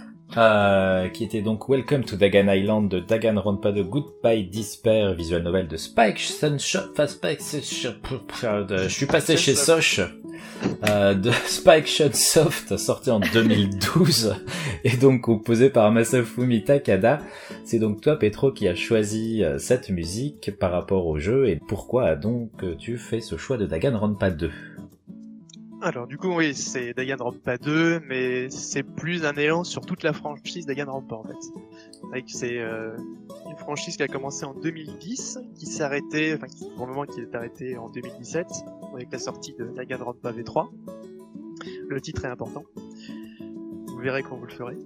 euh, qui était donc Welcome to Dagan Island de Danganronpa deux Goodbye Despair, visual novel de Spike Sunshot, enfin Spike, je suis passé chez Soch, euh, de Spike Chunsoft, sorti en deux mille douze, et donc composé par Masafumi Takada. C'est donc toi, Petro, qui a choisi euh, cette musique par rapport au jeu, et pourquoi donc tu fais ce choix de Danganronpa deux? Alors du coup oui, c'est Danganronpa deux, mais c'est plus un élan sur toute la franchise Danganronpa en fait. C'est c'est euh, une franchise qui a commencé en deux mille dix, qui s'est arrêtée, enfin qui, pour le moment qui est arrêtée en deux mille dix-sept, avec la sortie de Danganronpa V trois. Le titre est important. Vous verrez quand vous le ferez.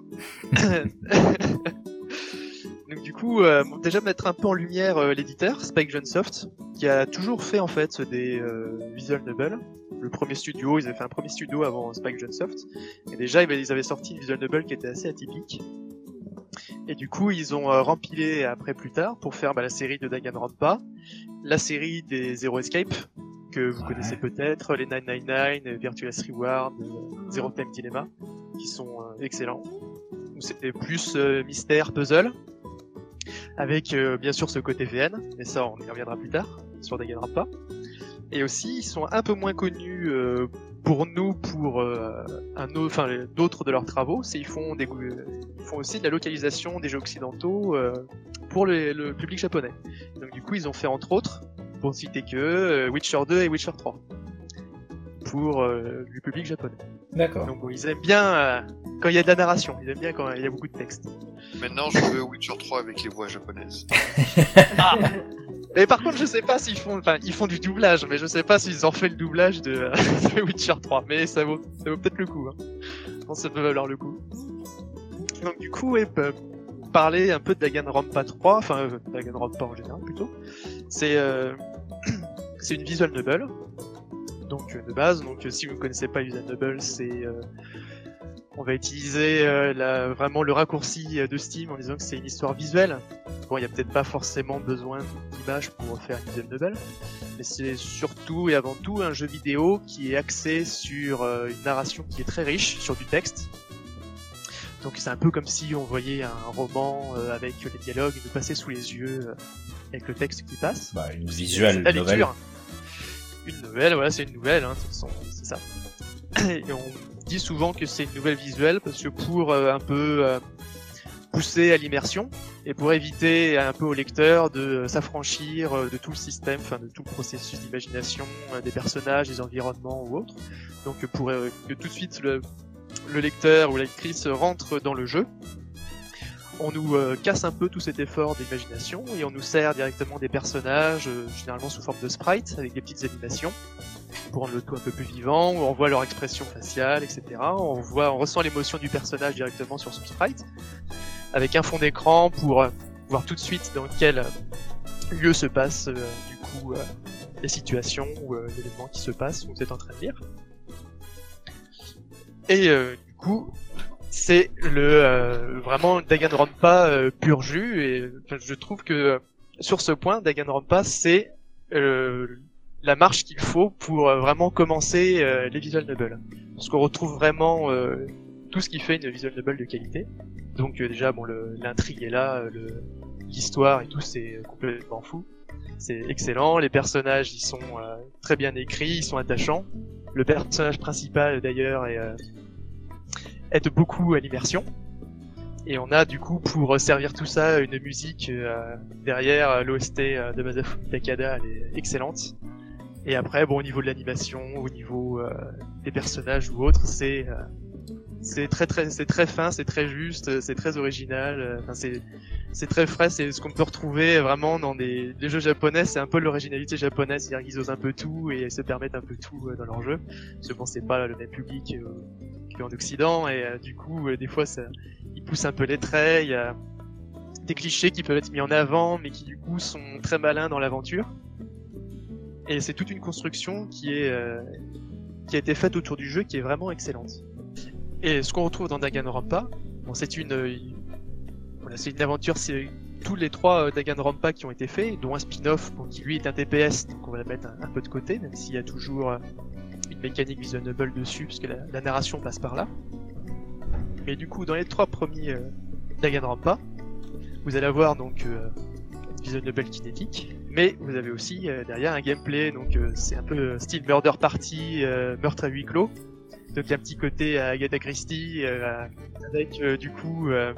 Donc du coup, euh, déjà mettre un peu en lumière euh, l'éditeur, Spike Chunsoft, qui a toujours fait en fait des euh, visual novels. Le premier studio, ils avaient fait un premier studio avant Spike Chunsoft, et déjà ils avaient sorti une visual novel qui était assez atypique. Et du coup, ils ont euh, rempilé après plus tard pour faire bah, la série de Danganronpa, la série des Zero Escape, que vous ouais. connaissez peut-être, les neuf cent quatre-vingt-dix-neuf, Virtuous Reward, euh, Zero Time Dilemma, qui sont euh, excellents. C'était plus euh, mystère, puzzle, avec euh, bien sûr ce côté V N, mais ça on y reviendra plus tard, sur Danganronpa. Et aussi, ils sont un peu moins connus euh, pour nous, pour euh, un autre, enfin d'autres de leurs travaux. C'est ils font des, ils font aussi de la localisation des jeux occidentaux euh, pour le, le public japonais. Donc du coup, ils ont fait entre autres, pour ne citer que euh, Witcher deux et Witcher trois pour euh, le public japonais. D'accord. Donc bon, ils aiment bien euh, quand il y a de la narration. Ils aiment bien quand il y a beaucoup de texte. Maintenant, je veux Witcher trois avec les voix japonaises. Ah. Mais par contre, je sais pas s'ils font, enfin, ils font du doublage, mais je sais pas s'ils ont fait le doublage de, de Witcher trois, mais ça vaut, ça vaut peut-être le coup, hein. Je pense que ça peut valoir le coup. Donc du coup, ouais, bah, parler un peu de Danganronpa trois, enfin euh, Danganronpa en général plutôt. C'est euh, c'est une visual novel, donc euh, de base. Donc euh, si vous ne connaissez pas visual novel, c'est euh, on va utiliser euh, la, vraiment le raccourci de Steam en disant que c'est une histoire visuelle. Bon, il n'y a peut-être pas forcément besoin d'images pour faire une visual novel, mais c'est surtout et avant tout un jeu vidéo qui est axé sur euh, une narration qui est très riche, sur du texte. Donc c'est un peu comme si on voyait un roman euh, avec les dialogues nous passer sous les yeux, euh, avec le texte qui passe. Bah, une visual la novel. lecture. Une nouvelle, voilà, c'est une nouvelle, hein, c'est ça. Et on dit souvent que c'est une nouvelle visuelle parce que pour euh, un peu euh, pousser à l'immersion et pour éviter un peu au lecteur de euh, s'affranchir euh, de tout le système, enfin de tout le processus d'imagination euh, des personnages, des environnements ou autres. Donc pour euh, que tout de suite le, le lecteur ou la lectrice rentre dans le jeu, on nous euh, casse un peu tout cet effort d'imagination et on nous sert directement des personnages, euh, généralement sous forme de sprites, avec des petites animations, pour rendre le tout un peu plus vivant, où on voit leur expression faciale, et cetera. On voit, on ressent l'émotion du personnage directement sur son sprite, avec un fond d'écran pour euh, voir tout de suite dans quel euh, lieu se passe euh, du coup euh, les situations ou euh, l'événement qui se passe où vous êtes en train de lire. Et euh, du coup, c'est le euh, vraiment Danganronpa euh, pur jus et enfin, je trouve que euh, sur ce point Danganronpa c'est euh, la marche qu'il faut pour euh, vraiment commencer euh, les visual novels, parce qu'on retrouve vraiment euh, tout ce qui fait une visual novel de qualité. Donc euh, déjà bon le, l'intrigue est là, euh, le, l'histoire et tout c'est complètement fou, c'est excellent, les personnages ils sont euh, très bien écrits, ils sont attachants, le personnage principal d'ailleurs est euh, aide beaucoup à l'immersion. Et on a du coup pour servir tout ça une musique euh, derrière, l'O S T de Masafumi Takada, elle est excellente. Et après bon au niveau de l'animation, au niveau euh, des personnages ou autres, c'est euh, c'est très très c'est très fin, c'est très juste, c'est très original. Enfin c'est c'est très frais, c'est ce qu'on peut retrouver vraiment dans des, des jeux japonais, c'est un peu l'originalité japonaise, c'est-à-dire qu'ils osent un peu tout et se permettent un peu tout euh, dans leur jeu. Parce que bon c'est pas le même public euh, en Occident et euh, du coup euh, des fois ça, ils poussent un peu les traits, il y a des clichés qui peuvent être mis en avant mais qui du coup sont très malins dans l'aventure et c'est toute une construction qui est euh, qui a été faite autour du jeu qui est vraiment excellente. Et ce qu'on retrouve dans Danganronpa, bon c'est une euh, voilà, c'est une aventure, c'est tous les trois euh, Danganronpa qui ont été faits, dont un spin-off bon, qui lui est un T P S, donc on va le mettre un, un peu de côté même s'il y a toujours euh, une mécanique visual novel dessus, parce que la, la narration passe par là. Mais du coup, dans les trois premiers euh, Danganronpa, vous allez avoir donc euh, une visual novel kinétique, mais vous avez aussi euh, derrière un gameplay, donc euh, c'est un peu euh, style Murder Party, euh, meurtre à huis clos. Donc il y a un petit côté à Agatha Christie, euh, avec euh, du coup euh,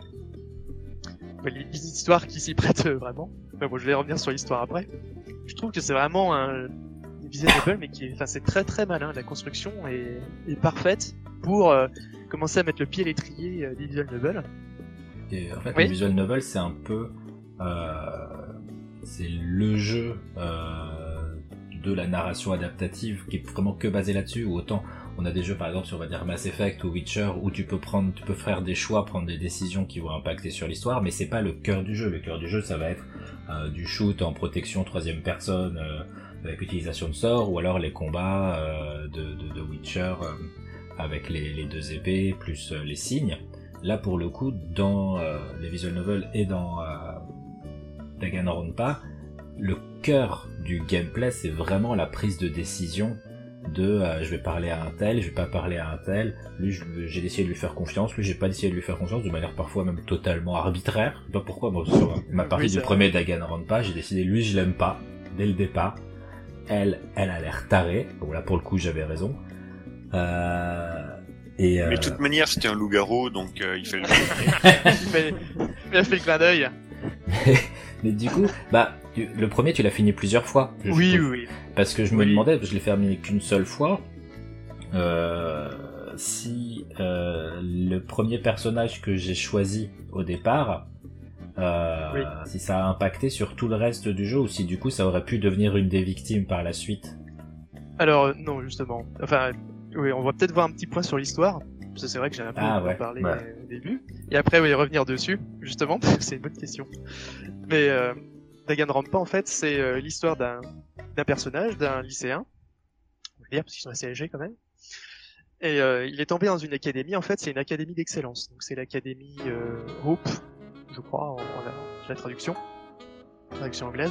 les histoires qui s'y prêtent euh, vraiment. Enfin, bon, je vais revenir sur l'histoire après. Je trouve que c'est vraiment un visual novel, mais qui est, enfin, c'est très très malin. La construction est, est parfaite pour euh, commencer à mettre le pied à l'étrier euh, des visual novels. Et en fait, oui. le visual novel, c'est un peu, euh, c'est le jeu euh, de la narration adaptative qui est vraiment que basé là-dessus. Ou autant, on a des jeux par exemple sur, on va dire, Mass Effect ou Witcher où tu peux prendre, tu peux faire des choix, prendre des décisions qui vont impacter sur l'histoire, mais c'est pas le cœur du jeu. Le cœur du jeu, ça va être euh, du shoot en protection troisième personne. Euh, avec l'utilisation de sorts, ou alors les combats euh, de, de, de Witcher euh, avec les, les deux épées plus euh, les signes. Là pour le coup, dans euh, les visual novels et dans euh, Danganronpa, le cœur du gameplay c'est vraiment la prise de décision de euh, je vais parler à un tel, je vais pas parler à un tel, lui je, j'ai décidé de lui faire confiance, lui j'ai pas décidé de lui faire confiance de manière parfois même totalement arbitraire. Je sais pas pourquoi, moi sur ma partie oui, du premier Danganronpa, j'ai décidé lui je l'aime pas dès le départ. Elle, elle a l'air tarée. Bon là pour le coup j'avais raison. Euh, et euh... Mais de toute manière c'était un loup-garou donc euh, il fait le. il, fait... il a fait le clin d'œil. mais, mais du coup, bah tu... le premier tu l'as fini plusieurs fois. Oui oui oui. Parce que je me oui. demandais, je l'ai fait qu'une seule fois. Euh, si euh, le premier personnage que j'ai choisi au départ. Euh, oui. Si ça a impacté sur tout le reste du jeu ou si du coup ça aurait pu devenir une des victimes par la suite. Alors non justement, enfin oui on va peut-être voir un petit point sur l'histoire parce que c'est vrai que j'ai un peu ah, ouais. parlé ouais. au début. Et après, oui, revenir dessus, justement, c'est une bonne question. Mais euh, Danganronpa, en fait, c'est euh, l'histoire d'un d'un personnage, d'un lycéen, on va dire, parce qu'ils sont assez âgés quand même. Et euh, il est tombé dans une académie, en fait, c'est une académie d'excellence. Donc c'est l'académie euh, Hope, je crois, en, en la, la traduction, la traduction anglaise,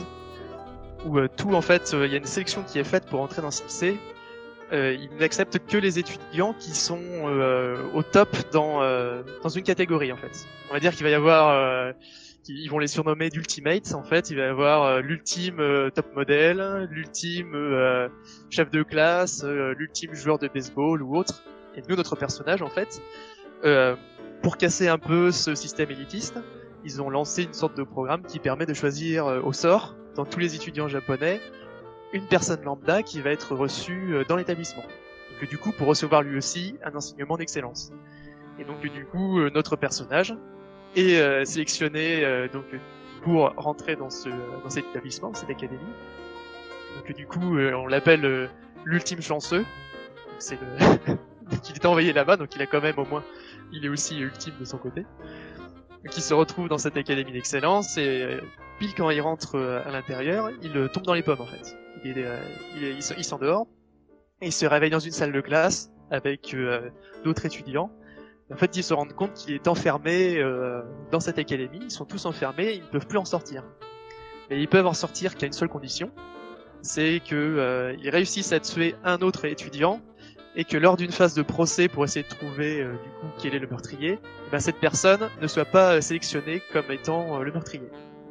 où euh, tout, en fait, il euh, y a une sélection qui est faite pour entrer dans ce lycée. Euh, il n'accepte que les étudiants qui sont euh, au top dans euh, dans une catégorie, en fait. On va dire qu'il va y avoir, euh, ils vont les surnommer d'ultimates, en fait. Il va y avoir euh, l'ultime euh, top modèle, l'ultime euh, chef de classe, euh, l'ultime joueur de baseball ou autre. Et nous, notre personnage, en fait, euh, pour casser un peu ce système élitiste, ils ont lancé une sorte de programme qui permet de choisir euh, au sort, dans tous les étudiants japonais, une personne lambda qui va être reçue dans l'établissement. Donc du coup, pour recevoir lui aussi un enseignement d'excellence. Et donc du coup, notre personnage est euh, sélectionné euh, donc pour rentrer dans ce dans cet établissement, cette académie. Donc du coup, euh, on l'appelle euh, l'ultime chanceux. Donc, c'est le donc il est envoyé là-bas, donc il a quand même au moins, il est aussi ultime de son côté. Donc il se retrouve dans cette académie d'excellence et euh, pile quand il rentre euh, à l'intérieur, il euh, tombe dans les pommes en fait. Il, est, euh, il, est, il s'endort et il se réveille dans une salle de classe avec euh, d'autres étudiants. Et en fait, ils se rendent compte qu'il est enfermé euh, dans cette académie. Ils sont tous enfermés, ils ne peuvent plus en sortir. Mais ils peuvent en sortir qu'à une seule condition, c'est que euh, ils réussissent à tuer un autre étudiant et que lors d'une phase de procès pour essayer de trouver euh, du coup quel est le meurtrier, ben, cette personne ne soit pas sélectionnée comme étant euh, le meurtrier.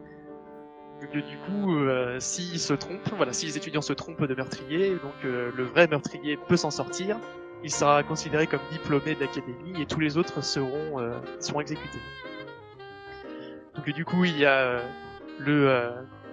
Donc, du coup, euh, s'ils se trompent, voilà, si les étudiants se trompent de meurtrier, donc euh, le vrai meurtrier peut s'en sortir, il sera considéré comme diplômé de l'académie et tous les autres seront euh, seront exécutés. Donc du coup, il y a euh, le euh,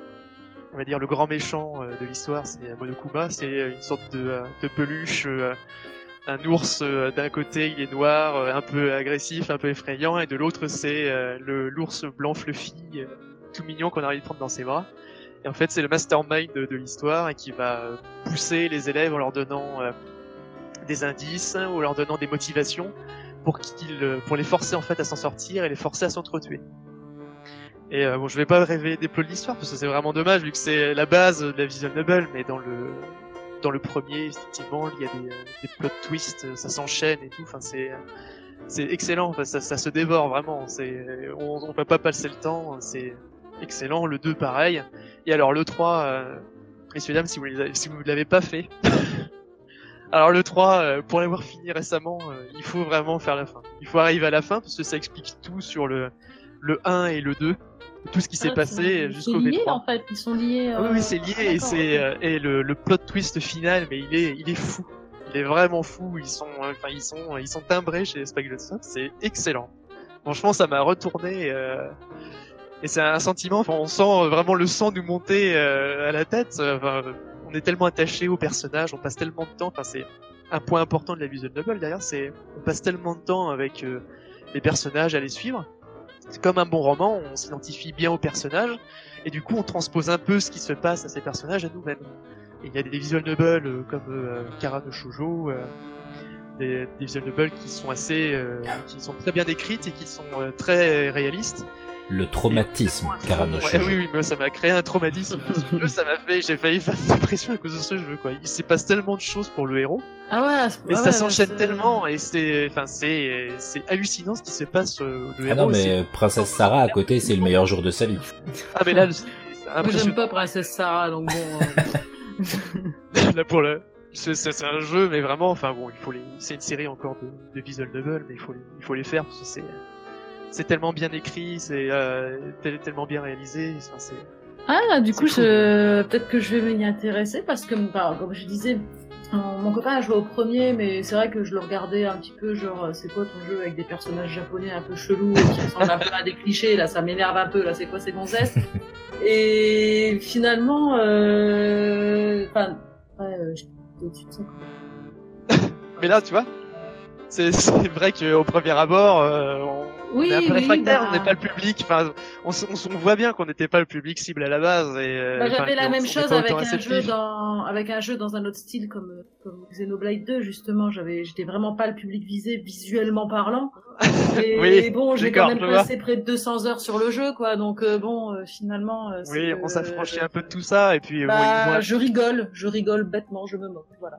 on va dire le grand méchant euh, de l'histoire, c'est Monokuma, c'est une sorte de, euh, de peluche, euh, un ours euh, d'un côté il est noir, euh, un peu agressif, un peu effrayant, et de l'autre c'est euh, le l'ours blanc fluffy. Euh, tout mignon qu'on a envie de prendre dans ses bras. Et en fait, c'est le mastermind de, de l'histoire et qui va pousser les élèves en leur donnant euh, des indices ou en leur donnant des motivations pour qu'ils, pour les forcer en fait à s'en sortir et les forcer à s'entretuer. Et euh, bon, je vais pas révéler des plots de l'histoire parce que c'est vraiment dommage vu que c'est la base de la visual novel, mais dans le dans le premier, effectivement, il y a des, des plot twists, ça s'enchaîne et tout. Enfin, c'est c'est excellent. Enfin, ça, ça se dévore vraiment. C'est on, on peut pas passer le temps. C'est excellent, le deux pareil. Et alors le trois, euh, messieurs dames, si vous ne si vous l'avez pas fait, alors le trois, euh, pour l'avoir fini récemment, euh, il faut vraiment faire la fin. Il faut arriver à la fin parce que ça explique tout sur le le un et le deux, tout ce qui ah, s'est passé jusqu'au V trois. C'est lié en fait, ils sont liés. Euh... Oui, oui, c'est lié ah, et c'est euh, et le, le plot twist final, mais il est il est fou. Il est vraiment fou. Ils sont enfin ils sont ils sont timbrés chez Spike Jonze. C'est excellent. Franchement, ça m'a retourné. Euh... Et c'est un sentiment, enfin, on sent vraiment le sang nous monter euh, à la tête. Enfin, on est tellement attaché au personnage, on passe tellement de temps. Enfin, c'est un point important de la visual novel derrière, c'est on passe tellement de temps avec euh, les personnages à les suivre. C'est comme un bon roman, on s'identifie bien aux personnages et du coup on transpose un peu ce qui se passe à ces personnages à nous-mêmes. Et il y a des visual novels euh, comme euh, Kara no Shoujo, euh, des, des visual novels qui sont assez, euh, qui sont très bien écrites et qui sont euh, très réalistes. Le traumatisme, Kara no ouais, Shoujo. Oui, oui, mais ça m'a créé un traumatisme. Ça m'a fait, j'ai failli faire une dépression à cause de ce jeu, quoi. Il se passe tellement de choses pour le héros. Ah ouais, mais ah ça ouais, s'enchaîne tellement et c'est, enfin, c'est, c'est hallucinant ce qui se passe sur le ah héros. Non, mais Princesse Sarah à côté, c'est le meilleur jour de sa vie. Ah, mais là, c'est impressionnant. J'aime pas Princesse Sarah, donc bon. Là, pour le, c'est, c'est un jeu, mais vraiment, enfin bon, il faut les, c'est une série encore de, de visual novel, mais il faut les, il faut les faire parce que c'est, c'est tellement bien écrit, c'est euh, tellement bien réalisé. Enfin, c'est... Ah, du coup, cool. je... peut-être que je vais m'y intéresser parce que, bah, comme je disais, mon copain a joué au premier, mais c'est vrai que je le regardais un petit peu, genre, c'est quoi ton jeu avec des personnages japonais un peu chelous qui ressemblent un peu à des clichés, là, ça m'énerve un peu, là, c'est quoi ces gonzesses? Et finalement, euh... enfin, ouais, je suis au-dessus de ça, quoi. Mais là, tu vois, c'est, c'est vrai qu'au premier abord, euh, on Oui, on est un peu oui, réfractaire, bah... on n'est pas le public. Enfin, on, on, on voit bien qu'on n'était pas le public cible à la base. Et, euh, bah, j'avais enfin, la on- même on est chose pas avec autant un jeu réceptif. dans avec un jeu dans un autre style comme comme Xenoblade deux justement. J'avais j'étais vraiment pas le public visé visuellement parlant. Et Oui, bon, j'ai d'accord, quand même je vois. passé près de deux cents heures sur le jeu, quoi. Donc euh, bon, euh, finalement, euh, c'est Oui, que, on s'affranchit euh, un peu de tout ça et puis euh, Bah, bon, ils vont- je rigole, je rigole bêtement, je me moque, voilà.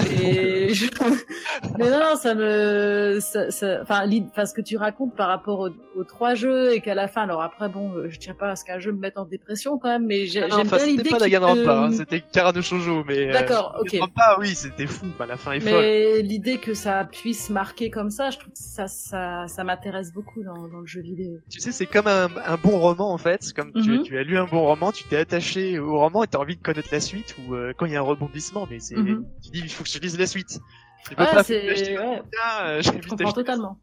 Et je... Mais non, non, ça me, ça, ça... enfin, l'id- enfin, ce que tu racontes par rapport aux, aux trois jeux et qu'à la fin, alors après, bon, euh, je tiens pas à ce qu'un jeu me mette en dépression quand même, mais j'ai- Ah non, j'aime enfin, bien c'était l'idée pas qu'il Danganronpa, te- hein, c'était Karano Shoujo, mais euh, D'accord, ok. Danganronpa, oui, c'était fou. Enfin, la fin est folle. Mais l'idée que ça puisse marquer comme ça, je trouve que ça, ça, ça m'intéresse beaucoup dans, dans le jeu vidéo. Tu sais, c'est comme un, un bon roman en fait. Comme tu, Mhm. tu as lu un bon roman, tu t'es attaché au roman et t'as envie de connaître la suite ou euh, quand il y a un rebondissement, mais c'est, Mhm. tu dis il faut que je lise la suite. Je peux Ouais, pas c'est, acheter le ouais, bouquin, euh, j'ai envie je comprends d'acheter- totalement.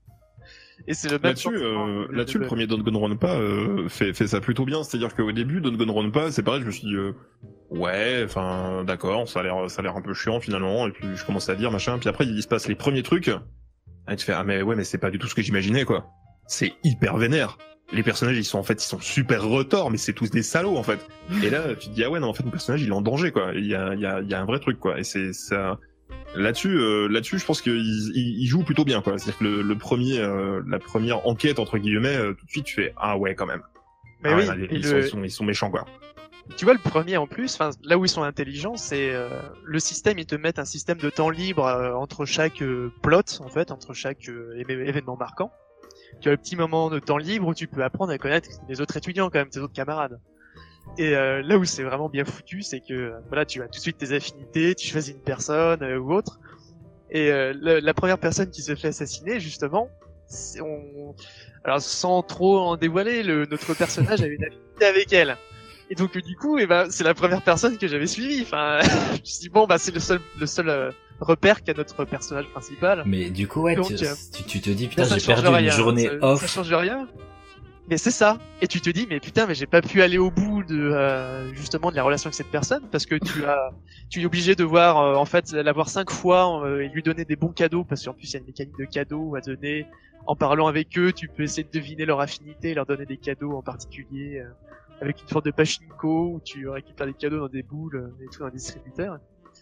Et c'est le même Là-dessus, sentiment, euh, le- là-dessus, le premier Danganronpa euh, fait, fait ça plutôt bien. C'est-à-dire qu'au début, Danganronpa, c'est pareil, je me suis dit, euh, ouais, enfin, d'accord, ça a l'air, ça a l'air un peu chiant finalement. Et puis je commence à lire machin. Puis après, il se passe les premiers trucs. Et tu fais, ah mais ouais, mais c'est pas du tout ce que j'imaginais quoi. C'est hyper vénère. Les personnages, ils sont en fait, ils sont super retors, mais c'est tous des salauds en fait. Et là, tu te dis, ah ouais, non, en fait, mon personnage, il est en danger quoi. Il y a, il y a, il y a un vrai truc quoi. Et c'est ça. Là-dessus, euh, là-dessus, je pense qu'il il, il joue plutôt bien, quoi. C'est-à-dire que le, le premier, euh, la première enquête entre guillemets, euh, tout de suite, tu fais ah ouais quand même. Mais Ah oui, ouais, là, les- et ils, le- sont, ils, sont, ils sont méchants quoi. Tu vois le premier en plus, enfin là où ils sont intelligents, c'est euh, le système, ils te mettent un système de temps libre euh, entre chaque euh, plot en fait, entre chaque euh, éve- événement marquant. Tu as le petit moment de temps libre où tu peux apprendre à connaître les autres étudiants quand même, tes autres camarades. Et euh, là où c'est vraiment bien foutu, c'est que euh, voilà, tu as tout de suite tes affinités, tu choisis une personne euh, ou autre. Et euh, la, la première personne qui se fait assassiner justement, c'est- on... alors sans trop en dévoiler, le, notre personnage avait une affinité avec elle. Et donc du coup, eh ben, c'est la première personne que j'avais suivie. Enfin, je me suis dit bon bah c'est le seul, le seul euh, repère qu'a notre personnage principal. Mais du coup, ouais, Donc, tu, euh, tu, tu te dis, putain, Ça, ça j'ai change perdu rien, une journée ça, off. Ça change rien. Mais c'est ça. Et tu te dis, mais putain, mais j'ai pas pu aller au bout de euh, justement de la relation avec cette personne parce que tu as, tu es obligé de voir euh, en fait la voir cinq fois euh, et lui donner des bons cadeaux parce qu'en plus il y a une mécanique de cadeaux à donner. En parlant avec eux, tu peux essayer de deviner leur affinité, leur donner des cadeaux en particulier euh, avec une sorte de pachinko où tu récupères des cadeaux dans des boules euh, et tout dans des distributeurs.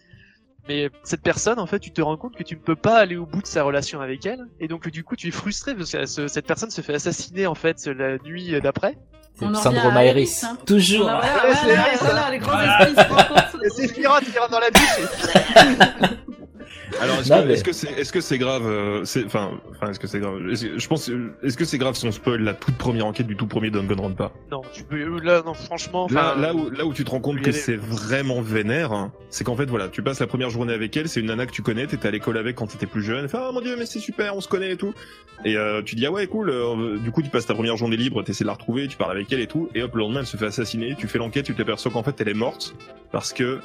Mais cette personne, en fait, tu te rends compte que tu ne peux pas aller au bout de sa relation avec elle, et donc du coup, tu es frustré parce que ce- cette personne se fait assassiner en fait la nuit d'après. C'est On en Sandro revient à Maeris. Iris, hein. Toujours. Voilà, Ouais, voilà, c'est voilà, vrai, ça. voilà, les grands esprits se rencontrent. Et c'est Firat qui rentre dans la douche. Alors est-ce Non, que mais- est-ce que c'est est-ce que c'est grave euh, c'est enfin enfin est-ce que c'est grave Est-ce que- je pense est-ce que c'est grave si on spoil la toute première enquête du tout premier Danganronpa Non, tu peux là, non, franchement. Là enfin, là où là où tu te rends compte faut y que aller. c'est vraiment vénère, hein, c'est qu'en fait voilà, tu passes la première journée avec elle, c'est une nana que tu connais, t'étais à l'école avec quand t'étais plus jeune, elle fait ah mon dieu mais c'est super, on se connaît et tout. Et euh, tu dis ah ouais cool, euh, du coup tu passes ta première journée libre, t'essaies de la retrouver, tu parles avec elle et tout, et hop le lendemain elle se fait assassiner, tu fais l'enquête, tu t'aperçois qu'en fait elle est morte parce que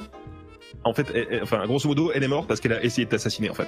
en fait elle- elle- enfin grosso modo elle est morte parce qu'elle a essayé de t'assassiner en fait.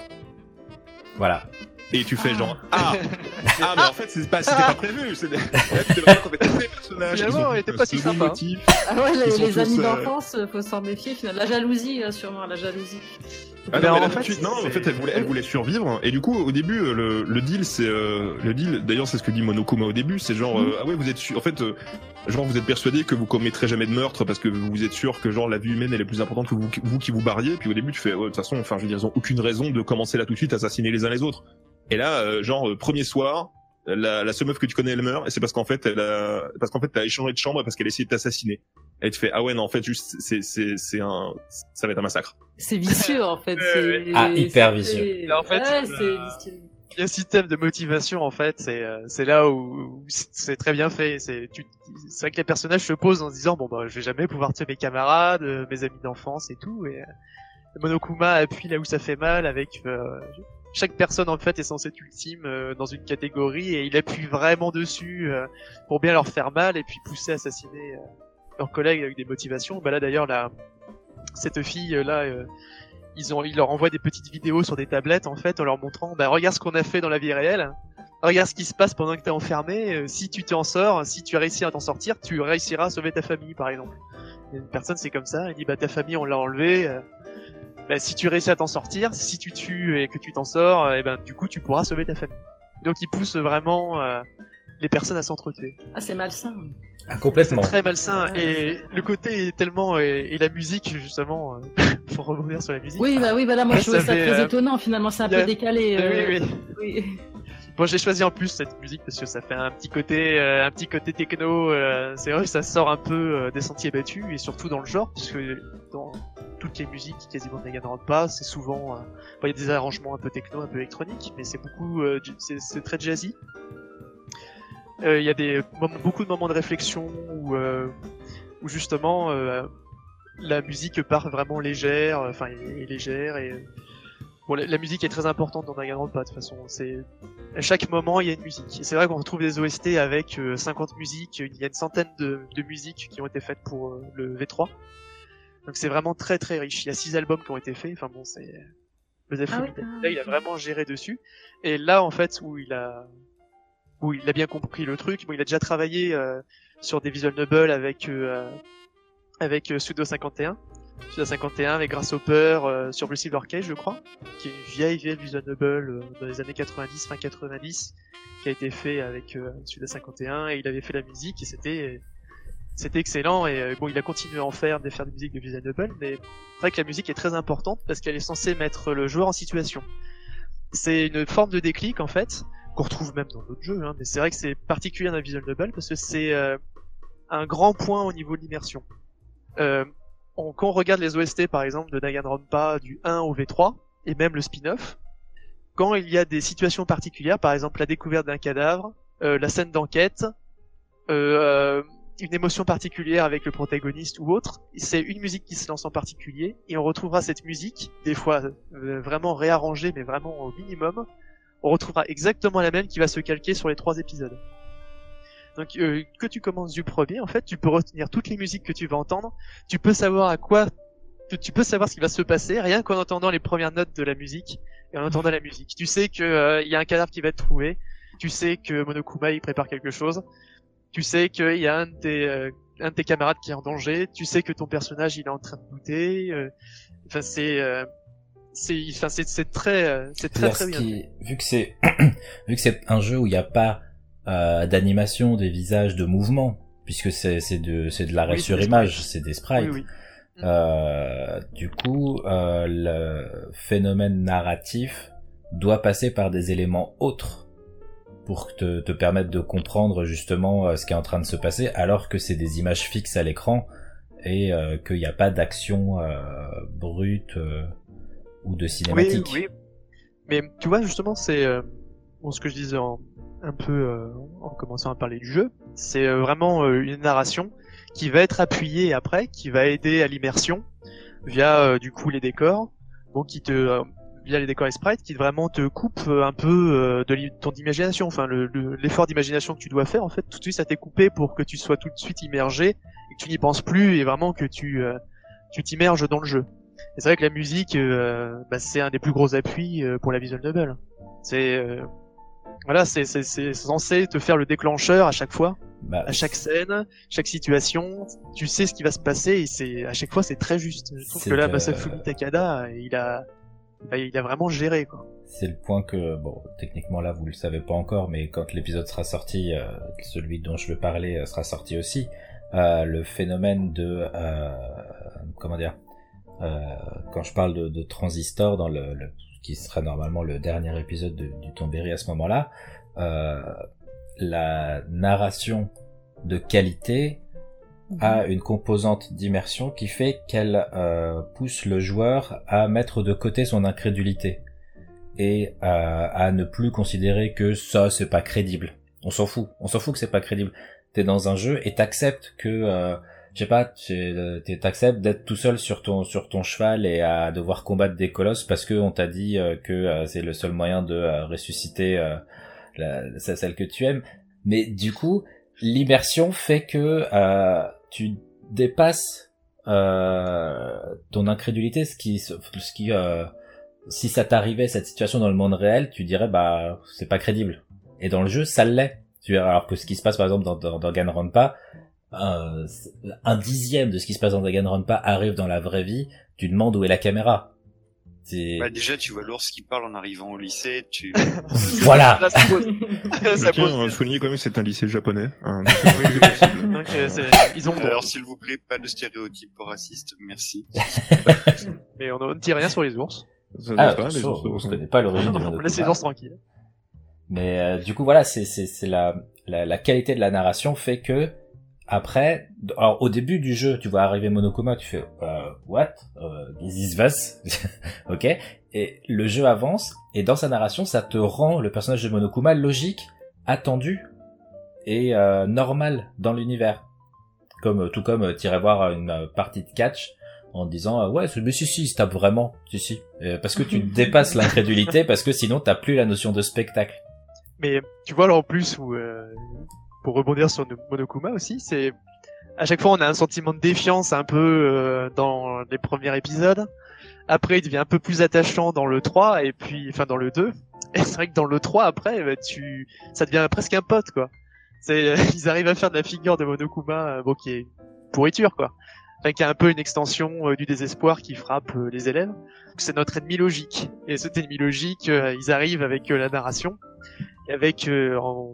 Voilà. Et tu fais Ah. genre ah ah mais en fait c'est pas c'était pas prévu, c'est là, tu te rends compte que tous les personnages Finalement, ils ont elle était tous pas un si second sympa. motif. Ah ouais, Ils les, sont les tous, amis euh, d'enfance, faut s'en méfier finalement. La jalousie, euh, sûrement, la jalousie. Ah Ben, non, mais en là, fait, tout de suite, non, en c'est- fait, elle voulait, elle voulait survivre. Et du coup, au début, euh, le, le deal, c'est euh, le deal. D'ailleurs, c'est ce que dit Monokuma au début. C'est genre, Mhm. euh, ah ouais, vous êtes sûr. En fait, euh, genre, vous êtes persuadé que vous commettrez jamais de meurtre parce que vous êtes sûr que genre la vie humaine elle est plus importante que vous, vous qui vous barriez. Puis au début, tu fais, ouais, de toute façon, enfin, je veux dire, ils ont aucune raison de commencer là tout de suite à assassiner les uns les autres. Et là, euh, genre, euh, premier soir. La, la seule meuf que tu connais elle meurt et c'est parce qu'en fait elle a parce qu'en fait t'as échangé de chambre parce qu'elle a essayé de t'assassiner et tu fais ah ouais non en fait juste c'est c'est c'est un ça va être un massacre. C'est vicieux en fait. Ouais, c'est- Ah, hyper c'est- vicieux. Et en fait, ouais, euh, c'est vicieux. Il y a un système de motivation en fait, c'est euh, c'est là où, où c'est c'est très bien fait. C'est tu- c'est vrai que les personnages se posent en se disant bon bah je vais jamais pouvoir tuer mes camarades, euh, mes amis d'enfance et tout. Et euh, Monokuma appuie là où ça fait mal avec euh, chaque personne en fait est censée être ultime euh, dans une catégorie et il appuie vraiment dessus euh, pour bien leur faire mal et puis pousser à assassiner euh, leurs collègues avec des motivations. Bah là d'ailleurs là cette fille euh, là. Euh, Ils ont, ils leur envoient des petites vidéos sur des tablettes en fait en leur montrant, bah regarde ce qu'on a fait dans la vie réelle, regarde ce qui se passe pendant que t'es enfermé, euh, si tu t'en sors, si tu as réussi à t'en sortir, tu réussiras à sauver ta famille par exemple. Il y a une personne c'est comme ça, il dit bah ta famille on l'a enlevée, euh, bah si tu réussis à t'en sortir, si tu tues et que tu t'en sors, et ben du coup tu pourras sauver ta famille. Donc ils poussent vraiment euh, les personnes à s'entretuer. Ah, c'est malsain. Ah, complètement. C'est très malsain et le côté est tellement et, et la musique justement, euh, faut revenir sur la musique. Oui, bah oui, bah là, moi, Ouais, je trouvais ça ça fait, très euh, étonnant, finalement, c'est un y a- peu décalé. euh, Oui, oui. oui. Bon, j'ai choisi en plus cette musique parce que ça fait un petit côté, euh, un petit côté techno. Euh, c'est vrai que ça sort un peu euh, des sentiers battus et surtout dans le genre, parce que dans toutes les musiques quasiment de Danganronpa, c'est souvent, euh, bon, il y a des arrangements un peu techno, un peu électroniques, mais c'est beaucoup, euh, du- c'est, c'est très jazzy. Euh, Il y a des moments- beaucoup de moments de réflexion où, euh, où justement euh, la musique part vraiment légère, euh, enfin est, est légère et euh, bon, la, la musique est très importante dans Danganronpa de toute façon. C'est à chaque moment il y a une musique. Et c'est vrai qu'on retrouve des O S T avec euh, cinquante musiques. Il y a une centaine de, de musiques qui ont été faites pour euh, le V trois. Donc c'est vraiment très très riche. Il y a six albums qui ont été faits. Enfin bon, c'est Joseph Ah oui, Fumita, ah, là il a ok. vraiment géré dessus. Et là en fait où il a où il a bien compris le truc. Bon, il a déjà travaillé euh, sur des visual novels avec euh, avec euh, Suda cinquante et un. Suda cinquante et un avec Grasshopper euh, sur Blue Silver Cage, je crois, qui est une vieille vieille visual novel euh, dans les années quatre-vingt-dix, fin quatre-vingt-dix, qui a été fait avec euh, Suda cinquante et un et il avait fait la musique et c'était c'était excellent et euh, bon il a continué à en faire, de faire des musiques de visual novel, mais c'est vrai que la musique est très importante parce qu'elle est censée mettre le joueur en situation. C'est une forme de déclic en fait qu'on retrouve même dans d'autres jeux, hein, mais c'est vrai que c'est particulier dans la visual novel parce que c'est euh, un grand point au niveau de l'immersion. Euh, on, quand on regarde les O S T par exemple de Danganronpa du un au V trois et même le spin-off, quand il y a des situations particulières, par exemple la découverte d'un cadavre, euh, la scène d'enquête, euh, une émotion particulière avec le protagoniste ou autre, c'est une musique qui se lance en particulier et on retrouvera cette musique, des fois euh, vraiment réarrangée mais vraiment au minimum, on retrouvera exactement la même qui va se calquer sur les trois épisodes. Donc euh, que tu commences du premier, en fait, tu peux retenir toutes les musiques que tu vas entendre, tu peux savoir à quoi, tu tu peux savoir ce qui va se passer rien qu'en entendant les premières notes de la musique et en entendant la musique. Tu sais que euh, il y a un cadavre qui va être trouvé, tu sais que Monokuma il prépare quelque chose, tu sais qu'il y a un de tes euh, un de tes camarades qui est en danger, tu sais que ton personnage il est en train de douter. euh, Enfin c'est euh, c'est enfin c'est c'est très euh, c'est très très bien. Qui, vu que c'est vu que c'est un jeu où il n'y a pas euh, d'animation des visages, de mouvement, puisque c'est c'est de c'est de l'arrêt Oui, sur c'est des image, sprites. c'est des sprites. Oui oui. Euh, du coup, euh, le phénomène narratif doit passer par des éléments autres pour te, te permettre de comprendre justement euh, ce qui est en train de se passer, alors que c'est des images fixes à l'écran et euh, qu'il n'y a pas d'action euh, brute euh, ou de cinématique. Oui, oui. Mais tu vois, justement, c'est euh, bon, ce que je disais en, un peu euh, en commençant à parler du jeu, c'est euh, vraiment euh, une narration qui va être appuyée après, qui va aider à l'immersion via euh, du coup les décors, bon, qui te euh, via les décors et sprites, qui vraiment te coupe euh, un peu euh, de l'i- ton imagination, enfin le, le- l'effort d'imagination que tu dois faire, en fait, tout de suite ça t'est coupé pour que tu sois tout de suite immergé et que tu n'y penses plus et vraiment que tu euh, tu t'immerges dans le jeu. Et c'est vrai que la musique, euh, bah, c'est un des plus gros appuis euh, pour la visual novel. C'est euh, voilà, c'est c'est c'est censé te faire le déclencheur à chaque fois, Bah, à chaque scène, chaque situation. Tu sais ce qui va se passer et c'est à chaque fois c'est très juste. Je trouve C'est que là, que- Masafumi Takada, il a bah, il a vraiment géré quoi. c'est le point que, bon, techniquement là vous le savez pas encore, mais quand l'épisode sera sorti, euh, celui dont je veux parler euh, sera sorti aussi, euh, le phénomène de, euh, comment dire, euh, quand je parle de, de transistor dans le, le qui sera normalement le dernier épisode de, du Tombéry à ce moment-là, euh, la narration de qualité a une composante d'immersion qui fait qu'elle euh, pousse le joueur à mettre de côté son incrédulité et euh, à ne plus considérer que ça c'est pas crédible. On s'en fout, on s'en fout que c'est pas crédible. T'es dans un jeu et t'acceptes que, euh, je sais pas, tu- t'es- t'acceptes d'être tout seul sur ton sur ton cheval et à devoir combattre des colosses parce que on t'a dit euh, que euh, c'est le seul moyen de euh, ressusciter euh, la, celle que tu aimes. Mais du coup, l'immersion fait que euh, tu dépasses euh, ton incrédulité, ce qui, ce qui, euh, si ça t'arrivait cette situation dans le monde réel, tu dirais bah c'est pas crédible. Et dans le jeu, ça l'est. Tu vois, alors que ce qui se passe par exemple dans, dans, dans Danganronpa, euh, un dixième de ce qui se passe dans Danganronpa arrive dans la vraie vie. Tu demandes où est la caméra. C'est... Bah déjà, tu vois l'ours qui parle en arrivant au lycée, tu... Voilà. Là, ça pose. Je Ça tiens pose. à souligner quand même que c'est un lycée japonais. Hein, Donc, euh, c'est- ils ont. Alors, s'il vous plaît, pas de stéréotypes racistes, merci. Mais on ne dit rien sur les ours. ça Ah, n'est pas, les attention, ours- on connaît pas l'origine du On Monokuma. laisse les ours tranquilles. Mais euh, du coup voilà, c'est c'est c'est la, la la qualité de la narration fait que après, alors au début du jeu, tu vois arriver Monokuma, tu fais euh, what, euh, this is was, ok, et le jeu avance et dans sa narration, ça te rend le personnage de Monokuma logique, attendu et euh, normal dans l'univers, comme tout comme euh, t'irais voir une euh, partie de catch en disant euh, ouais mais si si il se tape vraiment, si si, Euh, parce que tu dépasses l'incrédulité, parce que sinon t'as plus la notion de spectacle. Mais tu vois là en plus où euh, pour rebondir sur no- Monokuma aussi, c'est à chaque fois on a un sentiment de défiance un peu euh, dans les premiers épisodes. Après il devient un peu plus attachant dans le trois et puis enfin dans le deux. Et c'est vrai que dans le trois après bah, tu ça devient presque un pote quoi. C'est ils arrivent à faire de la figure de Monokuma euh, bon qui est une pourriture quoi. Enfin qui a un peu une extension euh, du désespoir qui frappe euh, les élèves. Donc, c'est notre ennemi logique. Et cet ennemi logique, euh, ils arrivent avec euh, la narration. Et avec euh, en,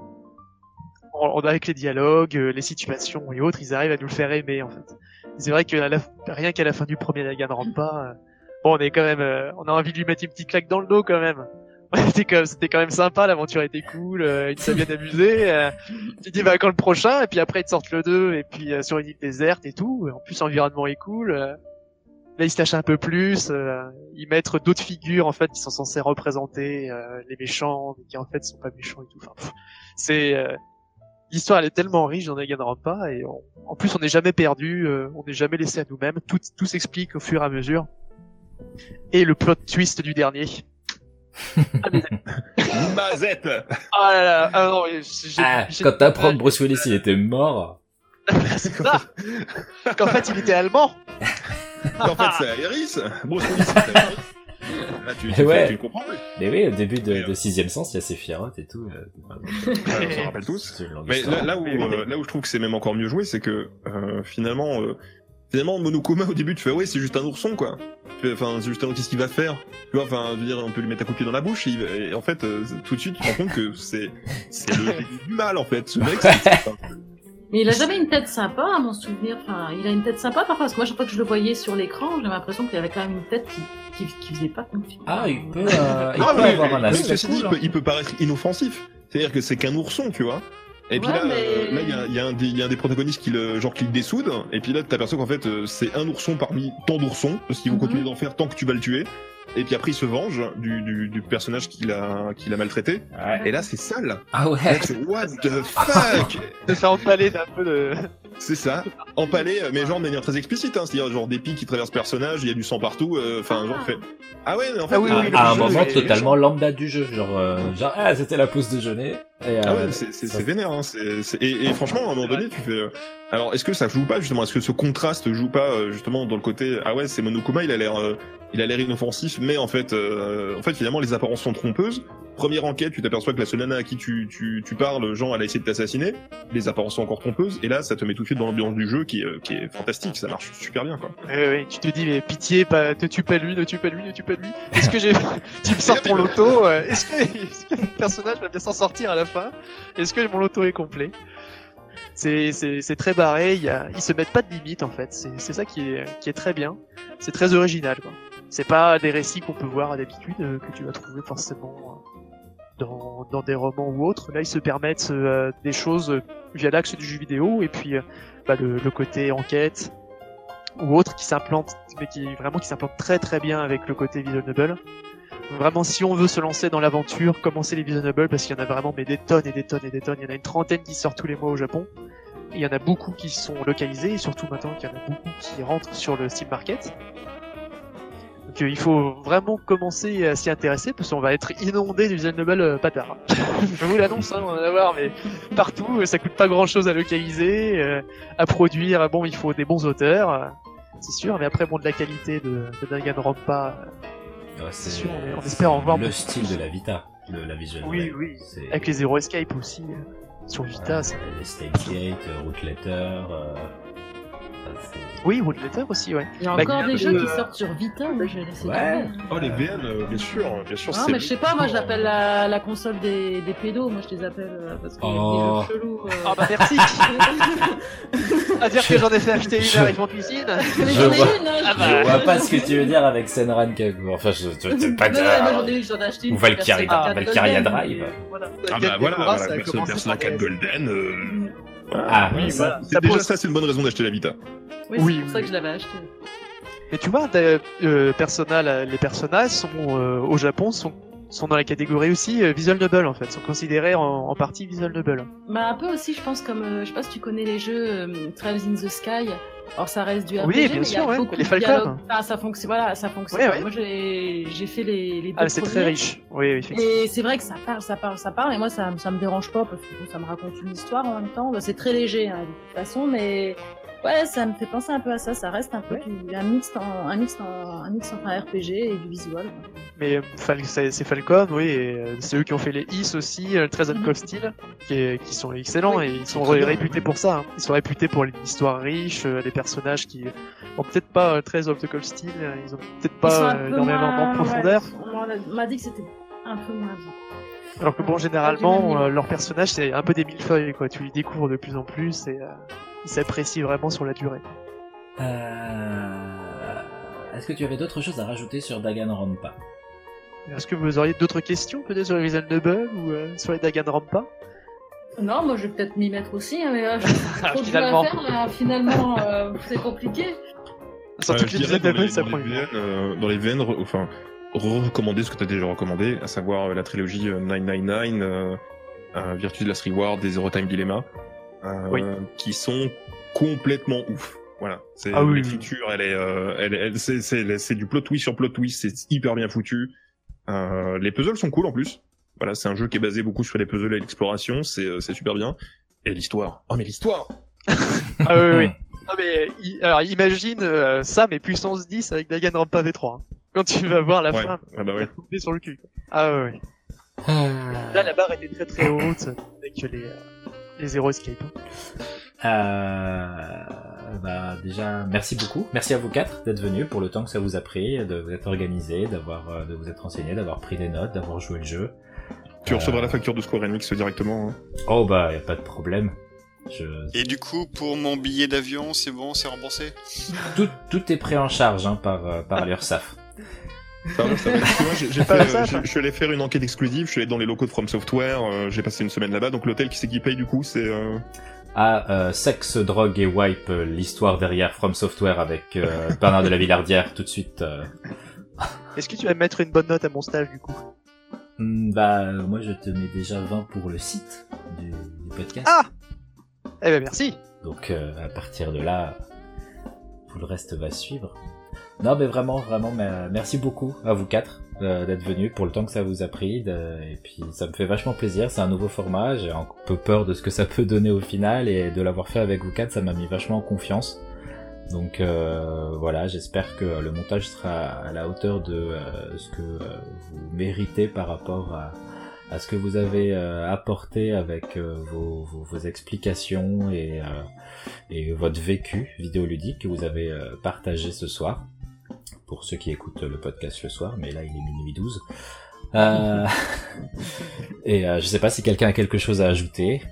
en- avec les dialogues, euh, les situations et autres, ils arrivent à nous le faire aimer en fait. C'est vrai que à la- rien qu'à la fin du premier Danganronpa, euh, bon on est quand même, euh, on a envie de lui mettre une petite claque dans le dos quand même. C'était quand même, c'était quand même sympa, l'aventure était cool, euh, il s'est bien amusé. Euh, tu dis bah quand le prochain, et puis après ils te sortent le deux, et puis euh, sur une île déserte et tout. En plus l'environnement est cool. Euh, là ils se cachent un peu plus, euh, ils mettent d'autres figures en fait qui sont censées représenter euh, les méchants, mais qui en fait sont pas méchants et tout. Enfin, pff, c'est euh, l'histoire elle est tellement riche dans Danganronpa et on- en plus on n'est jamais perdu, euh, on n'est jamais laissé à nous-mêmes, tout tout s'explique au fur et à mesure. Et le plot twist du dernier. Mazette. Ah là là, ah non, mais j'ai, Ah, j'ai- quand t'apprends que Bruce Willis il était mort. c'est ça. Qu'en fait il était allemand. En fait, c'est Aéris. Bruce Willis, c'est Aéris. Là, tu, tu, Ouais. tu le comprends plus. Mais oui, au début de, de Sixième Sens, il y a Sephiroth et tout. euh, Ouais, on s'en rappelle tous. c'est une longue Mais histoire. là, là où, euh, là où je trouve que c'est même encore mieux joué, c'est que euh, finalement, euh, finalement, Monokuma au début, tu fais ouais, c'est juste un ourson quoi. Tu fais, Enfin, c'est juste un qu'est-ce qu'il va faire. Tu vois, enfin, je veux dire, on peut lui mettre un coup de pied dans la bouche. Et, il va- et en fait, euh, tout de suite, tu te rends compte que c'est c'est le génie du mal en fait. Ce mec, c'est, c'est enfin, Mais il a jamais une tête sympa, à mon souvenir. Enfin, il a une tête sympa parfois, parce que moi, chaque fois que je le voyais sur l'écran, j'avais l'impression qu'il avait quand même une tête qui, qui, qui faisait pas confiance. Ah, il peut, euh, il Ah, peut mais- avoir un mais aspect ceci dit, cool. il, hein. peut, il peut paraître inoffensif. C'est-à-dire que c'est qu'un ourson, tu vois. Et puis Ouais, là, mais- euh, là, il y a, il y, a un des- il y a un des protagonistes qui le, genre, qui le dessoude. Et puis là, tu t'aperçois qu'en fait, euh, c'est un ourson parmi tant d'oursons, parce qu'ils vont Mhm. continuer d'en faire tant que tu vas le tuer. Et puis après, il se venge du, du, du personnage qui l'a, qui l'a maltraité. Ouais. Et là, c'est sale. Ah ouais. Là, c'est what the fuck. De faire empaler d'un peu de. C'est ça. Empalé, euh, mais genre de manière très explicite. Hein. C'est-à-dire genre des pics qui traversent le personnage, il y a du sang partout. euh, Enfin, genre fait. Ah ouais, mais en fait. Ah oui, à, oui, à un le moment jeu, totalement lambda du jeu, genre, euh, genre ah c'était la pause déjeuner. Et, Ah euh, ouais, c'est c'est- ça- c'est vénère. Hein. c'est- c'est- Et, et franchement, à un moment donné, tu fais. euh, Alors, est-ce que ça joue pas justement? Est-ce que ce contraste joue pas euh, justement dans le côté ah ouais, c'est Monokuma, il a l'air, euh, il a l'air inoffensif, mais en fait, euh, en fait, finalement, les apparences sont trompeuses. Première enquête, tu t'aperçois que la seule nana à qui tu, tu, tu parles, genre, elle a essayé de t'assassiner. Les apparences sont encore trompeuses, et là, ça te met tout de suite dans l'ambiance du jeu, qui est, euh, qui est fantastique. Ça marche super bien, quoi. Ouais, ouais, tu te dis, mais pitié, pas, ne tue pas lui, ne tue pas lui, ne tue pas lui. Est-ce que j'ai, tu me sors ton loto, euh, est-ce que, est-ce que le personnage va bien s'en sortir à la fin? Est-ce que mon loto est complet? C'est, c'est, c'est très barré, il y a, ils se mettent pas de limite, en fait. C'est, c'est ça qui est, qui est très bien. C'est très original, quoi. C'est pas des récits qu'on peut voir d'habitude, euh, que tu vas trouver forcément euh, dans, dans des romans ou autres. Là, ils se permettent euh, des choses euh, via l'axe du jeu vidéo, et puis, euh, bah, le, le côté enquête, ou autre qui s'implante, mais qui vraiment qui s'implante très très bien avec le côté visual novel. Vraiment, si on veut se lancer dans l'aventure, commencer les visual novels parce qu'il y en a vraiment mais des tonnes et des tonnes et des tonnes. Il y en a une trentaine qui sortent tous les mois au Japon. Et il y en a beaucoup qui sont localisés et surtout maintenant qu'il y en a beaucoup qui rentrent sur le Steam Market. Donc euh, il faut vraiment commencer à s'y intéresser parce qu'on va être inondé de visual novel euh, patard. Je vous l'annonce, hein, on va en avoir mais partout. Ça coûte pas grand chose à localiser, euh, à produire. Bon, il faut des bons auteurs. euh, C'est sûr, mais après, bon, de la qualité de, de Danganronpa, Ouais, c'est sûr, on- on espère en voir le beaucoup style plus. de la Vita, le, la visual Oui, novel. oui. C'est- avec les Zero Escape aussi, euh, sur Vita, Ouais, c'est... les State Gate, euh, Root Letter, euh, ça, c'est- Oui, Wood Letter aussi, ouais. Il y a Bah, encore euh, des jeux euh, qui sortent sur Vita, moi j'ai laissé Ouais. tomber. Oh, les V N, euh, bien sûr, bien sûr. Non, c'est mais je sais pas, moi je vraiment- l'appelle la, la console des, des pédos, moi je les appelle euh, parce qu'il y a Oh. des jeux chelous. euh. Ah bah merci. À dire que j'en ai fait acheter une avec mon cuisine. Mais Je j'en ai vois. une, hein, Ah je- bah. Je vois pas ce que tu veux dire avec Senran Kagura. Enfin, je je- je- pas Non, non, moi, j'en dire. ai une, j'en ai acheté une. Ou Valkyrie- Persona Valkyria Golden, Drive. et Voilà. Ah bah voilà, Kakegurua, ça voilà, a Perso- commencé Persona par quatre les- Golden. euh, Ah, oui, oui, voilà. ça C'est déjà pose- ça, c'est une bonne raison d'acheter la Vita. Oui, Oui, c'est pour ça que je l'avais acheté. Mais tu vois, euh, euh, Persona, la- les Persona sont euh, au Japon sont sont dans la catégorie aussi euh, visual novel en fait, sont considérés en, en partie visual novel. Bah un peu aussi, je pense, comme euh, je sais pas si tu connais les jeux euh, Trails in the Sky. Alors ça reste du R P G, Oui, bien mais il y sûr, a ouais, beaucoup les de Falcom. dialogues. Enfin, ça fonctionne, voilà, ça fonctionne. Ouais, ouais. Moi j'ai j'ai fait les les deux Ah, c'est très premiers. riche. Oui, oui, effectivement. Et c'est vrai que ça parle, ça parle, ça parle, et moi ça, ça me dérange pas parce que bon, ça me raconte une histoire en même temps. Bah, c'est très léger hein, de toute façon, mais ouais, ça me fait penser un peu à ça. Ça reste un peu Ouais. du, un mix, en, un mix, en, un mix entre un R P G et du visual. Mais euh, Fal- c'est c'est Falcom, oui, et euh, c'est eux qui ont fait les Is aussi, euh, Treasure Mhm. Cove Steel, qui, est- qui sont excellents Oui, et ils sont très bien, réputés ouais. pour ça. Hein. Ils sont réputés pour les histoires riches, euh, les personnages qui ont peut-être pas euh, Treasure of the Cove Steel, euh, ils ont peut-être Ils sont pas un euh, peu énormément moins- de profondeur. ouais, on m'a- on m'a dit que c'était un peu moins bien. Alors que bon, Pas du même généralement, niveau. euh, leur personnage c'est un peu des millefeuilles, quoi. Tu les découvres de plus en plus et euh, ils s'apprécient vraiment sur la durée. Euh... Est-ce que tu avais d'autres choses à rajouter sur Danganronpa? Est-ce que vous auriez d'autres questions peut-être sur les Visual Novel ou euh, sur les Danganronpa? Non, moi je vais peut-être m'y mettre aussi, hein, mais euh, j'ai trop de jeux Finalement. à faire, là. Finalement, euh, c'est compliqué. Surtout Euh, que je les dirais Visual dans les, Novel, ça dans prend les une V N, euh, dans les V N, re- enfin, recommander ce que tu as déjà recommandé, à savoir euh, la trilogie euh, neuf cent quatre-vingt-dix-neuf, euh, euh, Virtue's Last Reward et Zero Time Dilemma, euh, Oui. qui sont complètement ouf. Voilà, c'est Ah oui, l'écriture, elle est, euh, elle, elle c'est, c'est, c'est du plot twist sur plot twist, c'est hyper bien foutu. Euh, les puzzles sont cool en plus. Voilà, c'est un jeu qui est basé beaucoup sur les puzzles et l'exploration, c'est, euh, c'est super bien. Et l'histoire. Oh mais l'histoire. Ah oui, oui. Ah, mais, i- alors imagine euh, ça, mais puissance dix avec Danganronpa V trois. Hein. Quand tu vas voir la Ouais. fin, Ah bah ouais. tomber sur le cul. Quoi. Ah ouais, ouais. Là, la barre était très très haute avec les, euh, les Zero Escape. Euh, bah déjà, merci beaucoup. Merci à vous quatre d'être venus pour le temps que ça vous a pris, de vous être organisés, d'avoir, euh, de vous être renseignés, d'avoir pris des notes, d'avoir joué le jeu. Tu Euh, recevras la facture de Square Enix directement. Hein. Oh bah y a pas de problème. Je... Et du coup, pour mon billet d'avion, c'est bon, c'est remboursé? Tout, tout est pris en charge hein, par, euh, par l'URSSAF. Ça va, ça va. Tu vois, j'ai, j'ai Pas fait, ça, euh, ça. je, je suis allé faire une enquête exclusive, je suis allé dans les locaux de From Software, euh, j'ai passé une semaine là-bas, donc l'hôtel qui c'est qui paye du coup, c'est... Euh... À euh, Sexe, Drogue et Wipe, euh, l'histoire derrière From Software avec euh, Bernard de la Villardière tout de suite. Euh... Est-ce que tu vas mettre une bonne note à mon stage du coup? Hmm, Bah euh, moi je te mets déjà vingt pour le site du, du podcast. Ah Eh ben merci. Donc euh, à partir de là, tout le reste va suivre. Non mais vraiment, vraiment, mais, euh, merci beaucoup à vous quatre euh, d'être venus pour le temps que ça vous a pris. de- Et puis ça me fait vachement plaisir, c'est un nouveau format, j'ai un peu peur de ce que ça peut donner au final et de l'avoir fait avec vous quatre, ça m'a mis vachement en confiance. Donc euh, voilà, j'espère que le montage sera à la hauteur de euh, ce que euh, vous méritez par rapport à, à ce que vous avez euh, apporté avec euh, vos, vos, vos explications et, euh, et votre vécu vidéoludique que vous avez euh, partagé ce soir. Pour ceux qui écoutent le podcast le soir, mais là il est minuit douze. Euh... et euh, je sais pas si quelqu'un a quelque chose à ajouter.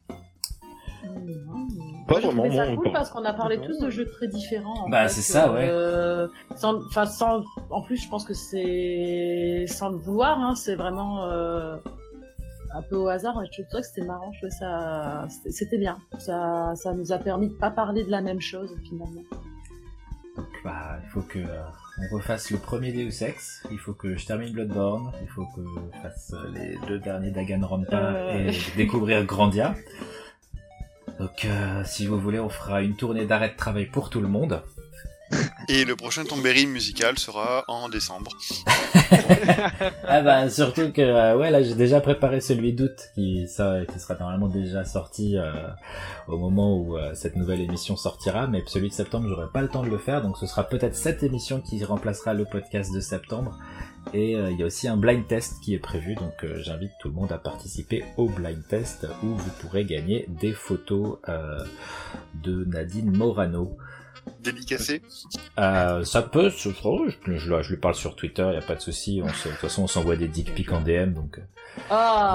Pas Moi, j'ai vraiment, trouvé ça non, cool pas- parce qu'on a parlé tous de jeux très différents. en Bah, fait, c'est ça, ouais. euh, sans, enfin, sans, en plus, je pense que c'est sans le vouloir, hein, c'est vraiment euh, un peu au hasard. Je trouvais que c'était marrant, je trouvais ça, c'était- c'était bien. Ça, ça nous a permis de pas parler de la même chose finalement. Donc bah il faut que euh, on refasse le premier Deus Ex, il faut que je termine Bloodborne, il faut que je fasse euh, les deux derniers Danganronpa Euh. et découvrir Grandia. Donc euh, si vous voulez on fera une tournée d'arrêt de travail pour tout le monde. Et le prochain Tombéry musical sera en décembre. Ah bah surtout que euh, ouais là j'ai déjà préparé celui d'août qui ça qui sera normalement déjà sorti euh, au moment où euh, cette nouvelle émission sortira, mais celui de septembre j'aurai pas le temps de le faire, donc ce sera peut-être cette émission qui remplacera le podcast de septembre Et euh, il y a aussi un blind test qui est prévu, donc euh, j'invite tout le monde à participer au blind test où vous pourrez gagner des photos euh, de Nadine Morano. Dédicacé. Euh, ça peut, je, je, je, je lui parle sur Twitter, il y a pas de souci. On se, de toute façon, on s'envoie des dick pics en D M, donc. Euh... Ah.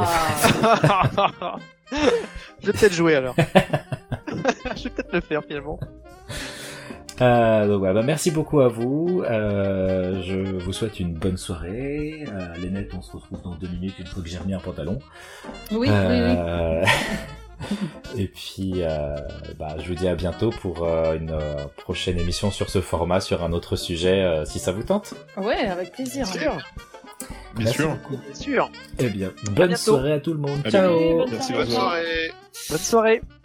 Je vais peut-être jouer alors. Je vais peut-être le faire finalement. Euh, donc voilà, bah merci beaucoup à vous. Euh, je vous souhaite une bonne soirée. Euh, les nets, on se retrouve dans deux minutes une fois que j'ai remis un pantalon. Oui, euh... oui, oui. Et puis, euh, bah, je vous dis à bientôt pour euh, une euh, prochaine émission sur ce format, sur un autre sujet, euh, si ça vous tente. Ouais, avec plaisir. Bien sûr. Bien Merci sûr. beaucoup. Bien sûr. Eh bien, bonne bientôt. soirée à tout le monde. À Ciao. bientôt. Bonne soirée. Bonne soirée.